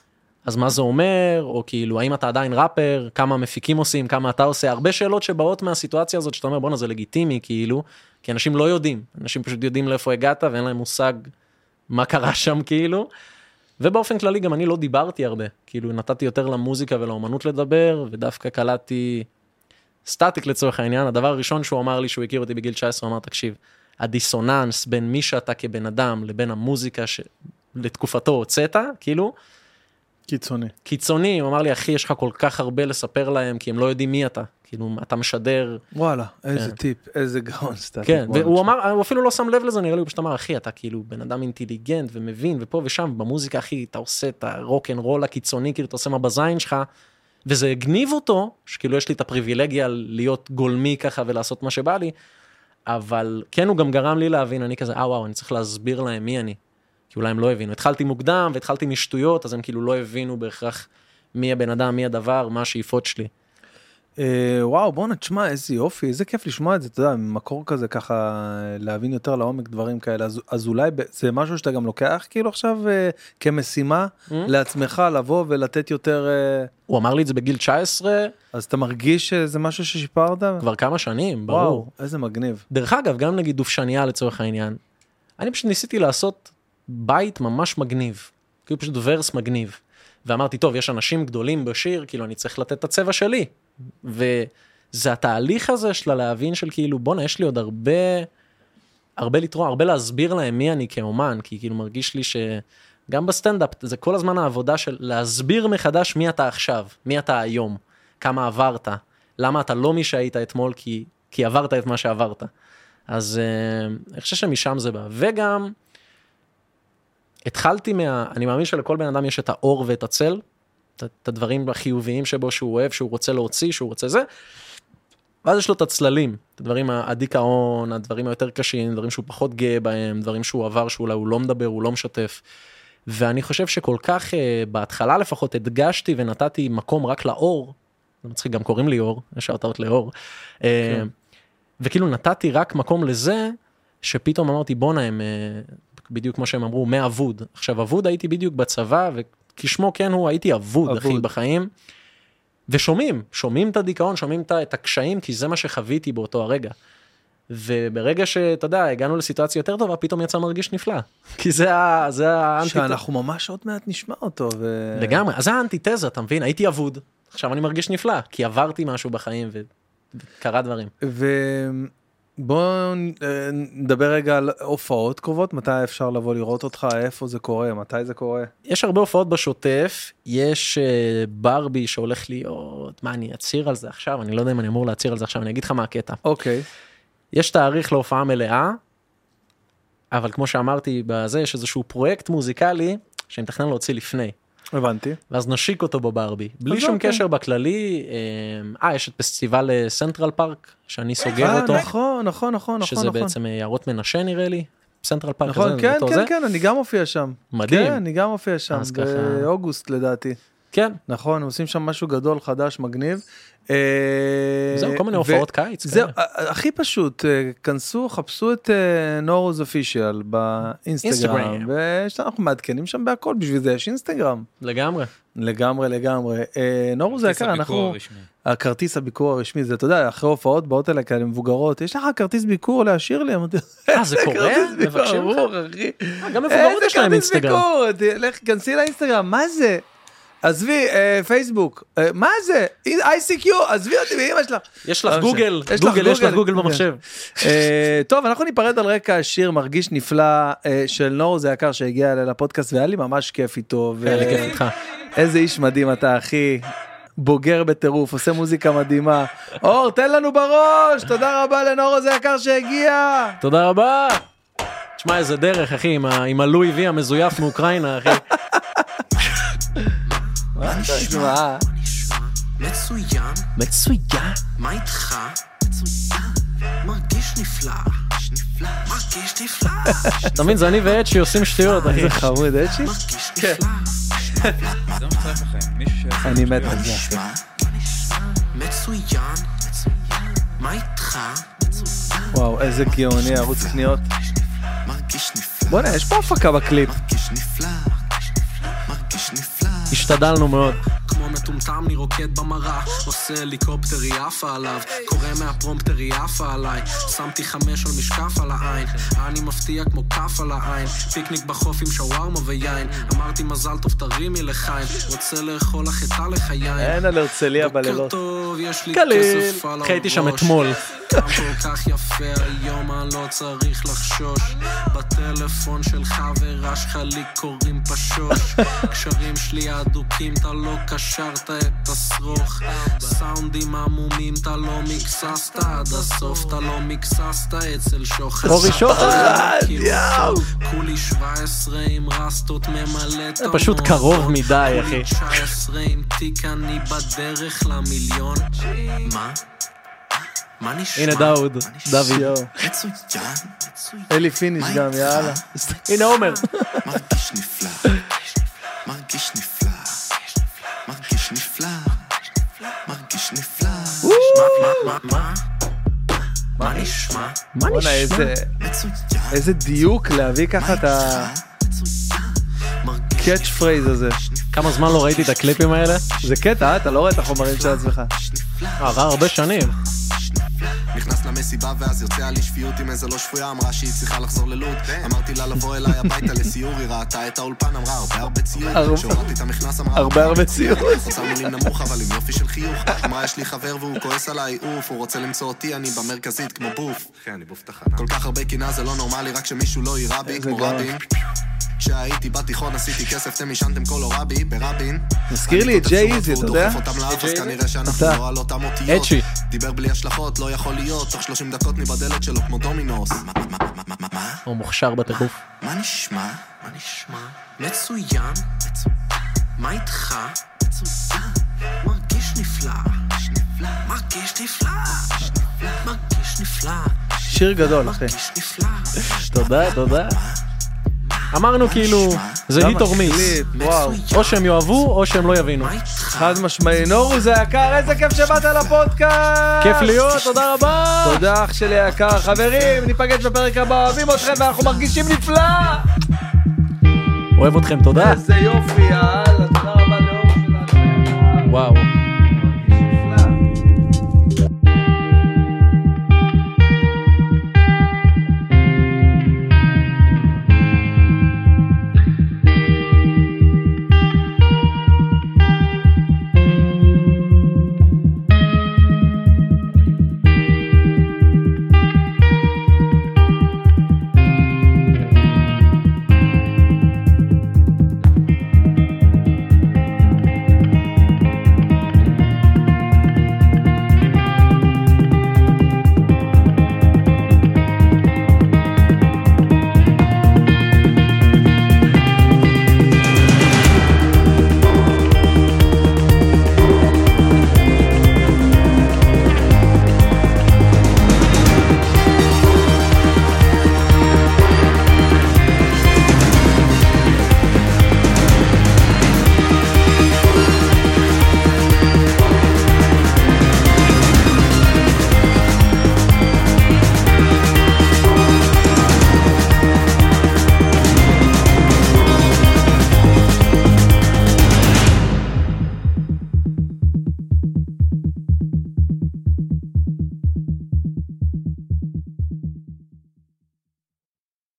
אז מה זה אומר, או כאילו, האם אתה עדיין ראפר, כמה מפיקים עושים, כמה אתה עושה, הרבה שאלות שבאות מהסיטואציה הזאת, שאתה אומר, בוא'נה, זה לגיטימי, כאילו, כי אנשים לא יודעים, אנשים פשוט יודעים לאיפה הגעת, ואין להם מושג מה קרה שם, כאילו, ובאופן כללי גם אני לא דיברתי הרבה, כאילו, נתתי יותר למוזיקה ולאומנות לדבר, ודווקא קלטתי סטטיק לצורך העניין, הדבר הראשון שהוא אמר לי, שהוא הכיר אותי בגיל 19, הוא אמר, תקשיב, הדיסוננס בין מי שאתה כבן אדם, לבין המוזיקה לתקופתו הוצאת, כאילו, קיצוני, הוא אמר לי, אחי, יש לך כל כך הרבה לספר להם, כי הם לא יודעים מי אתה, כאילו, אתה משדר. וואלה, איזה טיפ, איזה גאון סטטיק. כן, והוא אמר, הוא אפילו לא שם לב לזה, נראה לי, הוא פשוט אמר, אחי, אתה כאילו בן אדם אינטליגנט ומבין, ופה ושם, במוזיקה, אחי, אתה עושה את הרוק אנד רול הקיצוני, כאילו, אתה עושה מה בזין שלך, וזה הגניב אותו, שכאילו יש לי את הפריבילגיה להיות גולמי ככה ולעשות מה שבא לי, אבל כן, הוא גם גרם לי להבין, אני כזה, וואו, אני צריך להסביר להם מי אני. כי אולי הם לא הבינו. התחלתי מוקדם והתחלתי משטויות, אז הם כאילו לא הבינו בהכרח מי הבן אדם, מי הדבר, מה השאיפות שלי. וואו, בוא נשמע, איזה יופי, איזה כיף לשמוע את זה, אתה יודע, מקור כזה ככה, להבין יותר לעומק דברים כאלה, אז אולי זה משהו שאתה גם לוקח כאילו עכשיו כמשימה לעצמך לבוא ולתת יותר... הוא אמר לי את זה בגיל 19. אז אתה מרגיש שזה משהו ששיפרת? כבר כמה שנים, ברור. וואו, איזה מגניב. דרך אגב, גם נגיד דופשניה לצורך העניין, אני פשוט ניסיתי לעשות בית ממש מגניב, כאילו פשוט ורס מגניב, ואמרתי, טוב, יש אנשים גדולים בשיר, כאילו אני צריך לתת את הצבע שלי, וזה התהליך הזה של להבין של כאילו, בונה, יש לי עוד הרבה לתרוע, הרבה להסביר להם מי אני כאומן, כי כאילו מרגיש לי שגם בסטנדאפ, זה כל הזמן העבודה של להסביר מחדש מי אתה עכשיו, מי אתה היום, כמה עברת, למה אתה לא מי שהיית אתמול, כי עברת את מה שעברת. אז אני חושב שמשם זה בא. וגם, התחלתי אני מאמין שלכל בן אדם יש את האור ואת הצל, את הדברים החיוביים שבו שהוא אוהב, שהוא רוצה להוציא, שהוא רוצה זה, ואז יש לו את הצללים, את הדברים הדיכאון, הדברים היותר קשים, דברים שהוא פחות גאה בהם, דברים שהוא עבר, שאולי הוא לא מדבר, הוא לא משתף, ואני חושב שכל כך, בהתחלה לפחות, הדגשתי ונתתי מקום רק לאור, זה מצחיק, גם קוראים לי אור, יש הרתעות לאור, וכאילו נתתי רק מקום לזה, שפתאום אמרתי, בונה, הם, בדיוק כמו שהם אמרו, מאבוד. עכשיו, אבוד הייתי בדיוק בצבא, וכשמו כן הוא, הייתי אבוד, אחי, בחיים, ושומעים את הדיכאון, שומעים את הקשיים, כי זה מה שחוויתי באותו הרגע. וברגע שאתה יודע, הגענו לסיטואציה יותר טובה, פתאום יצא מרגיש נפלא. כי זה האנטיתזה. שאנחנו ממש עוד מעט נשמע אותו. לגמרי, אז זה האנטיתזה, אתה מבין? הייתי אבוד, עכשיו אני מרגיש נפלא, כי עברתי משהו בחיים וקרה דברים. בואו נדבר רגע על הופעות קרובות, מתי אפשר לבוא לראות אותך, איפה זה קורה, מתי זה קורה? יש הרבה הופעות בשוטף, יש ברבי שהולך להיות, מה אני אציר על זה עכשיו, אני לא יודע אם אני אמור להציר על זה עכשיו, אני אגיד לך מה הקטע. אוקיי. יש תאריך להופעה מלאה, אבל כמו שאמרתי בזה, יש איזשהו פרויקט מוזיקלי, שאני מתכנן להוציא לפני. הבנתי. ואז נשיק אותו בברבי. בלי שום קשר בכללי, יש את פסטיבל סנטרל פארק, שאני סוגר אותו. נכון. שזה בעצם יערות מנשה נראה לי. סנטרל פארק נכון, כן, אני גם מופיע שם. מדהים. כן, אני גם מופיע שם, באוגוסט לדעתי. כן. נכון, עושים שם משהו גדול, חדש, מגניב. זהו, כל מיני הופעות קיץ. זהו, הכי פשוט, כנסו, חפשו את נורוז אופישיאל באינסטגרם, ואנחנו מעדכנים שם בהכל, בשביל זה יש אינסטגרם. לגמרי. נורוז זה יקר, אנחנו... הכרטיס הביקור הרשמי, זה, אתה יודע, אחרי הופעות באות אליי כאלה מבוגרות, יש לך כרטיס ביקור להשאיר לי? זה קורה? מבקשים לך? גם מבוגרות יש להם אינסטגרם. לך, כנסי לאינסטגרם, מה זה? עזבי, פייסבוק, מה זה? ICQ, עזבי אותי באמא שלך. יש לך גוגל, יש לך גוגל במחשב. טוב, אנחנו ניפרד על רקע השיר מרגיש נפלא של נורוז היקר שהגיע לפודקאסט, והיה לי ממש כיף איתו. היה לי כיף איתך. איזה איש מדהים אתה, אחי. בוגר בטירוף, עושה מוזיקה מדהימה. אור, תן לנו בראש, תודה רבה לנורוז היקר שהגיע. תודה רבה. תשמע, איזה דרך, אחי, עם הלואי וי המזויף מאוקראינה, אחי. מצוין, מה איתך? מרגיש נפלא. אתה מבין, זה אני ואצ'י עושים שטויות, אחי. איזה חמוד, אצ'י? זה מצטרף לכם, מישהו אני מת על זה. מצוין, מה איתך? וואו, איזה גאוני, ערוץ קניות. בוא'נה, יש פה הפקה בקליפ. השתדלנו מאוד. כמו מטומטם אני רוקד במראה, עושה הליקופטר יפה עליו, קורא מהפרומפטר יפה עליי, שמתי 5 על משקף על העין, אני מפתיע כמו כף על העין, פיקניק בחוף עם שווארמה ויין, אמרתי מזל טוב תרימי לחיים, רוצה לאכול לך את הלך היין. אין על הרצליה בלילות. בוקר טוב, יש לי קליל. כסף על הראש. חייתי שם אתמול. גם כל כך יפה היום, אני לא צריך לחשוש, בטלפון של חברה שלך לי קוראים פשוש, קשרים שלי הדוקים, אתה לא קשרת את השרוך, סאונדים עמומים, אתה לא מקססת עד הסוף, אתה לא מקססת אצל שוחד. אורי שוחד, יאו. כולי 17 עם רסטות ממלאת זה פשוט קרוב מדי, אחי. 19 עם תיק, אני בדרך למיליון. מה? הנה דוד. אלי פיניש גם, יאללה. הנה עומר. מרגיש נפלא, מרגיש נפלא, מרגיש נפלא, מרגיש נפלא. מה נשמע? בוא'נה, איזה דיוק להביא ככה את הקאץ' פרייז הזה. כמה זמן לא ראיתי את הקליפים האלה? זה קטע, אתה לא רואה את החומרים של עצמך. עבר הרבה שנים. נכנס למסיבה ואז יוצא על שפיות עם איזה לא שפויה, אמרה שהיא צריכה לחזור ללוד. אמרתי לה לבוא אליי הביתה לסיור, היא ראתה את האולפן, אמרה הרבה ציור. שהורדתי את המכנס, אמרה הרבה ציור. חוצר מילים נמוך אבל עם יופי של חיוך. אמרה יש לי חבר והוא כועס עליי, אוף, הוא רוצה למצוא אותי, אני במרכזית כמו בוף. כן, אני בוף תחנה. כל כך הרבה קינה זה לא נורמלי, רק שמישהו לא יירה בי כמו רבין. כשהייתי בתיכון עשיתי כסף, אתם ישנתם כל הורבי ברבין. מזכיר לי את ג'יי איזי, אתה יודע? אז כנראה שאנחנו לא על אותם אותיות. דיבר בלי השלכות, לא יכול להיות. תוך 30 דקות מבדלת שלו כמו דומינוס. מה? הוא מוכשר בטירוף. מה נשמע? מה נשמע? מצוין. מה איתך? מצוין. מרגיש נפלא. מרגיש נפלא. מרגיש נפלא. שיר גדול, אחי. מרגיש נפלא. תודה. אמרנו כאילו, זה היט אורמיס. או שהם יאהבו, או שהם לא יבינו. חד משמעי. נורו זה יקר, איזה כיף שבאת לפודקאסט. כיף להיות, תודה רבה. תודה אח שלי יקר. חברים, ניפגש בפרק הבא, אוהבים אתכם ואנחנו מרגישים נפלא. אוהב אתכם, תודה. איזה יופי, יאללה, תודה רבה לאור שלנו. וואו.